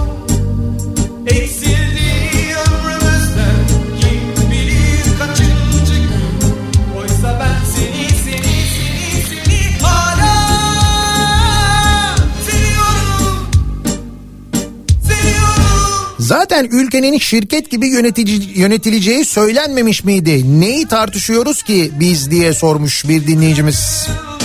Eksildi ömrümüzden kim bilir kaçıncı gün. Oysa ben seni hala seviyorum. Zaten ülkenin şirket gibi yönetileceği söylenmemiş miydi? Neyi tartışıyoruz ki biz diye sormuş bir dinleyicimiz.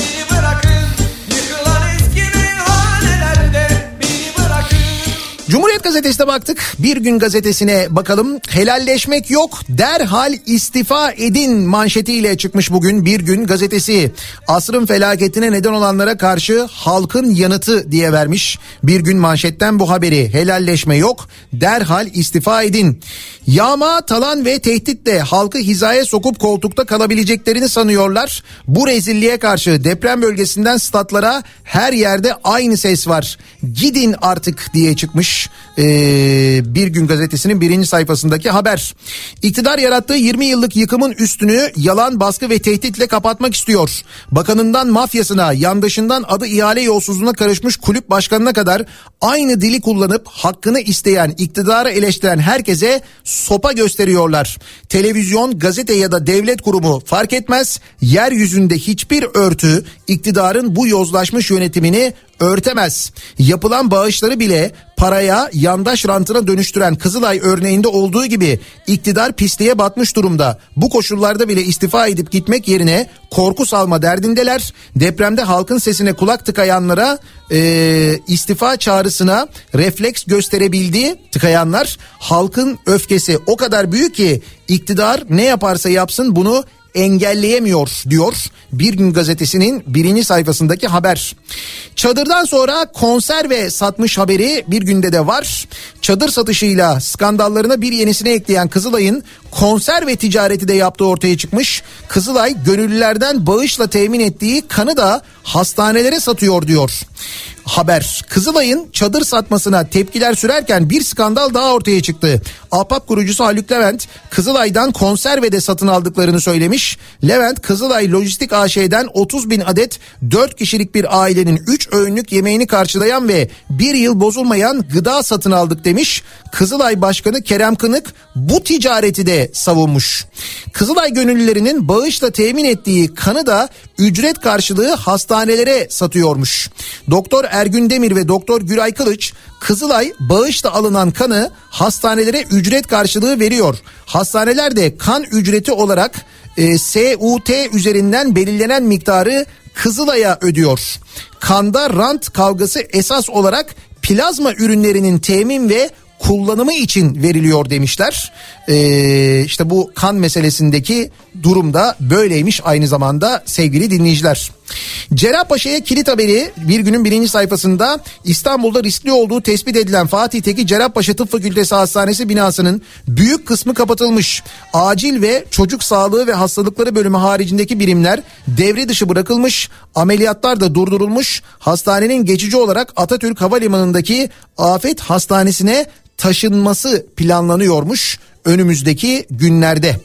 Cumhuriyet Gazetesi'ne baktık. Bir Gün Gazetesi'ne bakalım. Helalleşmek yok, derhal istifa edin manşetiyle çıkmış bugün Bir Gün Gazetesi. Asrın felaketine neden olanlara karşı halkın yanıtı diye vermiş. Bir Gün manşetten bu haberi. Helalleşme yok, derhal istifa edin. Yağma, talan ve tehditle halkı hizaya sokup koltukta kalabileceklerini sanıyorlar. Bu rezilliğe karşı deprem bölgesinden statlara her yerde aynı ses var. Gidin artık diye çıkmış Bir Gün Gazetesi'nin 1. sayfasındaki haber. İktidar yarattığı 20 yıllık yıkımın üstünü yalan, baskı ve tehditle kapatmak istiyor. Bakanından mafyasına, yandaşından adı ihale yolsuzluğuna karışmış kulüp başkanına kadar aynı dili kullanıp hakkını isteyen, iktidarı eleştiren herkese sopa gösteriyorlar. Televizyon, gazete ya da devlet kurumu fark etmez. Yeryüzünde hiçbir örtü iktidarın bu yozlaşmış yönetimini örtemez. Yapılan bağışları bile paraya, yandaş rantına dönüştüren Kızılay örneğinde olduğu gibi iktidar pisliğe batmış durumda. Bu koşullarda bile istifa edip gitmek yerine korku salma derdindeler. Depremde halkın sesine kulak tıkayanlara istifa çağrısına refleks gösterebildi. Tıkayanlar, halkın öfkesi o kadar büyük ki iktidar ne yaparsa yapsın bunu engelleyemiyor diyor Bir Gün Gazetesi'nin 1. sayfasındaki haber. Çadırdan sonra konserve satmış haberi Bir Gün'de de var. Çadır satışıyla skandallarına bir yenisini ekleyen Kızılay'ın konserve ticareti de yaptığı ortaya çıkmış. Kızılay gönüllülerden bağışla temin ettiği kanı da hastanelere satıyor diyor haber. Kızılay'ın çadır satmasına tepkiler sürerken bir skandal daha ortaya çıktı. Ahbap kurucusu Haluk Levent, Kızılay'dan konserve de satın aldıklarını söylemiş. Levent, Kızılay Lojistik AŞ'den 30 bin adet 4 kişilik bir ailenin 3 öğünlük yemeğini karşılayan ve bir yıl bozulmayan gıda satın aldık demiş. Kızılay Başkanı Kerem Kınık bu ticareti de savunmuş. Kızılay gönüllülerinin bağışla temin ettiği kanı da ücret karşılığı hastanelere satıyormuş. Doktor Ergün Demir ve Doktor Güray Kılıç, Kızılay bağışla alınan kanı hastanelere ücret karşılığı veriyor. Hastaneler de kan ücreti olarak SUT üzerinden belirlenen miktarı Kızılay'a ödüyor. Kanda rant kavgası esas olarak plazma ürünlerinin temin ve kullanımı için veriliyor demişler. İşte bu kan meselesindeki durum da böyleymiş aynı zamanda sevgili dinleyiciler. Cerrahpaşa'ya kilit haberi Bir Gün'ün 1. sayfasında. İstanbul'da riskli olduğu tespit edilen Fatih'teki Cerrahpaşa Tıp Fakültesi Hastanesi binasının büyük kısmı kapatılmış. Acil ve çocuk sağlığı ve hastalıkları bölümü haricindeki birimler devre dışı bırakılmış. Ameliyatlar da durdurulmuş. Hastanenin geçici olarak Atatürk Havalimanı'ndaki Afet Hastanesi'ne taşınması planlanıyormuş önümüzdeki günlerde.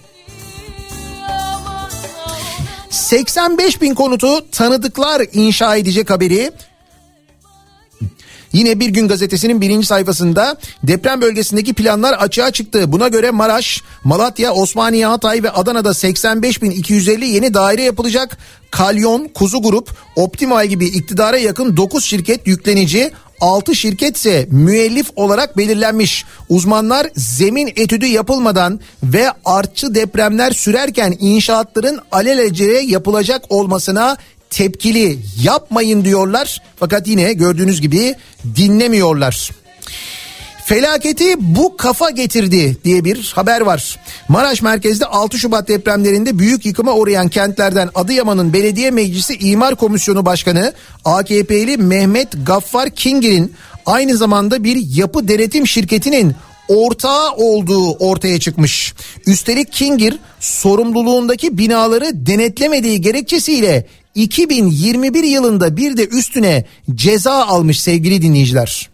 85 bin konutu tanıdıklar inşa edecek haberi. Yine Bir Gün Gazetesi'nin 1. sayfasında deprem bölgesindeki planlar açığa çıktı. Buna göre Maraş, Malatya, Osmaniye, Hatay ve Adana'da 85.250 yeni daire yapılacak. Kalyon, Kuzu Grup, Optimal gibi iktidara yakın 9 şirket yüklenici, 6 şirket ise müellif olarak belirlenmiş. Uzmanlar zemin etüdü yapılmadan ve artçı depremler sürerken inşaatların alelacele yapılacak olmasına tepkili, yapmayın diyorlar. Fakat yine gördüğünüz gibi dinlemiyorlar. Felaketi bu kafa getirdi diye bir haber var. Maraş merkezde 6 Şubat depremlerinde büyük yıkıma uğrayan kentlerden Adıyaman'ın Belediye Meclisi İmar Komisyonu Başkanı AKP'li Mehmet Gaffar Kingir'in aynı zamanda bir yapı denetim şirketinin ortağı olduğu ortaya çıkmış. Üstelik Kingir sorumluluğundaki binaları denetlemediği gerekçesiyle 2021 yılında bir de üstüne ceza almış sevgili dinleyiciler.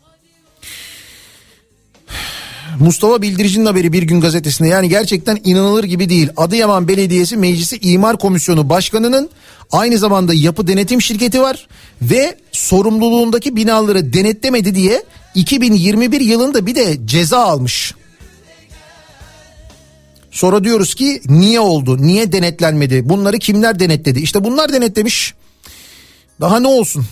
Mustafa Bildirici'nin haberi Bir Gün Gazetesi'nde, yani gerçekten inanılır gibi değil. Adıyaman Belediyesi Meclisi İmar Komisyonu Başkanı'nın aynı zamanda yapı denetim şirketi var ve sorumluluğundaki binaları denetlemedi diye 2021 yılında bir de ceza almış. Sonra diyoruz ki niye oldu? Niye denetlenmedi? Bunları kimler denetledi? İşte bunlar denetlemiş. Daha ne olsun?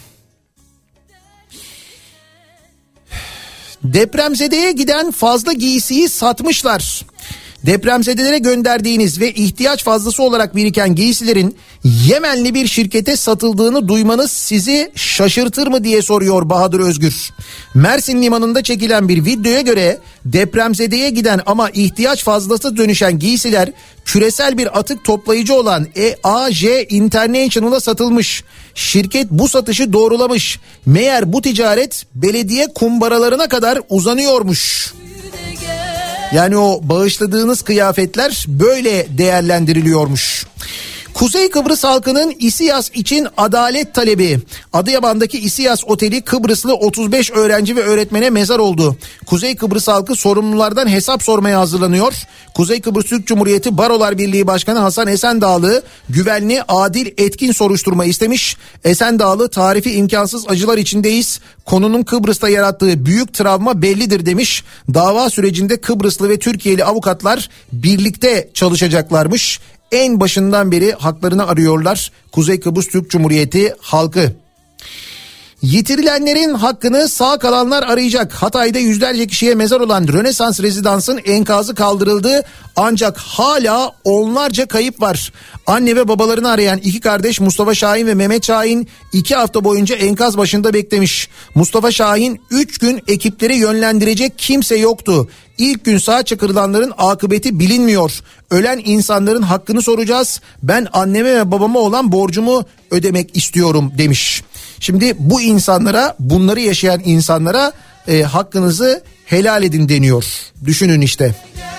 Depremzedeye giden fazla giysiyi satmışlar. Depremzedelere gönderdiğiniz ve ihtiyaç fazlası olarak biriken giysilerin Yemenli bir şirkete satıldığını duymanız sizi şaşırtır mı diye soruyor Bahadır Özgür. Mersin limanında çekilen bir videoya göre depremzedeye giden ama ihtiyaç fazlası dönüşen giysiler küresel bir atık toplayıcı olan EAJ International'a satılmış. Şirket bu satışı doğrulamış. Meğer bu ticaret belediye kumbaralarına kadar uzanıyormuş. Yani o bağışladığınız kıyafetler böyle değerlendiriliyormuş. Kuzey Kıbrıs halkının İSİAS için adalet talebi. Adıyaman'daki İSİAS Oteli Kıbrıslı 35 öğrenci ve öğretmene mezar oldu. Kuzey Kıbrıs halkı sorumlulardan hesap sormaya hazırlanıyor. Kuzey Kıbrıs Türk Cumhuriyeti Barolar Birliği Başkanı Hasan Esendağlı güvenli, adil, etkin soruşturma istemiş. Esendağlı tarifi imkansız acılar içindeyiz. Konunun Kıbrıs'ta yarattığı büyük travma bellidir demiş. Dava sürecinde Kıbrıslı ve Türkiye'li avukatlar birlikte çalışacaklarmış. En başından beri haklarını arıyorlar Kuzey Kıbrıs Türk Cumhuriyeti halkı. Yitirilenlerin hakkını sağ kalanlar arayacak. Hatay'da yüzlerce kişiye mezar olan Rönesans rezidansın enkazı kaldırıldı. Ancak hala onlarca kayıp var. Anne ve babalarını arayan iki kardeş Mustafa Şahin ve Mehmet Şahin 2 hafta boyunca enkaz başında beklemiş. Mustafa Şahin 3 gün ekipleri yönlendirecek kimse yoktu. İlk gün sağ çıkarılanların akıbeti bilinmiyor. Ölen insanların hakkını soracağız. Ben anneme ve babama olan borcumu ödemek istiyorum demiş. Şimdi bu insanlara, bunları yaşayan insanlara hakkınızı helal edin deniyor. Düşünün işte.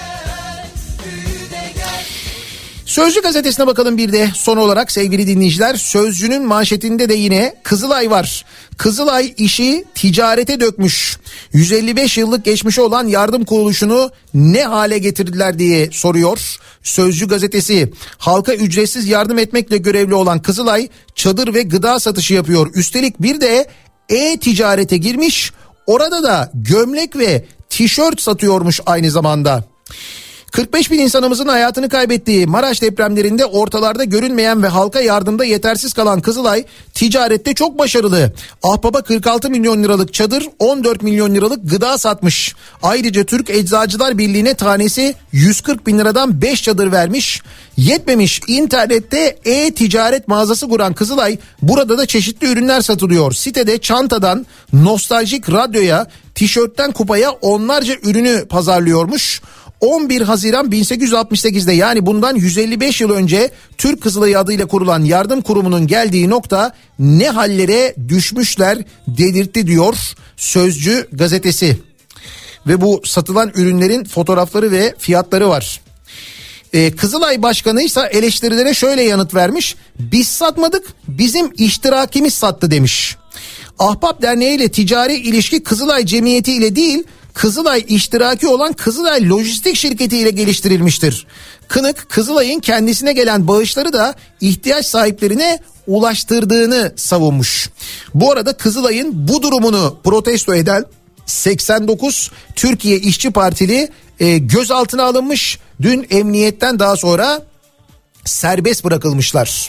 Sözcü gazetesine bakalım bir de son olarak sevgili dinleyiciler. Sözcünün manşetinde de yine Kızılay var. Kızılay işi ticarete dökmüş. 155 yıllık geçmişi olan yardım kuruluşunu ne hale getirdiler diye soruyor Sözcü gazetesi. Halka ücretsiz yardım etmekle görevli olan Kızılay çadır ve gıda satışı yapıyor. Üstelik bir de e-ticarete girmiş. Orada da gömlek ve tişört satıyormuş aynı zamanda. 45 bin insanımızın hayatını kaybettiği Maraş depremlerinde ortalarda görünmeyen ve halka yardımda yetersiz kalan Kızılay ticarette çok başarılı. Ahbaba 46 milyon liralık çadır, 14 milyon liralık gıda satmış. Ayrıca Türk Eczacılar Birliği'ne tanesi 140 bin liradan 5 çadır vermiş. Yetmemiş, internette e-ticaret mağazası kuran Kızılay burada da çeşitli ürünler satılıyor. Sitede çantadan nostaljik radyoya, tişörtten kupaya onlarca ürünü pazarlıyormuş. 11 Haziran 1868'de yani bundan 155 yıl önce Türk Kızılayı adıyla kurulan yardım kurumunun geldiği nokta ne hallere düşmüşler dedirtti diyor Sözcü gazetesi. Ve bu satılan ürünlerin fotoğrafları ve fiyatları var. Kızılay Başkanı ise eleştirilere şöyle yanıt vermiş. Biz satmadık, bizim iştirakimiz sattı demiş. Ahbap Derneği ile ticari ilişki Kızılay Cemiyeti ile değil, Kızılay iştiraki olan Kızılay Lojistik Şirketi ile geliştirilmiştir. Kınık Kızılay'ın kendisine gelen bağışları da ihtiyaç sahiplerine ulaştırdığını savunmuş. Bu arada Kızılay'ın bu durumunu protesto eden 89 Türkiye İşçi Partili gözaltına alınmış. Dün emniyetten daha sonra serbest bırakılmışlar.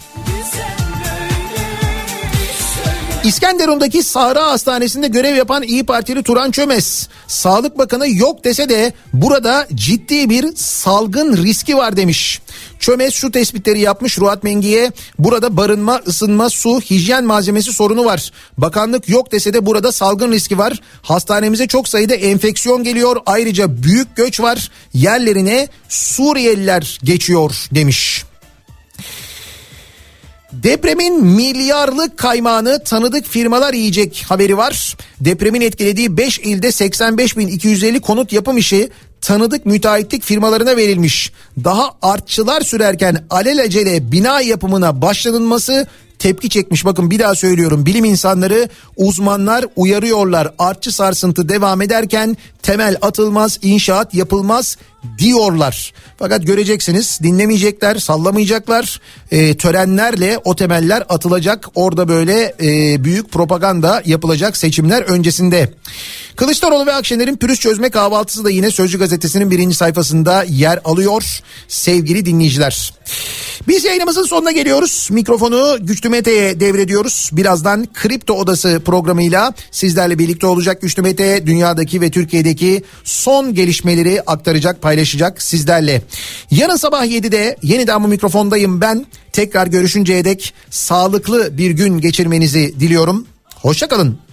İskenderun'daki Sahra Hastanesi'nde görev yapan İYİ Partili Turan Çömez, Sağlık Bakanı yok dese de burada ciddi bir salgın riski var demiş. Çömez şu tespitleri yapmış Ruat Mengi'ye: burada barınma, ısınma, su, hijyen malzemesi sorunu var. Bakanlık yok dese de burada salgın riski var. Hastanemize çok sayıda enfeksiyon geliyor. Ayrıca büyük göç var. Yerlerine Suriyeliler geçiyor demiş. Depremin milyarlık kaymağını tanıdık firmalar yiyecek haberi var. Depremin etkilediği 5 ilde 85.250 konut yapım işi tanıdık müteahhitlik firmalarına verilmiş. Daha artçılar sürerken alelacele bina yapımına başlanılması tepki çekmiş. Bakın bir daha söylüyorum, bilim insanları, uzmanlar uyarıyorlar. Artçı sarsıntı devam ederken temel atılmaz, inşaat yapılmaz diyorlar. Fakat göreceksiniz, dinlemeyecekler, sallamayacaklar. Törenlerle o temeller atılacak. Orada böyle büyük propaganda yapılacak seçimler öncesinde. Kılıçdaroğlu ve Akşener'in pürüz çözme kahvaltısı da yine Sözcü gazetesinin 1. sayfasında yer alıyor sevgili dinleyiciler. Biz yayınımızın sonuna geliyoruz. Mikrofonu Güçlü Mete'ye devrediyoruz. Birazdan Kripto Odası programıyla sizlerle birlikte olacak Güçlü Mete. Dünyadaki ve Türkiye'deki son gelişmeleri aktaracak, paylaşacak sizlerle. Yarın sabah 7'de yeniden bu mikrofondayım ben. Tekrar görüşünceye dek sağlıklı bir gün geçirmenizi diliyorum. Hoşça kalın.